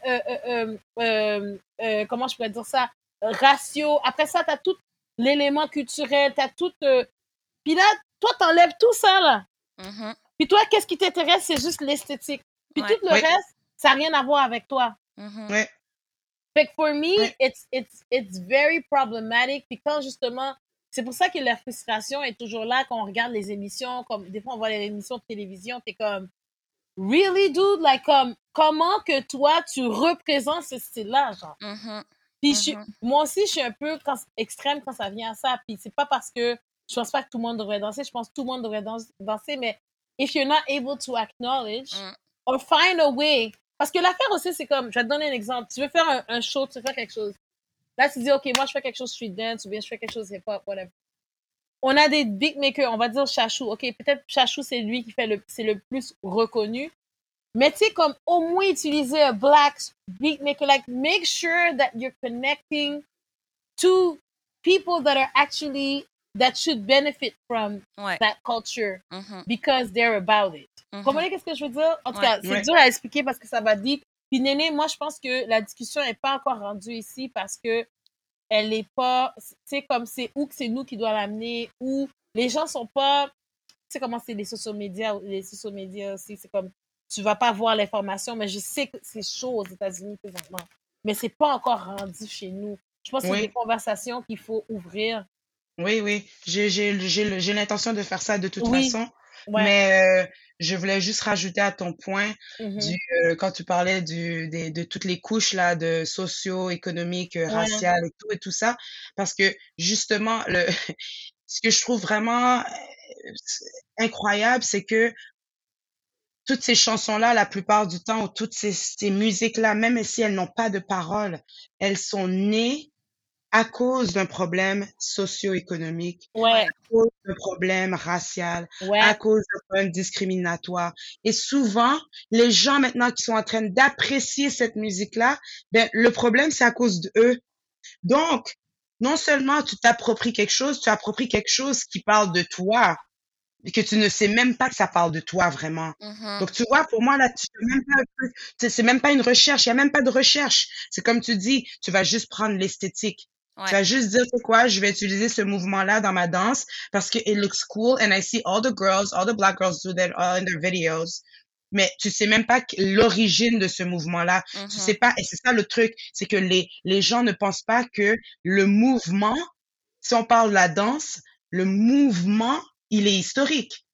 comment je pourrais dire ça, ratio. Après ça, t'as tout l'élément culturel, t'as tout... Puis là, toi, t'enlèves tout ça, là. Puis toi, qu'est-ce qui t'intéresse? C'est juste l'esthétique. Puis tout le reste, ça n'a rien à voir avec toi. Fait que for me, it's very problematic. Puis quand, justement, c'est pour ça que la frustration est toujours là quand on regarde les émissions, comme des fois, on voit les émissions de télévision, t'es comme... Really, dude? Like, comment que toi, tu représentes ce style-là, genre? Puis moi aussi, je suis un peu extrême quand ça vient à ça. Puis c'est pas parce que je pense pas que tout le monde devrait danser. Je pense que tout le monde devrait danser. Mais if you're not able to acknowledge or find a way... Parce que l'affaire aussi, c'est comme... Je vais te donner un exemple. Tu veux faire un show, tu veux faire quelque chose. Là, tu dis, OK, moi, je fais quelque chose street dance ou bien je fais quelque chose hip-hop, whatever. On a des beatmakers, on va dire Chachou. OK, peut-être Chachou, c'est lui qui c'est le plus reconnu. Mais tu sais, comme au moins utiliser un black beatmaker, like make sure that you're connecting to people that are actually, that should benefit from that culture because they're about it. Comprenez qu'est-ce que je veux dire? En tout cas, c'est dur à expliquer parce que ça va dire. Puis Néné, moi, je pense que la discussion n'est pas encore rendue ici parce que elle n'est pas, tu sais, comme c'est nous qui doit l'amener, ou les gens sont pas, tu sais comment c'est les social media aussi, c'est comme, tu vas pas voir l'information, mais je sais que c'est chaud aux États-Unis présentement, mais c'est pas encore rendu chez nous. Je pense que c'est des conversations qu'il faut ouvrir. Oui, j'ai l'intention de faire ça de toute façon, mais je voulais juste rajouter à ton point quand tu parlais de toutes les couches là, de socio-économiques, raciales et tout ça, parce que justement, ce que je trouve vraiment incroyable, c'est que toutes ces chansons-là, la plupart du temps, ou toutes ces musiques-là, même si elles n'ont pas de paroles, elles sont nées à cause d'un problème socio-économique, à cause d'un problème racial, à cause d'un problème discriminatoire. Et souvent, les gens maintenant qui sont en train d'apprécier cette musique-là, ben, le problème, c'est à cause d'eux. Donc, non seulement tu t'appropries quelque chose, tu appropries quelque chose qui parle de toi, et que tu ne sais même pas que ça parle de toi vraiment. Donc, tu vois, pour moi, là, c'est même pas une recherche, il n'y a même pas de recherche. C'est comme tu dis, tu vas juste prendre l'esthétique. Tu vas juste dire, c'est quoi, je vais utiliser ce mouvement-là dans ma danse parce que it looks cool and I see all the black girls do that all in their videos. Mais tu sais même pas l'origine de ce mouvement-là. Tu sais pas, et c'est ça le truc, c'est que les gens ne pensent pas que le mouvement, si on parle de la danse, le mouvement, il est historique.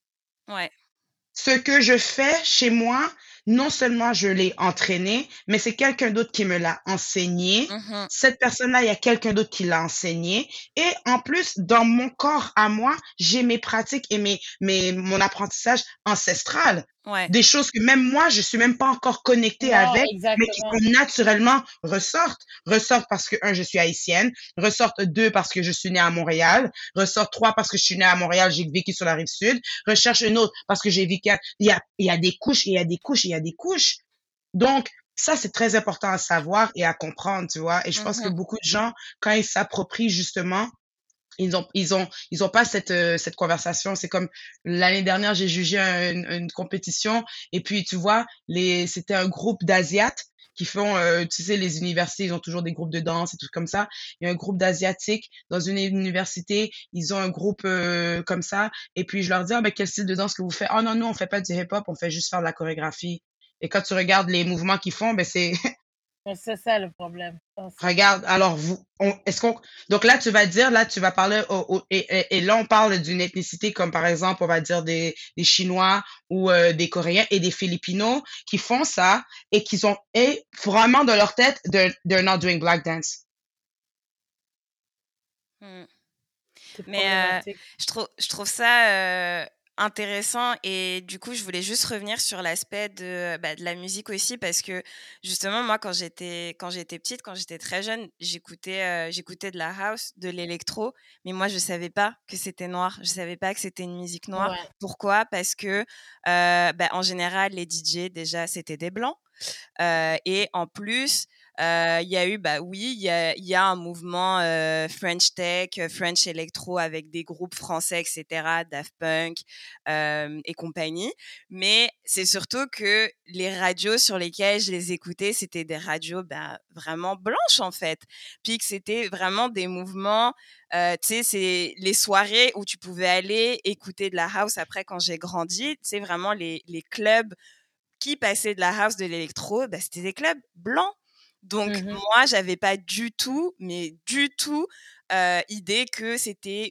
Ce que je fais chez moi, non seulement je l'ai entraîné, mais c'est quelqu'un d'autre qui me l'a enseigné. Cette personne-là, il y a quelqu'un d'autre qui l'a enseigné. Et en plus, dans mon corps à moi, j'ai mes pratiques et mon apprentissage ancestral. Ouais. Des choses que même moi, je suis même pas encore connectée Non, avec, mais qui exactement. naturellement ressortent. Ressortent parce que, un, je suis haïtienne. Ressortent, deux, parce que je suis née à Montréal. Ressortent, trois, parce que je suis née à Montréal, j'ai vécu sur la rive sud. Recherche une autre parce que j'ai vécu il y a des couches, il y a des couches, il y a des couches. Donc, ça, c'est très important à savoir et à comprendre, tu vois. Et je pense que Mhm. beaucoup de gens, quand ils s'approprient justement ils ont pas cette conversation. C'est comme l'année dernière, j'ai jugé une compétition et puis tu vois, c'était un groupe d'Asiates qui font, tu sais, les universités, ils ont toujours des groupes de danse et tout comme ça. Il y a un groupe d'Asiatiques dans une université, ils ont un groupe comme ça. Et puis je leur dis, ah ben quel style de danse que vous faites? Oh non, non, on fait pas du hip-hop, on fait juste faire de la chorégraphie. Et quand tu regardes les mouvements qu'ils font, ben c'est Mais c'est ça le problème. regarde, alors est-ce qu'on, donc là tu vas dire, là tu vas parler, et là on parle d'une ethnicité comme par exemple, on va dire des Chinois ou des Coréens et des Filipinos qui font ça et qui ont, et vraiment dans leur tête, they're not doing black dance. Mm. C'est Mais problématique. je trouve ça intéressant et du coup, je voulais juste revenir sur l'aspect de la musique aussi parce que justement, moi, quand j'étais petite, quand j'étais très jeune, j'écoutais de la house, de l'électro, mais moi, je savais pas que c'était noir. Je savais pas que c'était une musique noire. Ouais. Pourquoi? Parce que en général, les DJ, déjà, c'était des blancs. Et en plus, il y a eu, il y a un mouvement French Tech, French Electro avec des groupes français, etc., Daft Punk et compagnie. Mais c'est surtout que les radios sur lesquelles je les écoutais, c'était des radios vraiment blanches en fait. Puis que c'était vraiment des mouvements, tu sais, c'est les soirées où tu pouvais aller écouter de la house après quand j'ai grandi, tu sais, vraiment les clubs qui passaient de la house, de l'électro, c'était des clubs blancs. Donc Mhm. moi, j'avais pas du tout, mais du tout, idée que c'était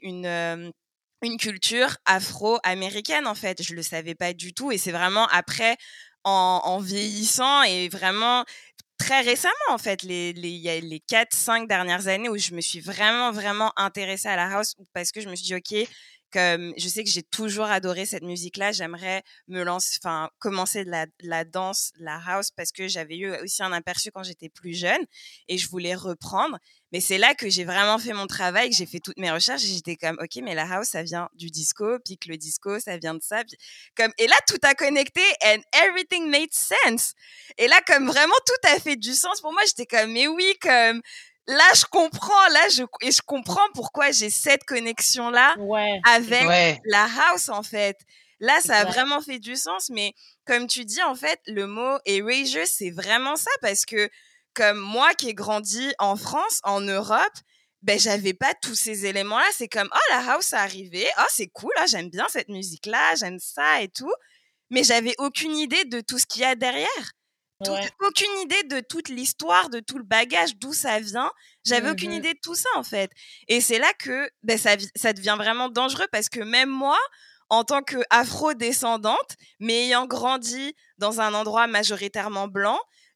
une culture afro-américaine, en fait. Je le savais pas du tout et c'est vraiment après, en vieillissant et vraiment très récemment, en fait, il y a les 4-5 dernières années où je me suis vraiment, vraiment intéressée à la house parce que je me suis dit, OK, comme je sais que j'ai toujours adoré cette musique-là, j'aimerais commencer de la danse, la house, parce que j'avais eu aussi un aperçu quand j'étais plus jeune et je voulais reprendre. Mais c'est là que j'ai vraiment fait mon travail, que j'ai fait toutes mes recherches et j'étais comme, OK, mais la house, ça vient du disco, puis que le disco, ça vient de ça. Et là, tout a connecté and everything made sense. Et là, comme vraiment tout a fait du sens pour moi, j'étais comme, mais oui, comme là, je comprends, et je comprends pourquoi j'ai cette connexion-là Ouais, avec exact, Ouais, la house, en fait. Là, ça a exact. vraiment fait du sens, mais comme tu dis, en fait, le mot erasure, c'est vraiment ça, parce que comme moi qui ai grandi en France, en Europe, j'avais pas tous ces éléments-là. C'est comme, oh, la house est arrivée, oh, c'est cool, ah, j'aime bien cette musique-là, j'aime ça et tout. Mais j'avais aucune idée de tout ce qu'il y a derrière. Ouais. Aucune idée de toute l'histoire, de tout le bagage, d'où ça vient. J'avais aucune Mhm. idée de tout ça, en fait. Et c'est là que ça devient vraiment dangereux parce que même moi, en tant qu'afro-descendante, mais ayant grandi dans un endroit majoritairement blanc,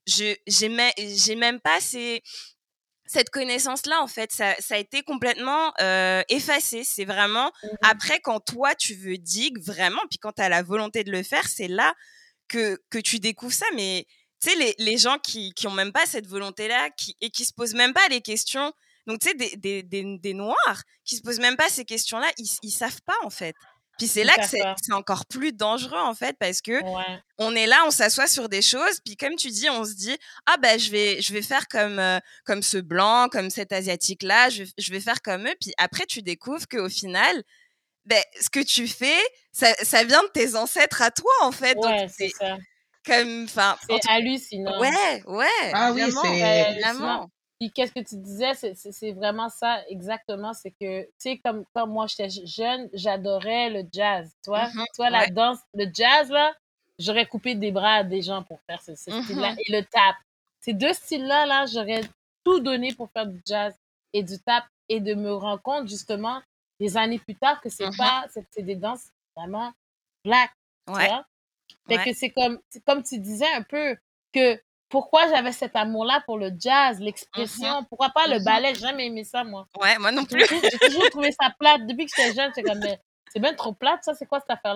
j'ai même pas cette connaissance-là, en fait. Ça a été complètement effacé. C'est vraiment Mhm. après, quand toi, tu veux dig vraiment, puis quand tu as la volonté de le faire, c'est là que tu découvres ça. Mais tu sais, les gens qui ont même pas cette volonté-là et qui se posent même pas les questions. Donc, tu sais, des Noirs qui se posent même pas ces questions-là, ils savent pas, en fait. Puis c'est Ils là que savent pas. c'est encore plus dangereux, en fait, parce que Ouais. on est là, on s'assoit sur des choses, puis comme tu dis, on se dit, ah je vais faire comme ce blanc, comme cet asiatique-là, je vais faire comme eux. Puis après, tu découvres qu'au final, ce que tu fais, ça vient de tes ancêtres à toi, en fait. Donc, Ouais, c'est c'est ça. comme, enfin, en C'est tout cas, hallucinant. ouais, ouais, ah oui, vraiment, C'est c'est, hallucinant. vraiment. Puis qu'est-ce que tu disais, c'est vraiment ça, exactement. C'est que, tu sais, comme quand moi j'étais jeune, j'adorais le jazz. Mhm, Tu vois, la ouais, danse, le jazz, là, j'aurais coupé des bras à des gens pour faire ce style-là. mhm, Et le tap. Ces deux styles-là, là, j'aurais tout donné pour faire du jazz et du tap et de me rendre compte, justement, des années plus tard, que mhm, c'est des danses vraiment black, tu ouais, vois. Fait ouais, que c'est comme tu disais un peu que pourquoi j'avais cet amour-là pour le jazz, mhm, l'expression, pourquoi pas le mhm. ballet, j'ai jamais aimé ça, moi. Ouais, moi non plus. J'ai toujours trouvé ça plate. Depuis que j'étais jeune, j'étais comme, mais c'est bien trop plate, ça, c'est quoi cette affaire-là?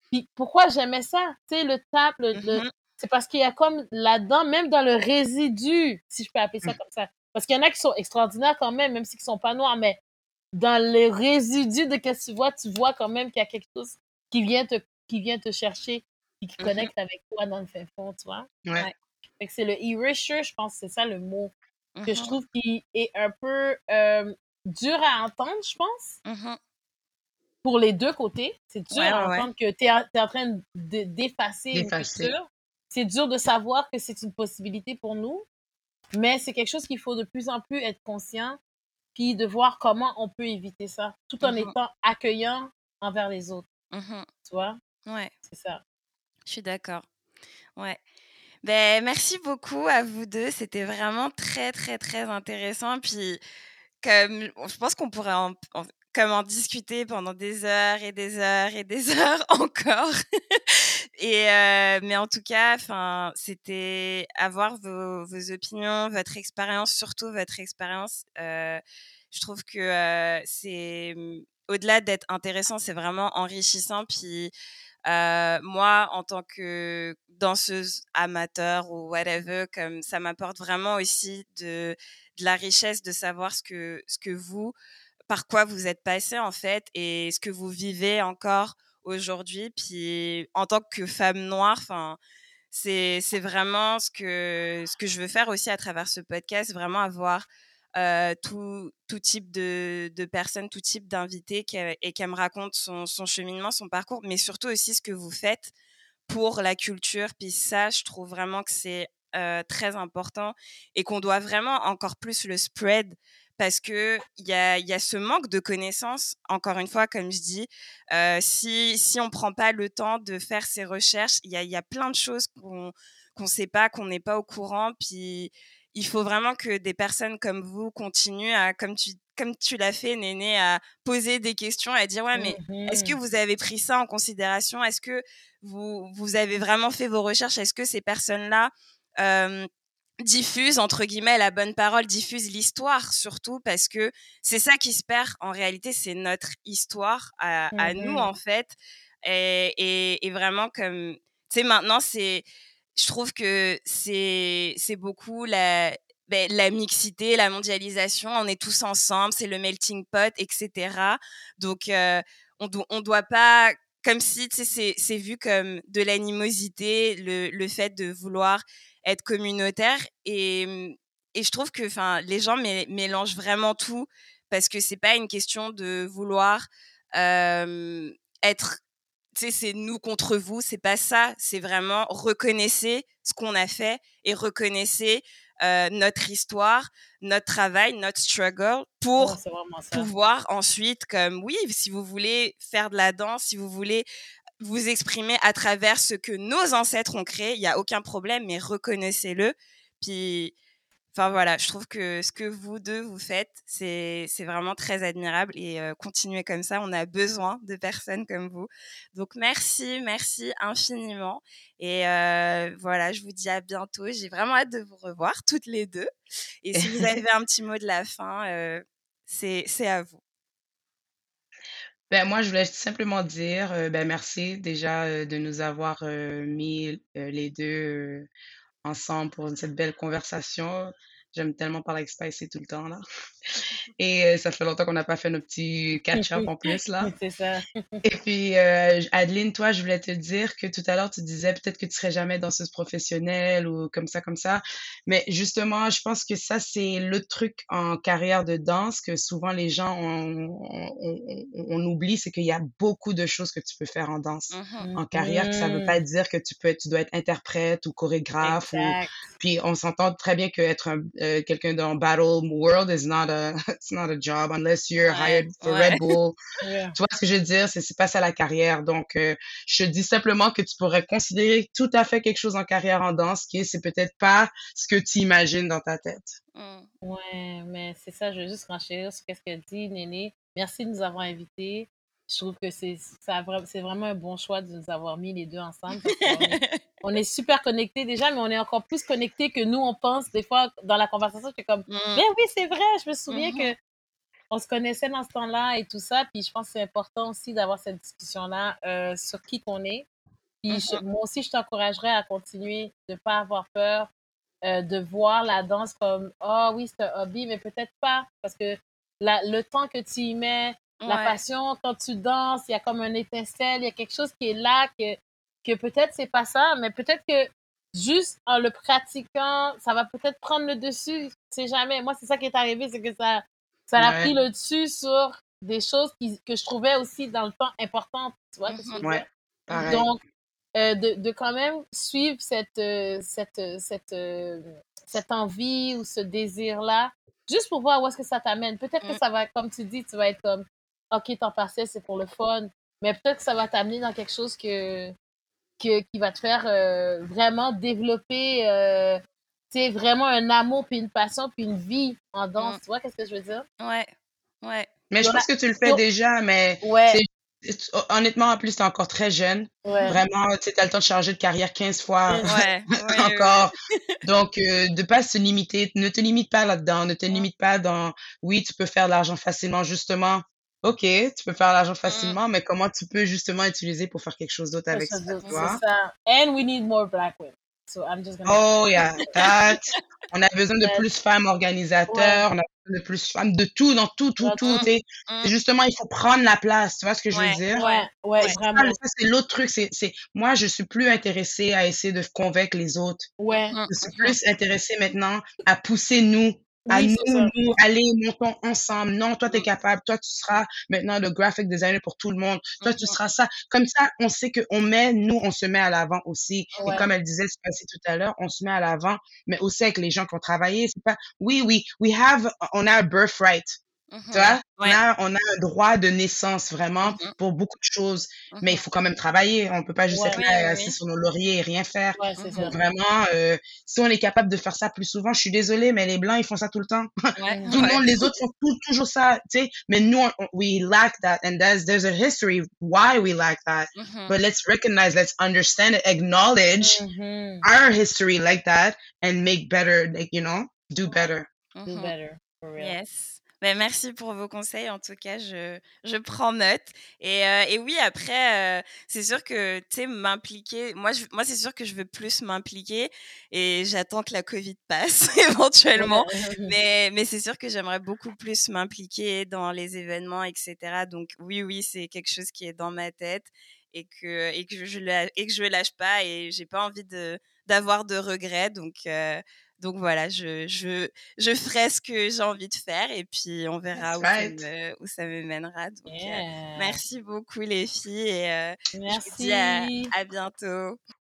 Puis pourquoi j'aimais ça? Tu sais, le tap, Mhm, c'est parce qu'il y a comme là-dedans, même dans le résidu, si je peux appeler ça comme ça. Parce qu'il y en a qui sont extraordinaires quand même s'ils ne sont pas noirs, mais dans les résidus de ce que tu vois quand même qu'il y a quelque chose qui vient te, qui vient te chercher et qui mhm, connecte avec toi dans le fin fond, tu vois. Ouais. ouais, Fait que c'est le erasure, je pense que c'est ça le mot que je mhm, trouve qui est un peu dur à entendre, je pense, mhm. pour les deux côtés. C'est dur Ouais, à ouais, ouais. entendre que tu es, en train d'effacer une D'effacer. culture. C'est dur de savoir que c'est une possibilité pour nous, mais c'est quelque chose qu'il faut de plus en plus être conscient, puis de voir comment on peut éviter ça, tout en Mhm, étant accueillant envers les autres. mhm. Tu vois? Ouais, C'est ça. je suis d'accord. Ouais. Ben, merci beaucoup à vous deux. C'était vraiment très, très, très intéressant. Puis, comme je pense qu'on pourrait comme en discuter pendant des heures et des heures et des heures encore. Et mais en tout cas, enfin, c'était avoir vos opinions, votre expérience, surtout votre expérience. Je trouve que c'est au-delà d'être intéressant, c'est vraiment enrichissant. Puis moi, en tant que danseuse amateur ou whatever, comme ça m'apporte vraiment aussi de la richesse de savoir ce que vous, par quoi vous êtes passé en fait, et ce que vous vivez encore aujourd'hui. Puis en tant que femme noire, enfin, c'est vraiment ce que je veux faire aussi à travers ce podcast, vraiment avoir tout type de personnes, tout type d'invités et qu'elle me raconte son cheminement, son parcours, mais surtout aussi ce que vous faites pour la culture. Puis ça, je trouve vraiment que c'est très important et qu'on doit vraiment encore plus le spread parce que il y a ce manque de connaissances. Encore une fois, comme je dis, si on prend pas le temps de faire ces recherches, il y a plein de choses qu'on sait pas, qu'on n'est pas au courant. Puis il faut vraiment que des personnes comme vous continuent à, comme tu l'as fait, Néné, à poser des questions, à dire ouais, mais est-ce que Mhm. vous avez pris ça en considération? Est-ce que vous avez vraiment fait vos recherches? Est-ce que ces personnes-là euh, diffusent, entre guillemets, la bonne parole, diffusent l'histoire surtout? Parce que c'est ça qui se perd. En réalité, c'est notre histoire à nous, Mhm. en fait. Et vraiment, comme, tu sais, maintenant, je trouve que c'est beaucoup la mixité, la mondialisation. On est tous ensemble, c'est le melting pot, etc. Donc, on doit pas, comme si, tu sais, c'est vu comme de l'animosité, le fait de vouloir être communautaire. Et je trouve que, enfin, les gens mélangent vraiment tout parce que c'est pas une question de vouloir être, tu sais, c'est nous contre vous, c'est pas ça. C'est vraiment reconnaissez ce qu'on a fait et reconnaissez notre histoire, notre travail, notre struggle Ouais, pour c'est vraiment ça. pouvoir ensuite, comme oui, si vous voulez faire de la danse, si vous voulez vous exprimer à travers ce que nos ancêtres ont créé, il n'y a aucun problème, mais reconnaissez-le. Puis, enfin voilà, je trouve que ce que vous deux vous faites, c'est vraiment très admirable et continuez comme ça. On a besoin de personnes comme vous. Donc merci infiniment. Et voilà, je vous dis à bientôt. J'ai vraiment hâte de vous revoir toutes les deux. Et si vous avez un petit mot de la fin, c'est à vous. Ben, moi, je voulais simplement dire, ben, merci déjà de nous avoir mis les deux ensemble pour cette belle conversation. J'aime tellement parler avec Spicy tout le temps, là. Et ça fait longtemps qu'on n'a pas fait nos petits catch-up en plus, là. C'est ça. Et puis, Adeline, toi, je voulais te dire que tout à l'heure, tu disais peut-être que tu serais jamais danseuse professionnelle ou comme ça, comme ça. Mais justement, je pense que ça, c'est le truc en carrière de danse que souvent les gens, on oublie, c'est qu'il y a beaucoup de choses que tu peux faire en danse. Mhm, En carrière, que ça veut pas Mhm. dire que tu dois être interprète ou chorégraphe ou, Exact. puis on s'entend très bien que être quelqu'un dans Battle World is not a, it's not a job unless you're ouais, hired for ouais. Red Bull. Ouais. Tu vois ce que je veux dire? C'est pas ça la carrière. Donc, je te dis simplement que tu pourrais considérer tout à fait quelque chose en carrière en danse qui est, c'est peut-être pas ce que tu imagines dans ta tête. Mm. Ouais, mais c'est ça, je veux juste renchérir sur ce qu'elle dit, Néné. Merci de nous avoir invités. Je trouve que c'est vraiment un bon choix de nous avoir mis les deux ensemble parce on est super connectés déjà, mais on est encore plus connectés que nous, on pense. Des fois, dans la conversation, c'est comme, Mm. mais oui, c'est vrai, je me souviens Mhm. que on se connaissait dans ce temps-là et tout ça. Puis je pense que c'est important aussi d'avoir cette discussion-là sur qui qu'on est. Puis Mhm. moi aussi, je t'encouragerais à continuer de ne pas avoir peur de voir la danse comme, ah oui, c'est un hobby, mais peut-être pas, parce que le temps que tu y mets, la Ouais. passion, quand tu danses, il y a comme un étincelle, il y a quelque chose qui est là, que peut-être c'est pas ça, mais peut-être que juste en le pratiquant, ça va peut-être prendre le dessus, tu sais jamais. Moi, c'est ça qui est arrivé, c'est que ça a Ouais, pris le dessus sur des choses que je trouvais aussi dans le temps importantes, tu vois, ce que je Mhm. veux dire? ouais, pareil. Donc, de quand même suivre cette envie ou ce désir-là, juste pour voir où est-ce que ça t'amène. Peut-être que Mm. ça va, comme tu dis, tu vas être comme, OK, temps partiel, c'est pour le fun, mais peut-être que ça va t'amener dans quelque chose qui va te faire vraiment développer, tu sais, vraiment un amour, puis une passion, puis une vie en danse. Mm. Tu vois, qu'est-ce que je veux dire? Ouais. Ouais. Mais Puis je on a, pense que tu le fais puis déjà, mais ouais, honnêtement, en plus, t'es encore très jeune. ouais, Vraiment, tu sais, t'as le temps de changer de carrière 15 fois Ouais. Ouais. Ouais. encore. Donc, de pas se limiter, ne te limite pas là-dedans, ne te Mm. limite pas dans, oui, tu peux faire de l'argent facilement, justement. Ok, tu peux faire de l'argent Mm. facilement, mais comment tu peux justement utiliser pour faire quelque chose d'autre avec ça, tu c'est Mhm. vois? ça. And we need more black women. So I'm just gonna Oh, yeah, that. On a besoin de Yes. plus femmes Ouais, organisateurs, on a besoin de plus femmes de tout, dans tout, tout, tout, Mm. tu sais. Mm. C'est justement, il faut prendre la place, tu vois ce que je veux Ouais. dire? Ouais. ouais, Et Ouais. vraiment. ça, c'est l'autre truc, moi, je suis plus intéressée à essayer de convaincre les autres. Ouais. Mhm. Je suis Mhm. plus intéressée maintenant à pousser nous, à Oui, c'est ça. nous, allez, montons ensemble. Non, toi, tu es Mm. capable. Toi, tu seras maintenant le graphic designer pour tout le monde. Toi, tu Mhm. seras ça. Comme ça, on sait on se met à l'avant aussi. Et Ouais, comme elle disait, c'est passé tout à l'heure, on se met à l'avant, mais aussi avec les gens qui ont travaillé. C'est pas, oui, on a un birthright. Tu Mhm. vois? Ouais. On a un droit de naissance vraiment Mhm. pour beaucoup de choses, mais il Mhm. faut quand même travailler. On peut pas juste être ouais, Oui, là oui, assis oui. sur nos lauriers et rien faire. ouais, c'est Mhm. Donc ça. vraiment, si on est capable de faire ça plus souvent, je suis désolée, mais les blancs, ils font ça tout le temps. Ouais. Tout le Mhm. Ouais. monde, les autres font toujours ça, tu sais. Mais nous, we lack that, and there's a history why we lack that. Mhm. But let's recognize, let's understand it, acknowledge Mhm. our history like that, and make better, like, do Ouais. better. Do Mhm. better, for real. Yes. Ben, merci pour vos conseils. En tout cas, je prends note. Et oui, après, c'est sûr que, tu sais, m'impliquer. Moi, c'est sûr que je veux plus m'impliquer et j'attends que la Covid passe éventuellement. Ouais. Mais c'est sûr que j'aimerais beaucoup plus m'impliquer dans les événements, etc. Donc, oui, c'est quelque chose qui est dans ma tête et que je lâche pas et j'ai pas envie d'avoir de regrets. Donc voilà, je ferai ce que j'ai envie de faire et puis on verra That's right. où ça me mènera. Donc, Yeah. merci beaucoup les filles et je vous dis Merci. à bientôt.